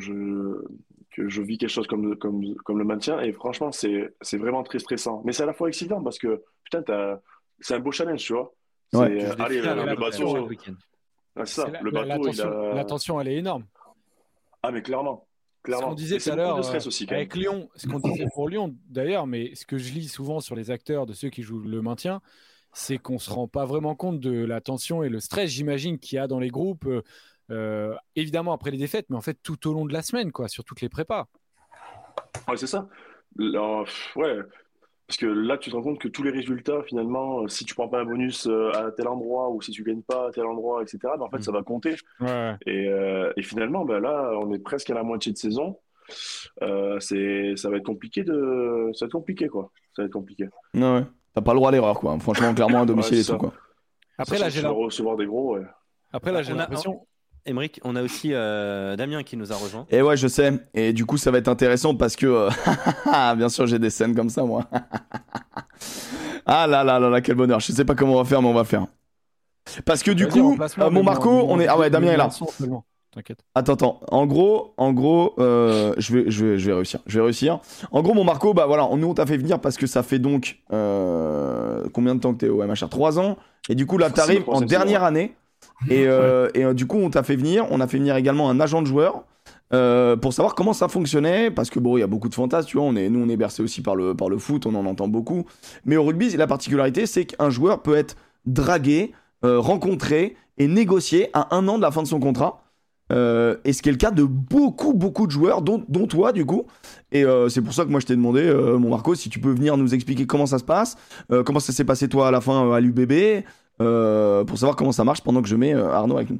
je vis quelque chose comme le maintien. Et franchement, c'est vraiment très stressant. Mais c'est à la fois excitant parce que, putain, c'est un beau challenge, tu vois. Ouais. Tu joues des Allez, finales, le hein, bateau. chaque week-end. Ah, c'est ça, C'est le bateau, il a. la tension, elle est énorme. Ah, mais clairement. Ce qu'on Clairement. disait Et tout c'est à beaucoup l'heure de stress aussi, quand même. avec Lyon, ce qu'on disait pour Lyon d'ailleurs, mais ce que je lis souvent sur les acteurs de ceux qui jouent le maintien, c'est qu'on se rend pas vraiment compte de la tension et le stress, j'imagine, qu'il y a dans les groupes, évidemment après les défaites, mais en fait tout au long de la semaine, quoi, sur toutes les prépas. Ouais, c'est ça. Là, ouais. Parce que là, tu te rends compte que tous les résultats, finalement, si tu prends pas un bonus à tel endroit ou si tu gagnes pas à tel endroit, etc., ben, en fait, ça va compter. Ouais. Et finalement, ben, là, on est presque à la moitié de saison. Ça va être compliqué ça va être compliqué, quoi. Ça va être compliqué. Ouais. T'as pas le droit à l'erreur, quoi. Franchement, clairement, à domicile Ouais, et c'est tout, ça. quoi. Après Sachant là, que tu vas recevoir des gros, ouais. Après là, j'ai On a- l'impression. Émeric, on a aussi Damien qui nous a rejoint. Et ouais, je sais. Et du coup, ça va être intéressant parce que, bien sûr, j'ai des scènes comme ça, moi. Ah là, quel bonheur. Je sais pas comment on va faire, mais on va faire. Parce que du Vas-y, coup, remplacement, mon mais Marco, bon, on est. Ah ouais, Damien est là. seulement. T'inquiète. Attends. En gros, je vais réussir. En gros, mon Marco, bah voilà, nous on t'a fait venir parce que ça fait donc combien de temps que t'es au MHR? 3 ans. Et du coup, là, t'arrives en dernière année. Et du coup, on t'a fait venir. On a fait venir également un agent de joueur pour savoir comment ça fonctionnait. Parce que bon, il y a beaucoup de fantasmes, tu vois. Nous, on est bercé aussi par le foot, on en entend beaucoup. Mais au rugby, la particularité, c'est qu'un joueur peut être dragué, rencontré et négocié à 1 an de la fin de son contrat. Et ce qui est le cas de beaucoup de joueurs, dont toi du coup. Et c'est pour ça que moi je t'ai demandé, mon Marco, si tu peux venir nous expliquer comment ça se passe, comment ça s'est passé toi à la fin à l'UBB, pour savoir comment ça marche pendant que je mets Arnaud avec nous.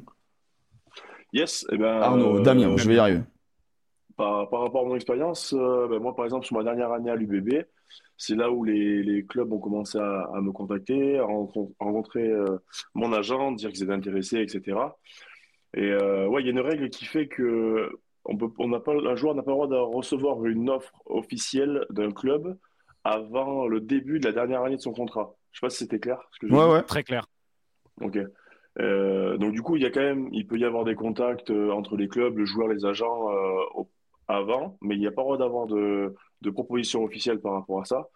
Yes, et ben. Arnaud, Damien, je vais y arriver. Par rapport à mon expérience, ben moi par exemple sur ma dernière année à l'UBB, c'est là où les clubs ont commencé à me contacter, à rencontrer mon agent, dire qu'ils étaient intéressés, etc. Et ouais, il y a une règle qui fait que un joueur n'a pas le droit de recevoir une offre officielle d'un club avant le début de la dernière année de son contrat. Je sais pas si c'était clair ce que je dis. Ouais. Très clair. Ok. Donc du coup, il peut y avoir des contacts entre les clubs, le joueur, les agents avant, mais il n'y a pas le droit d'avoir de proposition officielle par rapport à ça.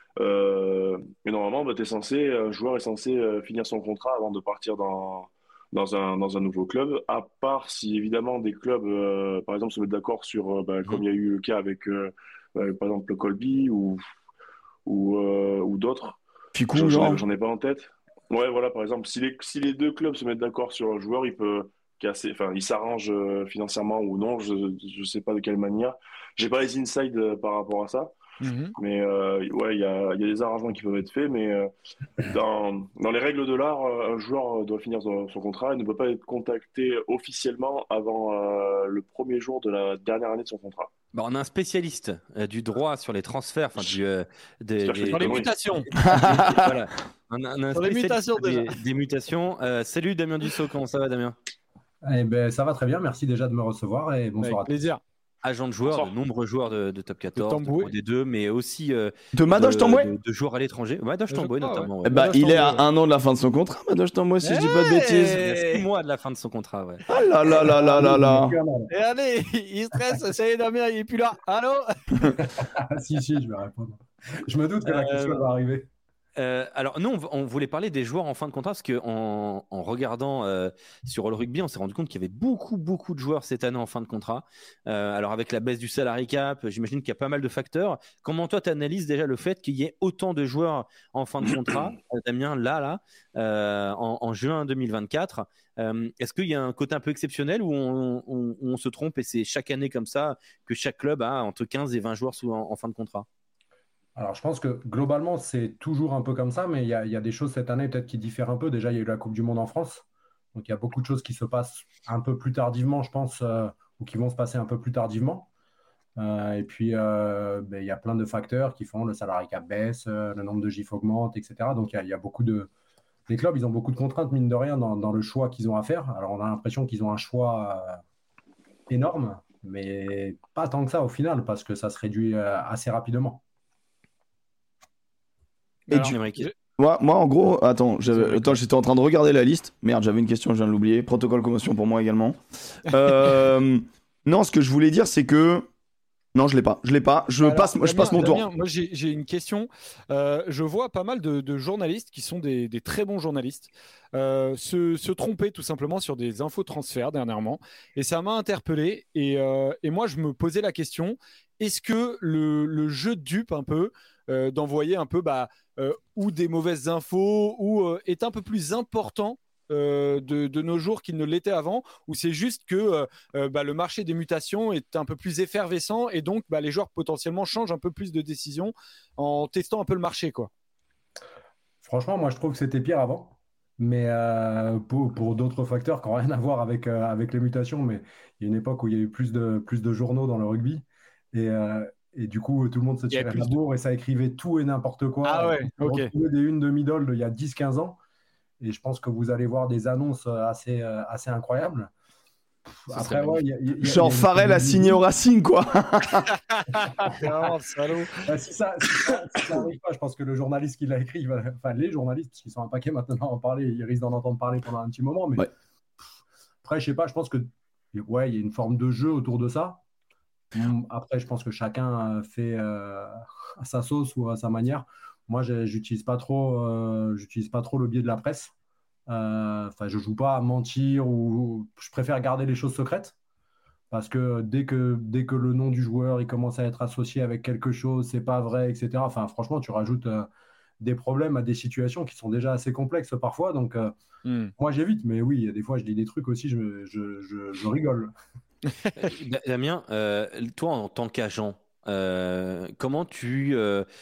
Et normalement, bah, un joueur est censé finir son contrat avant de partir dans un nouveau club, à part si évidemment des clubs, par exemple, se mettent d'accord sur, comme il y a eu le cas avec, par exemple, le Colby ou d'autres. Ficou, genre. J'en ai pas en tête. Ouais, voilà, par exemple, si les deux clubs se mettent d'accord sur un joueur, il s'arrange financièrement ou non, je sais pas de quelle manière. J'ai pas les insides par rapport à ça. Mais ouais, il y a des arrangements qui peuvent être faits, mais dans les règles de l'art, un joueur doit finir son contrat et ne peut pas être contacté officiellement avant le premier jour de la dernière année de son contrat. Bah, on a un spécialiste du droit sur les transferts, enfin Sur les mutations. Voilà. On a un Sur les spécialiste mutations, des mutations. Salut Damien Dussault, comment ça va Damien? Eh ben, ça va très bien, merci déjà de me recevoir et bonsoir à Avec tous. plaisir. Agent de joueurs, Bonsoir. de nombreux joueurs de top 14, de Tamboué. Pro D2, mais aussi De Madoche Tamboué. de joueurs à l'étranger. Madoche Tamboué crois, notamment. Eh Ouais. bah, Madoche il est à Tamboué. 1 an de la fin de son contrat, Madoche Tamboué, si je dis pas de bêtises. Il y a 6 mois de la fin de son contrat, ouais. Ah là. Et allez, il stresse, ça y est, Damien, il est plus là. Allô? Si, je vais répondre. Je me doute que la question va arriver. Alors nous, on voulait parler des joueurs en fin de contrat parce que en regardant sur All Rugby, on s'est rendu compte qu'il y avait beaucoup de joueurs cette année en fin de contrat. Alors avec la baisse du salary cap, j'imagine qu'il y a pas mal de facteurs. Comment toi, tu analyses déjà le fait qu'il y ait autant de joueurs en fin de contrat, Damien, en juin 2024 est-ce qu'il y a un côté un peu exceptionnel où on se trompe et c'est chaque année comme ça que chaque club a entre 15 et 20 joueurs en fin de contrat? Alors, je pense que globalement, c'est toujours un peu comme ça, mais il y a des choses cette année peut-être qui diffèrent un peu. Déjà, il y a eu la Coupe du Monde en France. Donc, il y a beaucoup de choses qui se passent un peu plus tardivement, je pense, ou qui vont se passer un peu plus tardivement. Et puis, il y a plein de facteurs qui font le salarié cap baisse, le nombre de GIF augmente, etc. Donc, il y a beaucoup de... Les clubs, ils ont beaucoup de contraintes, mine de rien, dans le choix qu'ils ont à faire. Alors, on a l'impression qu'ils ont un choix énorme, mais pas tant que ça au final, parce que ça se réduit assez rapidement. Et moi, en gros, attends, j'étais en train de regarder la liste. Merde, j'avais une question, je viens de l'oublier. Protocole commotion pour moi également. Non, ce que je voulais dire, c'est que non, je l'ai pas. Je passe mon tour. Moi, j'ai une question. Je vois pas mal de journalistes qui sont des très bons journalistes se tromper tout simplement sur des infos transferts dernièrement, et ça m'a interpellé. Et moi, je me posais la question, est-ce que le jeu de dupe un peu d'envoyer un peu ou des mauvaises infos ou est un peu plus important de nos jours qu'il ne l'était avant, ou c'est juste que le marché des mutations est un peu plus effervescent et donc les joueurs potentiellement changent un peu plus de décisions en testant un peu le marché, quoi. Franchement, moi je trouve que c'était pire avant, mais pour d'autres facteurs qui n'ont rien à voir avec les mutations, mais il y a une époque où il y a eu plus de journaux dans le rugby et du coup tout le monde se tirait la bourre et ça écrivait tout et n'importe quoi. Ah ouais, on ok. retrouvait des unes de middle d'il y a 10-15 ans. Et je pense que vous allez voir des annonces assez incroyables. Après, genre Farrell a signé au Racing, quoi. C'est vraiment salaud. Si ça n'arrive pas, je pense que le journaliste qui l'a écrit, enfin les journalistes, parce qu'ils sont un paquet maintenant à en parler, ils risquent d'en entendre parler pendant un petit moment. Mais après, je sais pas, je pense que il y a une forme de jeu autour de ça. Après, je pense que chacun fait à sa sauce ou à sa manière. Moi, j'utilise pas trop le biais de la presse. Je joue pas à mentir ou je préfère garder les choses secrètes parce que dès que le nom du joueur il commence à être associé avec quelque chose, c'est pas vrai, etc. Enfin, franchement, tu rajoutes des problèmes à des situations qui sont déjà assez complexes parfois. Donc, moi, j'évite. Mais oui, des fois, je dis des trucs aussi, je rigole. Damien, toi en tant qu'agent, comment tu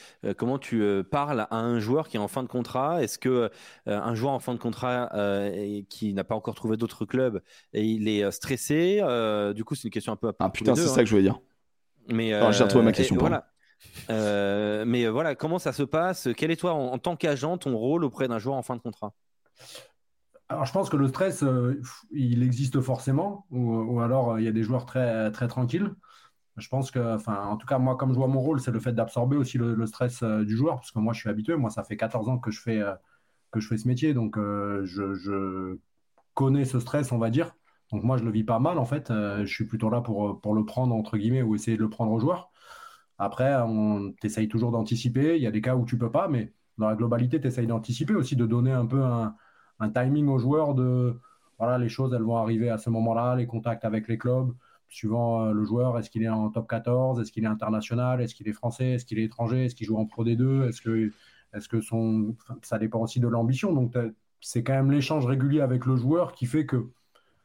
parles à un joueur qui est en fin de contrat? Est-ce que un joueur en fin de contrat et qui n'a pas encore trouvé d'autres clubs et il est stressé? Du coup, c'est une question un peu. Ah putain, c'est ça que je voulais dire. Mais j'ai retrouvé ma question. Voilà. Mais voilà, comment ça se passe? Quel est toi en tant qu'agent ton rôle auprès d'un joueur en fin de contrat? Alors, je pense que le stress, il existe forcément, ou alors il y a des joueurs très, très tranquilles. Je pense que, en tout cas, moi, comme je vois mon rôle, c'est le fait d'absorber aussi le stress du joueur, parce que moi, je suis habitué. Moi, ça fait 14 ans que je fais ce métier, donc je connais ce stress, on va dire. Donc, moi, je le vis pas mal, en fait. Je suis plutôt là pour le prendre, entre guillemets, ou essayer de le prendre aux joueurs. Après, on t'essaye toujours d'anticiper. Il y a des cas où tu peux pas, mais dans la globalité, tu essayes d'anticiper aussi, de donner un peu un timing aux joueurs de voilà, les choses, elles vont arriver à ce moment-là, les contacts avec les clubs, suivant le joueur, est-ce qu'il est en top 14, est-ce qu'il est international, est-ce qu'il est français, est-ce qu'il est étranger, est-ce qu'il joue en Pro D2, est-ce que ça dépend aussi de l'ambition. Donc, c'est quand même l'échange régulier avec le joueur qui fait que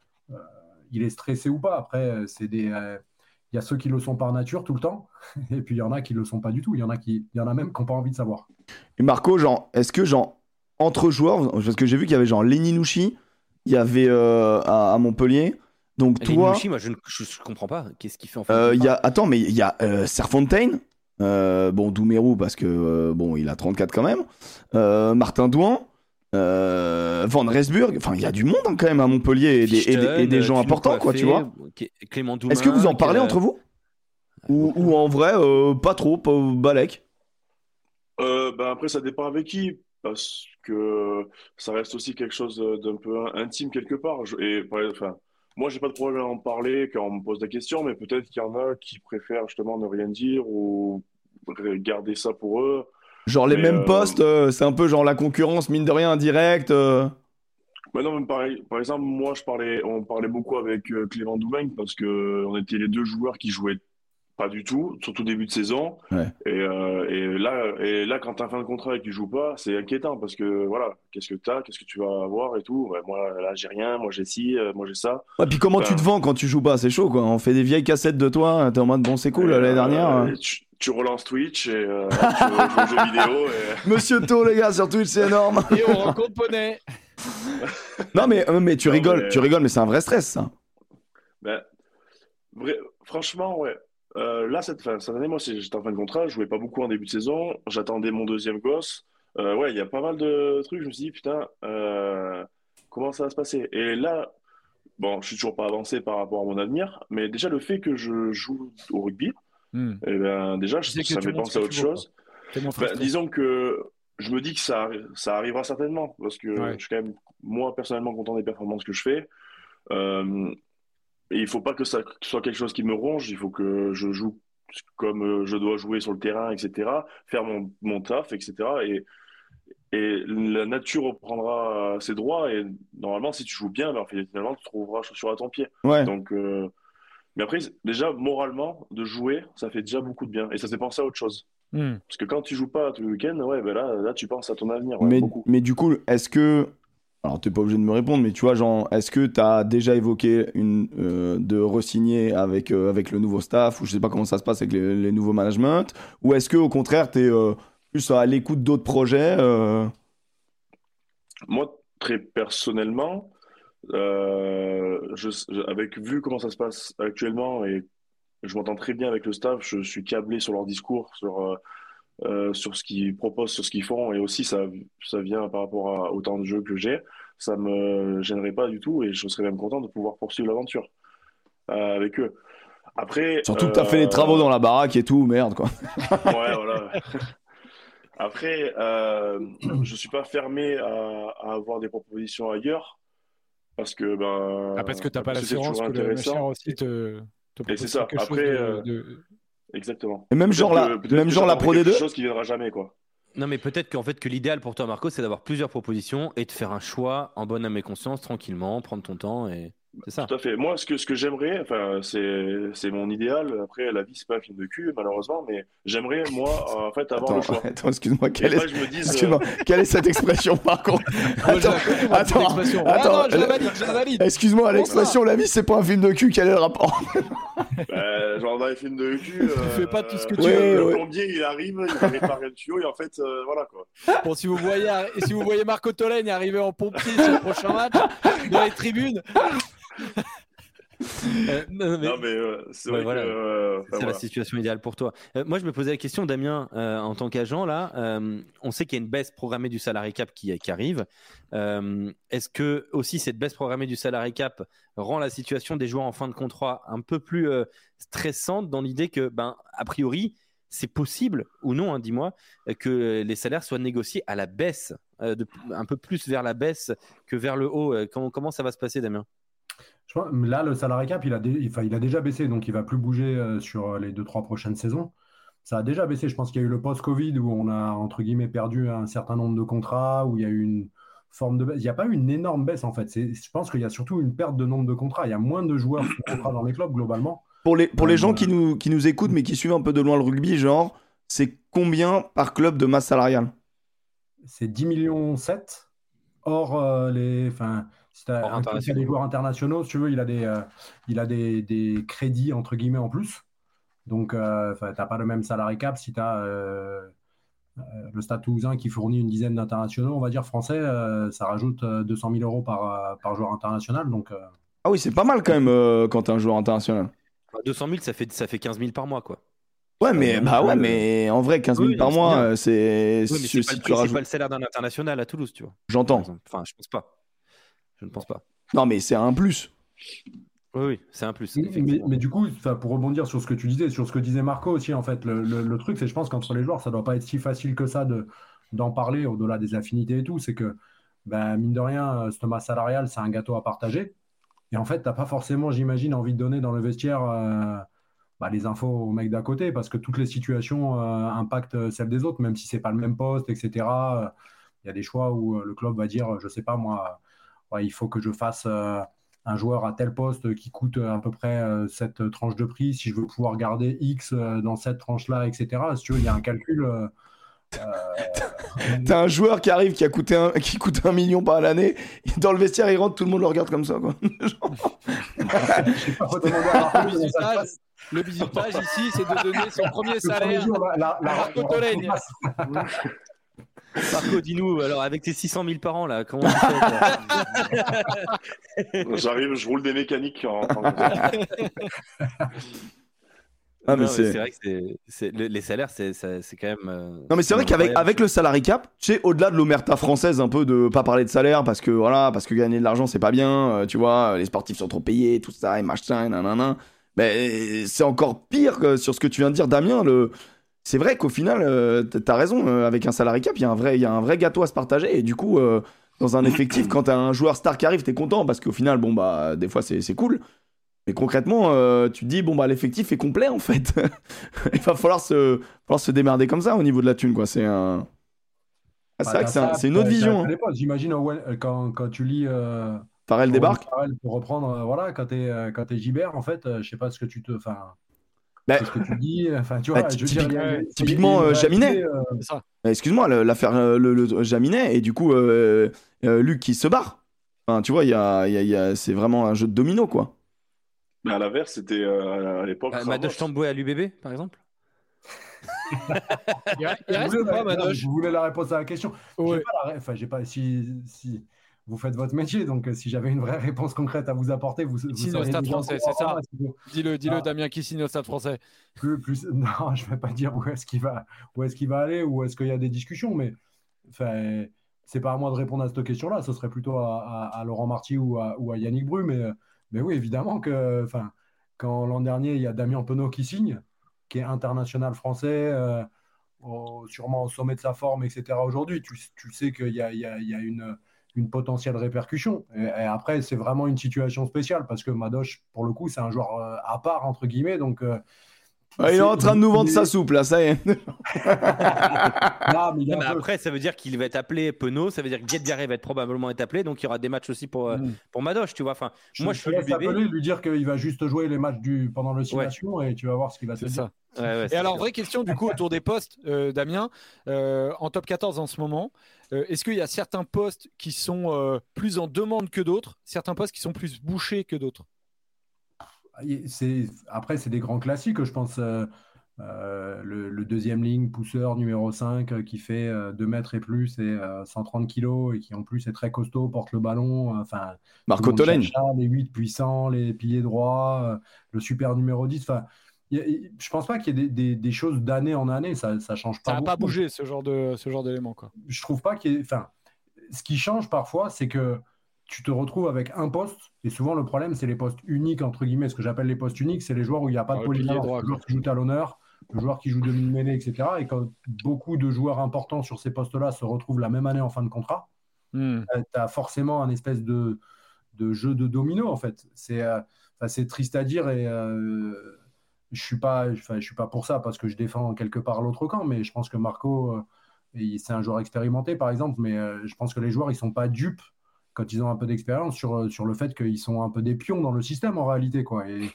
il est stressé ou pas. Après, il y a ceux qui le sont par nature tout le temps, et puis il y en a qui le sont pas du tout. Il y en a même qui n'ont pas envie de savoir. Et Marco, est-ce que entre joueurs, parce que j'ai vu qu'il y avait Lenny Nouchi, il y avait à Montpellier. Donc toi, Nouchi, moi je comprends pas. Qu'est-ce qu'il fait en fait il y a Serfontaine, Doumerou parce que il a 34 quand même. Martin Douan, Van Resburg. Enfin, il y a du monde quand même à Montpellier et des gens importants, quoi, tu vois. Clément Doumain. Est-ce que vous en parlez entre vous ou en vrai pas trop, balèque? Après, ça dépend avec qui. Parce que ça reste aussi quelque chose d'un peu intime quelque part. Moi, j'ai pas de problème à en parler quand on me pose la question, mais peut-être qu'il y en a qui préfèrent justement ne rien dire ou garder ça pour eux. Genre les mêmes postes, c'est un peu genre la concurrence, mine de rien, indirecte. Bah non, mais pareil, par exemple, moi, on parlait beaucoup avec Clément Doumeng parce que on était les deux joueurs qui jouaient pas du tout, surtout début de saison. Ouais. Et là, quand t'as fin de contrat et que tu joues pas, c'est inquiétant parce que voilà, qu'est-ce que tu vas avoir et tout. Ouais, moi, là, j'ai rien, moi j'ai ci, moi j'ai ça. Ouais, puis comment tu te vends quand tu joues pas? C'est chaud, quoi. On fait des vieilles cassettes de toi, t'es en mode bon, c'est cool, l'année dernière. Tu relances Twitch et tu joues aux jeux vidéo. Et... Monsieur To, les gars, sur Twitch, c'est énorme. Et on rencontre Poney. Non, mais tu rigoles, mais c'est un vrai stress, ça. Ben, franchement, ouais. Là, cette année, moi, j'étais en fin de contrat, je jouais pas beaucoup en début de saison, j'attendais mon deuxième gosse. Ouais, il y a pas mal de trucs, je me suis dit, putain, comment ça va se passer? Et là, bon, je suis toujours pas avancé par rapport à mon avenir, mais déjà, le fait que je joue au rugby, et ben, déjà, ça me fait penser à autre chose. Disons que je me dis que ça arrivera certainement, parce que je suis quand même, moi, personnellement, content des performances que je fais. Et il faut pas que ça soit quelque chose qui me ronge, il faut que je joue comme je dois jouer sur le terrain, etc., faire mon taf, etc. Et la nature reprendra ses droits, et normalement, si tu joues bien, ben, finalement, tu trouveras chaussure à ton pied. Ouais. Donc, mais après, déjà, moralement, de jouer, ça fait déjà beaucoup de bien, et ça fait penser à autre chose. Parce que quand tu joues pas tout le week-end, ouais, ben là, tu penses à ton avenir. Ouais, mais du coup, est-ce que... Alors, t'es pas obligé de me répondre, mais tu vois, genre, est-ce que t'as déjà évoqué de re-signer avec le nouveau staff, ou je sais pas comment ça se passe avec les nouveaux managements, ou est-ce que au contraire, t'es plus à l'écoute d'autres projets Moi, très personnellement, vu comment ça se passe actuellement, et je m'entends très bien avec le staff, je suis câblé sur leur discours, sur ce qu'ils proposent, sur ce qu'ils font, et aussi ça vient par rapport au temps de jeu que j'ai, ça me gênerait pas du tout, et je serais même content de pouvoir poursuivre l'aventure avec eux. Après, surtout que t'as fait les travaux dans la baraque et tout, merde quoi. Ouais, voilà. Après, je suis pas fermé à avoir des propositions ailleurs, parce que parce que t'as pas l'assurance que le machin aussi te et c'est ça. Après, exactement. Et même genre la Pro D2. Quelque chose qui viendra jamais, quoi. Non, mais peut-être qu'en fait que l'idéal pour toi, Marco, c'est d'avoir plusieurs propositions et de faire un choix en bonne âme et conscience, tranquillement, prendre ton temps et c'est ça. Tout à fait. Moi, ce que j'aimerais, enfin, c'est mon idéal. Après, la vie, c'est pas un film de cul, malheureusement, mais j'aimerais, moi, en fait, avoir le choix. Attends, excuse-moi, quelle est cette expression, par contre? Attends, je la valide. Excuse-moi, l'expression la vie, c'est pas un film de cul, quel est le rapport? Genre dans les films de cul, tu fais pas tout ce que tu veux. Le plombier, il arrive, il va réparer le tuyau, et en fait, voilà, quoi. Bon, si vous voyez Marco Tolaine arriver en pompier sur le prochain match, dans les tribunes... c'est vrai voilà. que c'est la situation idéale pour toi. Moi, je me posais la question, Damien, en tant qu'agent, là, on sait qu'il y a une baisse programmée du salary cap qui arrive. Est-ce que aussi cette baisse programmée du salary cap rend la situation des joueurs en fin de contrat un peu plus stressante dans l'idée que, a priori, c'est possible ou non, hein, dis-moi, que les salaires soient négociés à la baisse, un peu plus vers la baisse que vers le haut. Comment ça va se passer, Damien? Là, le salary cap, il a déjà baissé, donc il ne va plus bouger sur les 2-3 prochaines saisons. Ça a déjà baissé. Je pense qu'il y a eu le post-Covid où on a, entre guillemets, perdu un certain nombre de contrats, où il y a eu une forme de baisse. Il n'y a pas eu une énorme baisse, en fait. Je pense qu'il y a surtout une perte de nombre de contrats. Il y a moins de joueurs sous contrat dans les clubs, globalement. Pour les gens qui nous écoutent, mais qui suivent un peu de loin le rugby, genre, c'est combien par club de masse salariale? C'est 10,7 millions hors les... Si tu as des joueurs internationaux, si tu veux, il a des crédits, entre guillemets, en plus. Donc, tu n'as pas le même salary cap. Si tu as le Stade Toulousain qui fournit une dizaine d'internationaux, on va dire français, ça rajoute 200 000 euros par joueur international. Donc, Ah oui, c'est pas mal quand même quand tu es un joueur international. 200 000, ça fait 15 000 par mois, quoi. Ouais, mais en vrai, 15 000 par mois, c'est... Oui, mais c'est pas le salaire d'un international à Toulouse, tu vois. J'entends. Enfin, je pense pas. Je ne pense pas. Non, mais c'est un plus. Oui, c'est un plus. Mais du coup, pour rebondir sur ce que tu disais, sur ce que disait Marco aussi, en fait, le truc, c'est je pense qu'entre les joueurs, ça doit pas être si facile que ça d'en parler au-delà des affinités et tout. C'est que, mine de rien, cette masse salariale, c'est un gâteau à partager. Et en fait, tu n'as pas forcément, j'imagine, envie de donner dans le vestiaire les infos aux mecs d'à côté, parce que toutes les situations impactent celles des autres, même si c'est pas le même poste, etc. Il y a des choix où le club va dire, je sais pas moi, ouais, il faut que je fasse un joueur à tel poste qui coûte à peu près cette tranche de prix, si je veux pouvoir garder X dans cette tranche-là, etc. Si tu veux, il y a un calcul. T'as un joueur qui arrive qui coûte 1 million par l'année, et dans le vestiaire il rentre, tout le monde le regarde comme ça, quoi. Le bisutage ici, c'est de donner son premier salaire à Marco Tolègne. Marco, dis-nous, alors avec tes 600 000 par an, là, comment tu fais? J'arrive, je roule des mécaniques c'est vrai que les salaires, c'est quand même. Non, mais c'est vrai qu'avec le salary cap, tu sais, au-delà de l'omerta française, un peu de pas parler de salaire parce que gagner de l'argent c'est pas bien, tu vois, les sportifs sont trop payés, tout ça, et machin, nanana. Mais c'est encore pire que sur ce que tu viens de dire, Damien. C'est vrai qu'au final, t'as raison, avec un salary cap, il y a un vrai gâteau à se partager, et du coup, dans un effectif, quand t'as un joueur star qui arrive, t'es content parce qu'au final, des fois c'est cool. Mais concrètement, tu te dis, l'effectif est complet en fait. Il va falloir se démerder comme ça au niveau de la thune, quoi. C'est vrai que c'est une autre vision. Hein. J'imagine quand tu lis. Farrell débarque. Farrell, pour reprendre, quand t'es Gibert, en fait, je sais pas ce que tu te. Qu'est-ce que tu dis, tu vois, typiquement Jaminet. Excuse-moi, l'affaire le Jaminet et du coup Luc qui se barre. Enfin, tu vois, c'est vraiment un jeu de domino, quoi. Mais à l'inverse, c'était à l'époque. Madoche Tamboué à l'UBB, par exemple. Vous voulez la réponse à la question? Ouais. J'ai pas si vous faites votre métier, donc si j'avais une vraie réponse concrète à vous apporter, vous signe au Stade Français, c'est ça. Dis-le, Damien, qui signe au Stade Français? Non, je vais pas dire où est-ce qu'il va aller, ou est-ce qu'il y a des discussions, mais c'est pas à moi de répondre à cette question-là. Ce serait plutôt à Laurent Marty ou à Yannick Bru, mais oui, évidemment que, quand l'an dernier il y a Damien Penaud qui signe, qui est international français, sûrement au sommet de sa forme, etc. Aujourd'hui, tu sais qu'il y a une potentielle répercussion. Et après, c'est vraiment une situation spéciale parce que Madoche, pour le coup, c'est un joueur à part, entre guillemets. Donc, il est en train de nous vendre sa soupe, là, ça y est. mais après, ça veut dire qu'il va être appelé Penaud, ça veut dire que Guedjare va être probablement être appelé, donc il y aura des matchs aussi pour Madoche, tu vois. Enfin, moi, je suis lui dire qu'il va juste jouer les matchs pendant l'oscillation et tu vas voir ce qu'il va te dire. Et alors, vraie question du coup autour des postes, Damien, en top 14 en ce moment, est-ce qu'il y a certains postes qui sont plus en demande que d'autres, certains postes qui sont plus bouchés que d'autres? Après, c'est des grands classiques, je pense. Le deuxième ligne, pousseur numéro 5, qui fait 2 mètres et plus et 130 kilos et qui en plus est très costaud, porte le ballon. Marco Tolègne. Les 8 puissants, les piliers droits, le super numéro 10. Je pense pas qu'il y ait des choses d'année en année, ça change pas. Ça n'a pas bougé ce genre d'élément, quoi. Je trouve pas qu'il y ait. Ce qui change parfois, c'est que tu te retrouves avec un poste, et souvent le problème, c'est les postes uniques, entre guillemets. Ce que j'appelle les postes uniques, c'est les joueurs où il n'y a pas de polyvalence. Le joueur qui joue talonneur, le joueur qui joue demi-mêlée, etc. Et quand beaucoup de joueurs importants sur ces postes-là se retrouvent la même année en fin de contrat, tu as forcément un espèce de jeu de domino, en fait. C'est triste à dire, et je suis pas pour ça, parce que je défends quelque part l'autre camp, mais je pense que Marco, c'est un joueur expérimenté, par exemple, mais je pense que les joueurs, ils sont pas dupes quand ils ont un peu d'expérience sur le fait qu'ils sont un peu des pions dans le système, en réalité, quoi. Et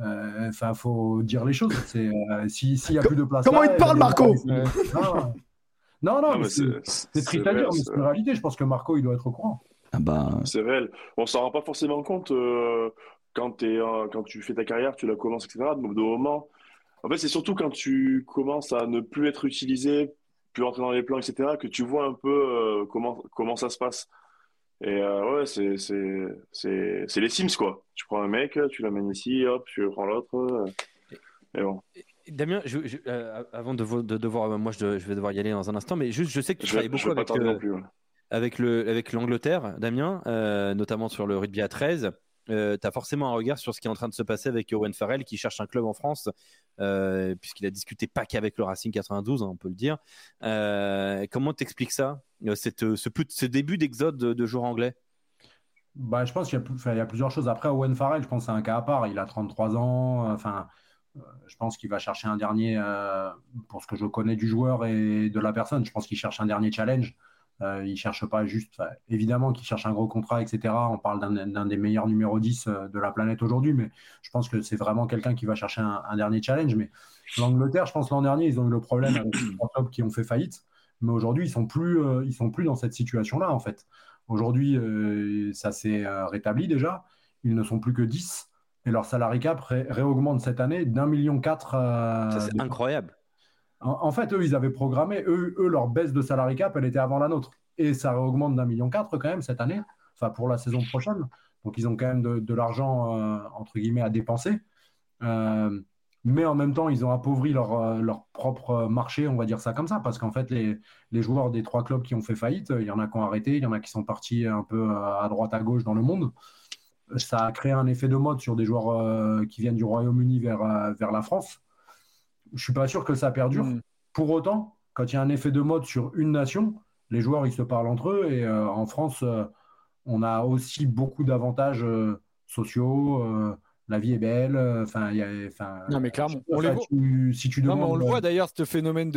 faut dire les choses. S'il y a plus de place. Comment il te parle, Marco? Non, mais c'est triste à dire, mais c'est une réalité. Je pense que Marco, il doit être au courant. C'est réel. On s'en rend pas forcément compte quand tu fais ta carrière, tu la commences, etc. De moment. En fait, c'est surtout quand tu commences à ne plus être utilisé, plus entrer dans les plans, etc., que tu vois un peu comment ça se passe. Et ouais, c'est les Sims, quoi. Tu prends un mec, tu l'amènes ici, hop, tu prends l'autre. Et bon. Damien, avant de devoir, moi je vais devoir y aller dans un instant, mais juste, je sais que tu travailles beaucoup avec l'Angleterre, Damien, notamment sur le rugby à 13. Tu as forcément un regard sur ce qui est en train de se passer avec Owen Farrell qui cherche un club en France, puisqu'il a discuté pas qu'avec le Racing 92, on peut le dire. Comment t'expliques ça, ce début d'exode de joueurs anglais? Je pense qu'il y a plusieurs choses. Après, Owen Farrell, je pense que c'est un cas à part. Il a 33 ans. Je pense qu'il va chercher un dernier, pour ce que je connais du joueur et de la personne, je pense qu'il cherche un dernier challenge. Il ne cherche pas juste, évidemment qu'il cherche un gros contrat, etc. On parle d'un des meilleurs numéro 10 de la planète aujourd'hui, mais je pense que c'est vraiment quelqu'un qui va chercher un dernier challenge. Mais l'Angleterre, je pense l'an dernier, ils ont eu le problème avec les trois clubs qui ont fait faillite, mais aujourd'hui, ils sont plus dans cette situation-là, en fait. Aujourd'hui, ça s'est rétabli déjà. Ils ne sont plus que 10 et leur salary cap réaugmente cette année d'1,4 million. Ça, c'est incroyable. En fait, eux, ils avaient programmé, leur baisse de salary cap, elle était avant la nôtre. Et ça réaugmente d'1,4 million quand même cette année, enfin pour la saison prochaine. Donc, ils ont quand même de l'argent, entre guillemets, à dépenser. Mais en même temps, ils ont appauvri leur propre marché, on va dire ça comme ça, parce qu'en fait, les joueurs des trois clubs qui ont fait faillite, il y en a qui ont arrêté, il y en a qui sont partis un peu à droite, à gauche dans le monde. Ça a créé un effet de mode sur des joueurs qui viennent du Royaume-Uni vers la France. Je ne suis pas sûr que ça perdure. Pour autant, quand il y a un effet de mode sur une nation, les joueurs, ils se parlent entre eux. Et en France, on a aussi beaucoup d'avantages sociaux. La vie est belle. Non, mais clairement, on les voit. Si tu demandes, on le voit d'ailleurs, ce phénomène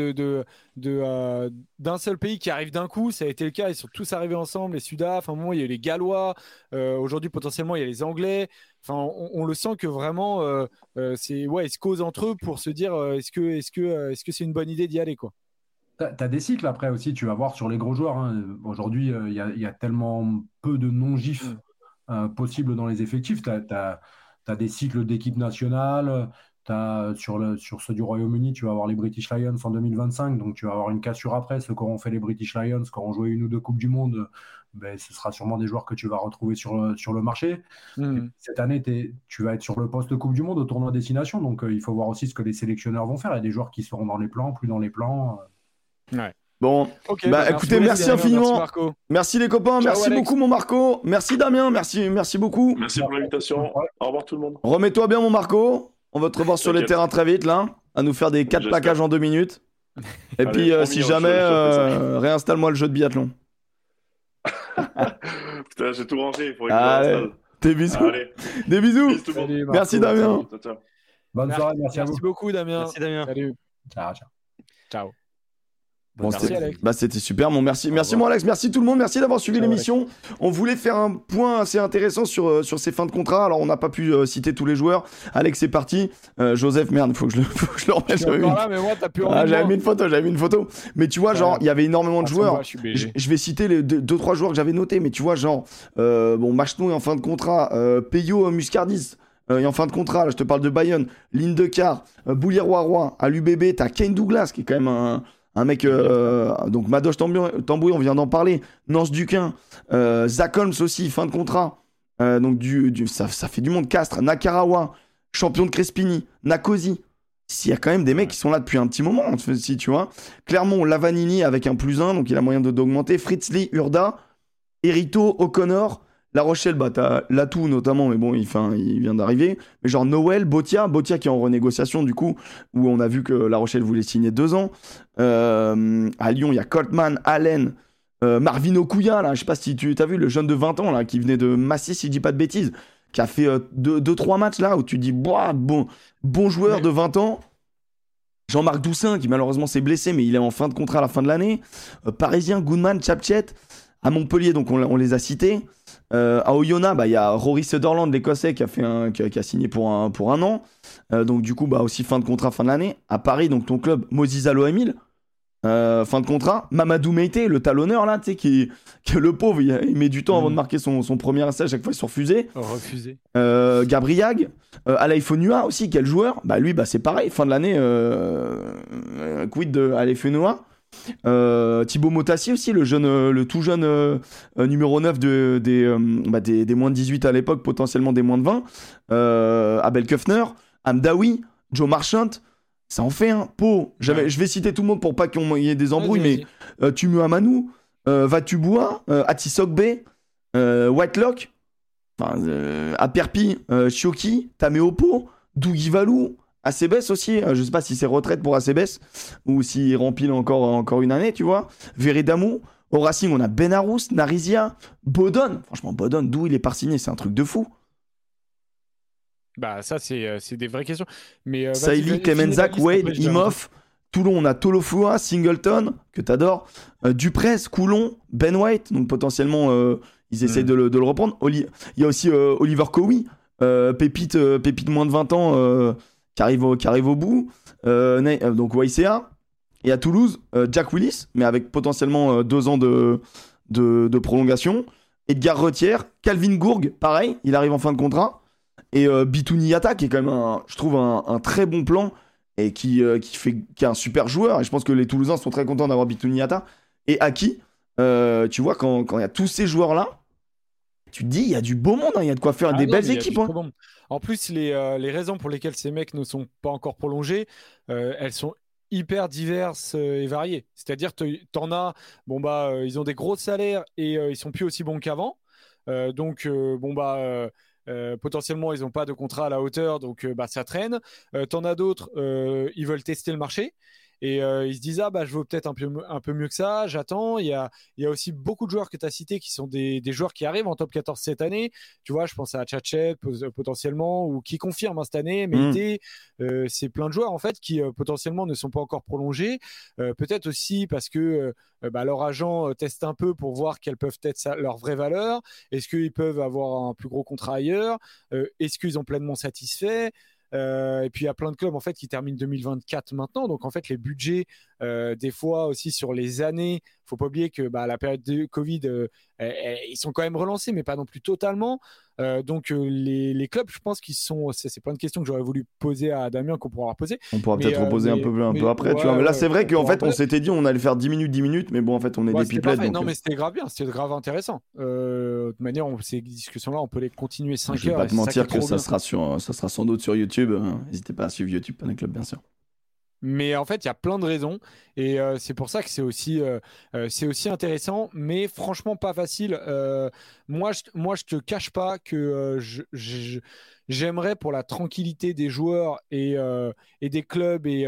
d'un seul pays qui arrive d'un coup. Ça a été le cas. Ils sont tous arrivés ensemble. Les Sudaf, à un moment, il y a eu les Gallois. Aujourd'hui, potentiellement, il y a les Anglais. Enfin, on le sent que vraiment, ils se causent entre eux pour se dire est-ce que c'est une bonne idée d'y aller, quoi. Tu as des cycles après aussi. Tu vas voir sur les gros joueurs. Hein. Aujourd'hui, il y a tellement peu de non-gifs possibles dans les effectifs. Tu as des cycles d'équipe nationale. Sur ceux du Royaume-Uni, tu vas avoir les British Lions en 2025, donc tu vas avoir une cassure après. Ceux qui auront fait les British Lions, qui auront joué une ou deux Coupes du Monde, ce sera sûrement des joueurs que tu vas retrouver sur le marché. Cette année, tu vas être sur le poste Coupe du Monde au tournoi Destination, donc il faut voir aussi ce que les sélectionneurs vont faire. Il y a des joueurs qui seront dans les plans, plus dans les plans. Ouais. Bon, écoutez, merci infiniment. Merci les copains, ciao, merci Alex. Beaucoup mon Marco. Merci Damien, merci beaucoup. Merci pour l'invitation. Au revoir tout le monde. Remets-toi bien mon Marco. On va te revoir sur les terrains très vite là, à nous faire des 4 plaquages en 2 minutes. Et puis si jamais, réinstalle-moi le jeu de biathlon. Putain, j'ai tout rangé, il faut que je réinstalle. Des bisous. Des bisous. Salut, merci Damien. Bonne soirée, merci à vous. Merci beaucoup Damien. Merci Damien. Salut. Ciao. Bon, c'était super. Bon, merci mon Alex, merci tout le monde, merci d'avoir suivi l'émission. Alex. On voulait faire un point assez intéressant sur ces fins de contrat. Alors on n'a pas pu citer tous les joueurs. Alex c'est parti. Joseph, merde, faut que je le remette. J'avais mis une photo. Mais tu vois, genre il y avait énormément de joueurs. Je vais citer les 2-3 joueurs que j'avais notés. Mais tu vois, genre Machnou est en fin de contrat, Peyo Muscardis. Et en fin de contrat, là, je te parle de Bayonne, Lindecar, Boulier-Roy, à l'UBB, t'as Kane Douglas qui est quand même un mec, donc Madoche Tambouille, on vient d'en parler. Nance Duquin, Zach Holmes aussi, fin de contrat. Donc ça fait du monde. Castres, Nakarawa, champion de Crespini, Nakosi. S'il y a quand même des mecs qui sont là depuis un petit moment, si tu vois. Clermont, Lavanini avec un +1, donc il a moyen d'augmenter. Fritzli, Urda, Erito, O'Connor. La Rochelle, t'as Latou notamment, mais bon, il vient d'arriver. Mais genre Noël, Botia qui est en renégociation du coup, où on a vu que La Rochelle voulait signer 2 ans. À Lyon, il y a Coltman, Allen, Marvin Okuya, là, je sais pas si tu as vu, le jeune de 20 ans là, qui venait de Massy, si je dis pas de bêtises, qui a fait 2-3 matchs là, où tu dis, bon joueur de 20 ans. Jean-Marc Doussin, qui malheureusement s'est blessé, mais il est en fin de contrat à la fin de l'année. Parisien, Goodman, Chapchet. À Montpellier, donc on les a cités. À Oyonnax, il y a Rory Sutherland, l'Écossais, qui a signé pour un an. Donc du coup, aussi fin de contrat, fin de l'année. À Paris, donc ton club, Moses Alo-Emile, fin de contrat. Mamadou Meïté, le talonneur là, tu sais, qui le pauvre, il met du temps avant de marquer son premier essai. À chaque fois, il se refusé. Gabriag, Alaïfonua aussi, quel joueur. Lui, c'est pareil, fin de l'année. Quid de Alaïfonua. Thibaut Motassi aussi, le tout jeune numéro 9 des moins de 18 à l'époque, potentiellement des moins de 20. Abel Kufner, Amdaoui, Joe Marchant, ça en fait un pot. Je vais citer tout le monde pour pas qu'il y ait des embrouilles, mais Tumu Amanou, Vatubua, Atisokbe, Whitelock, Aperpi, Chioki, Tameopo, Dougi Valou. Acebes aussi, je sais pas si c'est retraite pour Acebes ou s'il rempile encore une année, tu vois. Veredamou, au Racing, on a Benarous, Narizia, Bodon. Franchement, Bodon, d'où il est pas signé, c'est un truc de fou. Bah ça c'est des vraies questions. Mais vas-y, Saïli, finis ta Clemenzak, liste, Wade, après, je dirai un truc. Imhoff. Toulon, on a Tolofua, Singleton, que t'adores. Duprez, Coulon, Ben White. Donc potentiellement, ils essayent de le reprendre. Il y a aussi Oliver Cowie, pépite moins de 20 ans, qui arrive au bout. Donc YCA. Et à Toulouse, Jack Willis, mais avec potentiellement 2 ans de prolongation. Edgar Retière, Calvin Gourg, pareil, il arrive en fin de contrat. Et Bitouni Yata, qui est quand même, je trouve, un très bon plan et qui est un super joueur. Et je pense que les Toulousains sont très contents d'avoir Bitouni Yata. Et Aki, tu vois, quand il y a tous ces joueurs-là, tu te dis, il y a du beau monde, il y a de quoi faire des belles équipes. Hein. Bon. En plus, les raisons pour lesquelles ces mecs ne sont pas encore prolongés, elles sont hyper diverses et variées. C'est-à-dire, t'en as, ils ont des gros salaires et ils sont plus aussi bons qu'avant. Potentiellement, ils n'ont pas de contrat à la hauteur, donc ça traîne. T'en as d'autres, ils veulent tester le marché. Et ils se disent, je veux peut-être un peu mieux que ça, j'attends. Il y a aussi beaucoup de joueurs que tu as cités qui sont des joueurs qui arrivent en top 14 cette année. Tu vois, je pense à Tchatchet potentiellement, ou qui confirme cette année. Mais c'est plein de joueurs en fait qui potentiellement ne sont pas encore prolongés. Peut-être aussi parce que leur agent teste un peu pour voir quelles peuvent être leurs vraies valeurs. Est-ce qu'ils peuvent avoir un plus gros contrat ailleurs? Est-ce qu'ils ont pleinement satisfait? Et puis il y a plein de clubs en fait qui terminent 2024 maintenant, donc en fait les budgets des fois aussi sur les années, faut pas oublier que la période de Covid ils sont quand même relancés mais pas non plus totalement. Donc les clubs, je pense qu'ils sont, c'est plein de questions que j'aurais voulu poser à Damien qu'on pourra poser. On pourra peut-être reposer un peu après, tu vois. Mais là c'est vrai qu'en fait on s'était dit on allait faire 10 minutes, mais bon en fait on est des pipelettes. Donc... Non mais c'était grave bien, c'était grave intéressant. De toute manière, ces discussions-là, on peut les continuer 5 heures. Je vais pas te mentir que ça sera sans doute sur YouTube. N'hésitez pas à suivre YouTube Panel Club, bien sûr. Mais en fait, il y a plein de raisons. Et c'est pour ça que c'est aussi intéressant, mais franchement pas facile. Moi, je te cache pas que j'aimerais pour la tranquillité des joueurs et des clubs et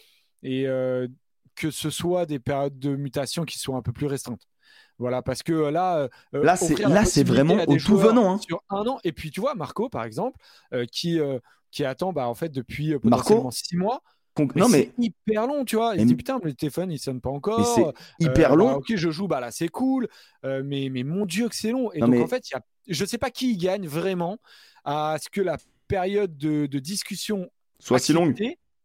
que ce soit des périodes de mutation qui soient un peu plus restreintes. Voilà, parce que là c'est vraiment au tout venant. Hein. Sur 1 an. Et puis, tu vois, Marco, par exemple, qui attend en fait depuis potentiellement 6 mois. C'est hyper long, tu vois. Il se dit putain, mais le téléphone il sonne pas encore. Et c'est hyper long. Ok, je joue, là c'est cool. Mais mon Dieu que c'est long. Et en fait, je sais pas qui y gagne vraiment à ce que la période de discussion soit si longue.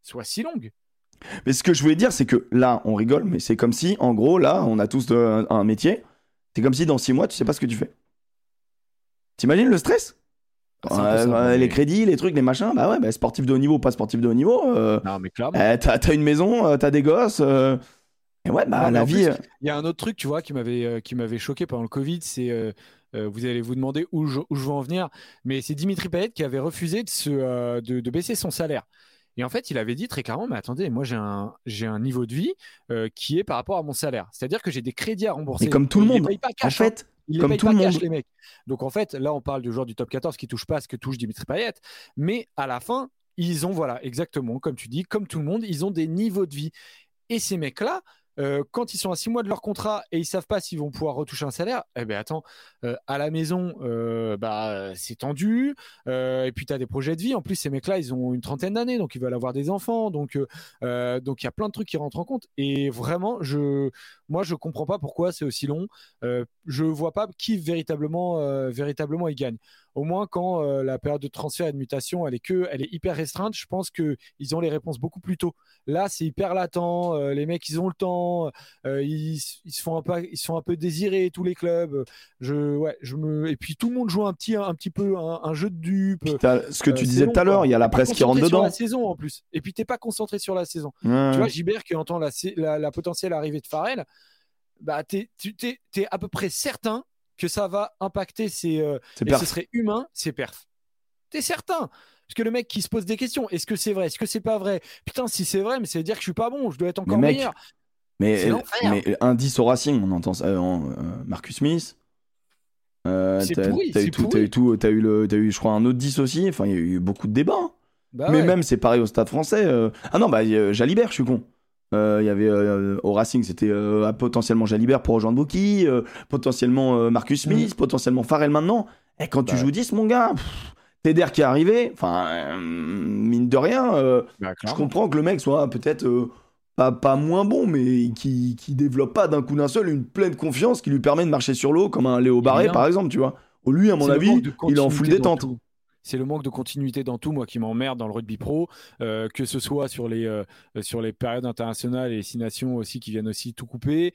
Mais ce que je voulais dire, c'est que là, on rigole, mais c'est comme si, en gros, là, on a tous un métier. C'est comme si dans 6 mois, tu sais pas ce que tu fais. T'imagines le stress? Les crédits, les trucs, les machins, sportif de haut niveau, pas sportif de haut niveau. Non, mais clairement. T'as une maison, t'as des gosses. Et la vie. Il y a un autre truc, tu vois, qui m'avait choqué pendant le Covid, c'est. Vous allez vous demander où je veux en venir, mais c'est Dimitri Payet qui avait refusé de baisser son salaire. Et en fait, il avait dit très clairement, mais attendez, moi j'ai un niveau de vie qui est par rapport à mon salaire. C'est-à-dire que j'ai des crédits à rembourser. Mais comme tout le monde, en fait. Ils comme tout le monde. Les mecs. Donc en fait, là on parle du joueur du top 14 qui touche pas ce que touche Dimitri Payet, mais à la fin, ils ont exactement comme tu dis, comme tout le monde, ils ont des niveaux de vie. Et ces mecs-là, quand ils sont à 6 mois de leur contrat et ils savent pas s'ils vont pouvoir retoucher un salaire, attends, à la maison, c'est tendu. Et puis tu as des projets de vie. En plus, ces mecs-là, ils ont une trentaine d'années, donc ils veulent avoir des enfants. Donc il y a plein de trucs qui rentrent en compte. Et vraiment, moi, je comprends pas pourquoi c'est aussi long. Je vois pas qui véritablement il gagne. Au moins, quand la période de transfert et de mutation, elle est hyper restreinte, je pense qu'ils ont les réponses beaucoup plus tôt. Là, c'est hyper latent. Les mecs, ils ont le temps. Ils se font un peu désirer, tous les clubs. Et puis, tout le monde joue un petit peu un jeu de dupe. Ce que tu disais tout à l'heure, il y a la presse qui rentre dedans. Sur la saison, en plus. Et puis, t'es pas concentré sur la saison. Ouais. Tu vois, Gilbert, qui entend la potentielle arrivée de Farrell, t'es à peu près certain que ça va impacter et ce serait humain, ses perfs. T'es certain? Parce que le mec qui se pose des questions, est-ce que c'est vrai? Est-ce que c'est pas vrai? Putain, si c'est vrai, mais ça veut dire que je suis pas bon, je dois être encore meilleur. Mais indice au Racing, on entend ça Marcus Smith. C'est pourri. T'as eu, je crois, un autre 10 aussi. Enfin, il y a eu beaucoup de débats. Même, c'est pareil au Stade Français. Jalibert, je suis con. Il y avait au Racing, c'était potentiellement Jalibert pour rejoindre Boki, potentiellement Marcus Smith, potentiellement Farrell maintenant. Et quand tu joues 10, mon gars, Teder qui est arrivé, enfin, mine de rien, je comprends que le mec soit peut-être pas moins bon, mais qui développe pas d'un coup d'un seul une pleine confiance qui lui permet de marcher sur l'eau comme un Léo Barré, par exemple, tu vois. Lui, à mon avis, il est en full détente. C'est le manque de continuité dans tout, moi, qui m'emmerde dans le rugby pro, que ce soit sur les périodes internationales et les 6 nations aussi qui viennent aussi tout couper,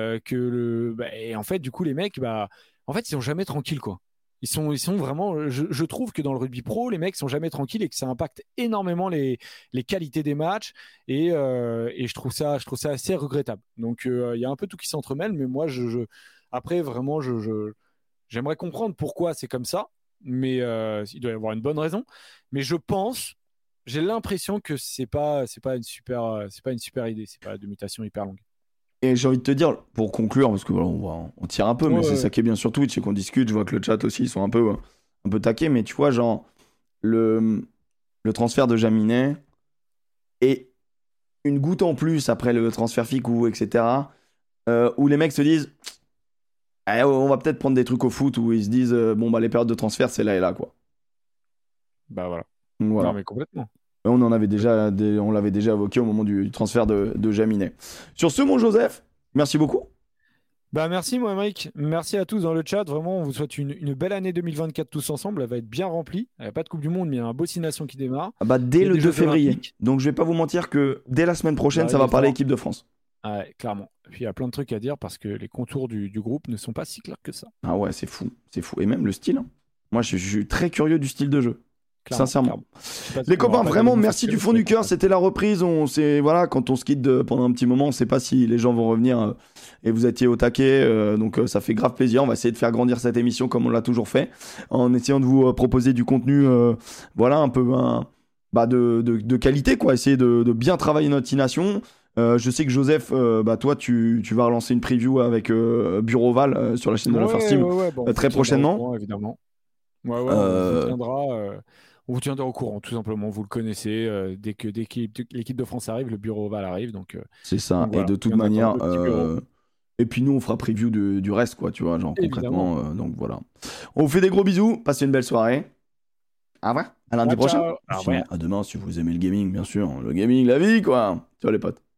et en fait, du coup, les mecs, en fait, ils sont jamais tranquilles, quoi. Ils sont vraiment. Je trouve que dans le rugby pro, les mecs sont jamais tranquilles et que ça impacte énormément les qualités des matchs et je trouve ça assez regrettable. Donc il y a un peu tout qui s'entremêle, mais moi après vraiment j'aimerais comprendre pourquoi c'est comme ça, mais il doit y avoir une bonne raison. Mais j'ai l'impression que c'est pas une super idée, c'est pas de mutation hyper longue. Et j'ai envie de te dire, pour conclure, parce que voilà, on tire un peu, mais c'est ça qui est bien sur Twitch, c'est qu'on discute. Je vois que le chat aussi, ils sont un peu taqués, mais tu vois, genre, le transfert de Jaminet est une goutte en plus après le transfert Ficou, etc., où les mecs se disent, on va peut-être prendre des trucs au foot, où ils se disent, les périodes de transfert, c'est là et là, quoi. Bah voilà. Non, mais complètement. On l'avait déjà évoqué au moment du transfert de Jaminet. Sur ce, mon Joseph, merci beaucoup. Merci moi Mike, merci à tous dans le chat, vraiment on vous souhaite une belle année 2024 tous ensemble, elle va être bien remplie, il n'y a pas de Coupe du Monde mais il y a un beau 6 nations qui démarre. Dès le 2 février, olympiques. Donc je vais pas vous mentir que dès la semaine prochaine ça va parler équipe de France. Ouais, clairement, puis il y a plein de trucs à dire parce que les contours du groupe ne sont pas si clairs que ça. Ah ouais, c'est fou, et même le style, moi je suis très curieux du style de jeu. Sincèrement. Les copains, vraiment merci du fond du cœur. C'était la reprise. Quand on se quitte pendant un petit moment, on ne sait pas si les gens vont revenir et vous étiez au taquet. Donc ça fait grave plaisir. On va essayer de faire grandir cette émission comme on l'a toujours fait, en essayant de vous proposer du contenu, un peu de qualité, quoi. Essayer de bien travailler notre 6 nations. Je sais que Joseph, toi, tu vas relancer une preview avec Bureau Oval sur la chaîne de la First Team très prochainement. Évidemment. On vous tiendra au courant, tout simplement. Vous le connaissez. Dès que l'équipe de France arrive, le Bureau Oval arrive. Donc, c'est ça. Donc, voilà. Et de toute manière. Et puis nous, on fera preview du reste, quoi, tu vois, genre concrètement. Donc voilà. On vous fait des gros bisous. Passez une belle soirée. Au revoir. À lundi prochain. À demain, si vous aimez le gaming, bien sûr. Le gaming, la vie, quoi. Ciao les potes.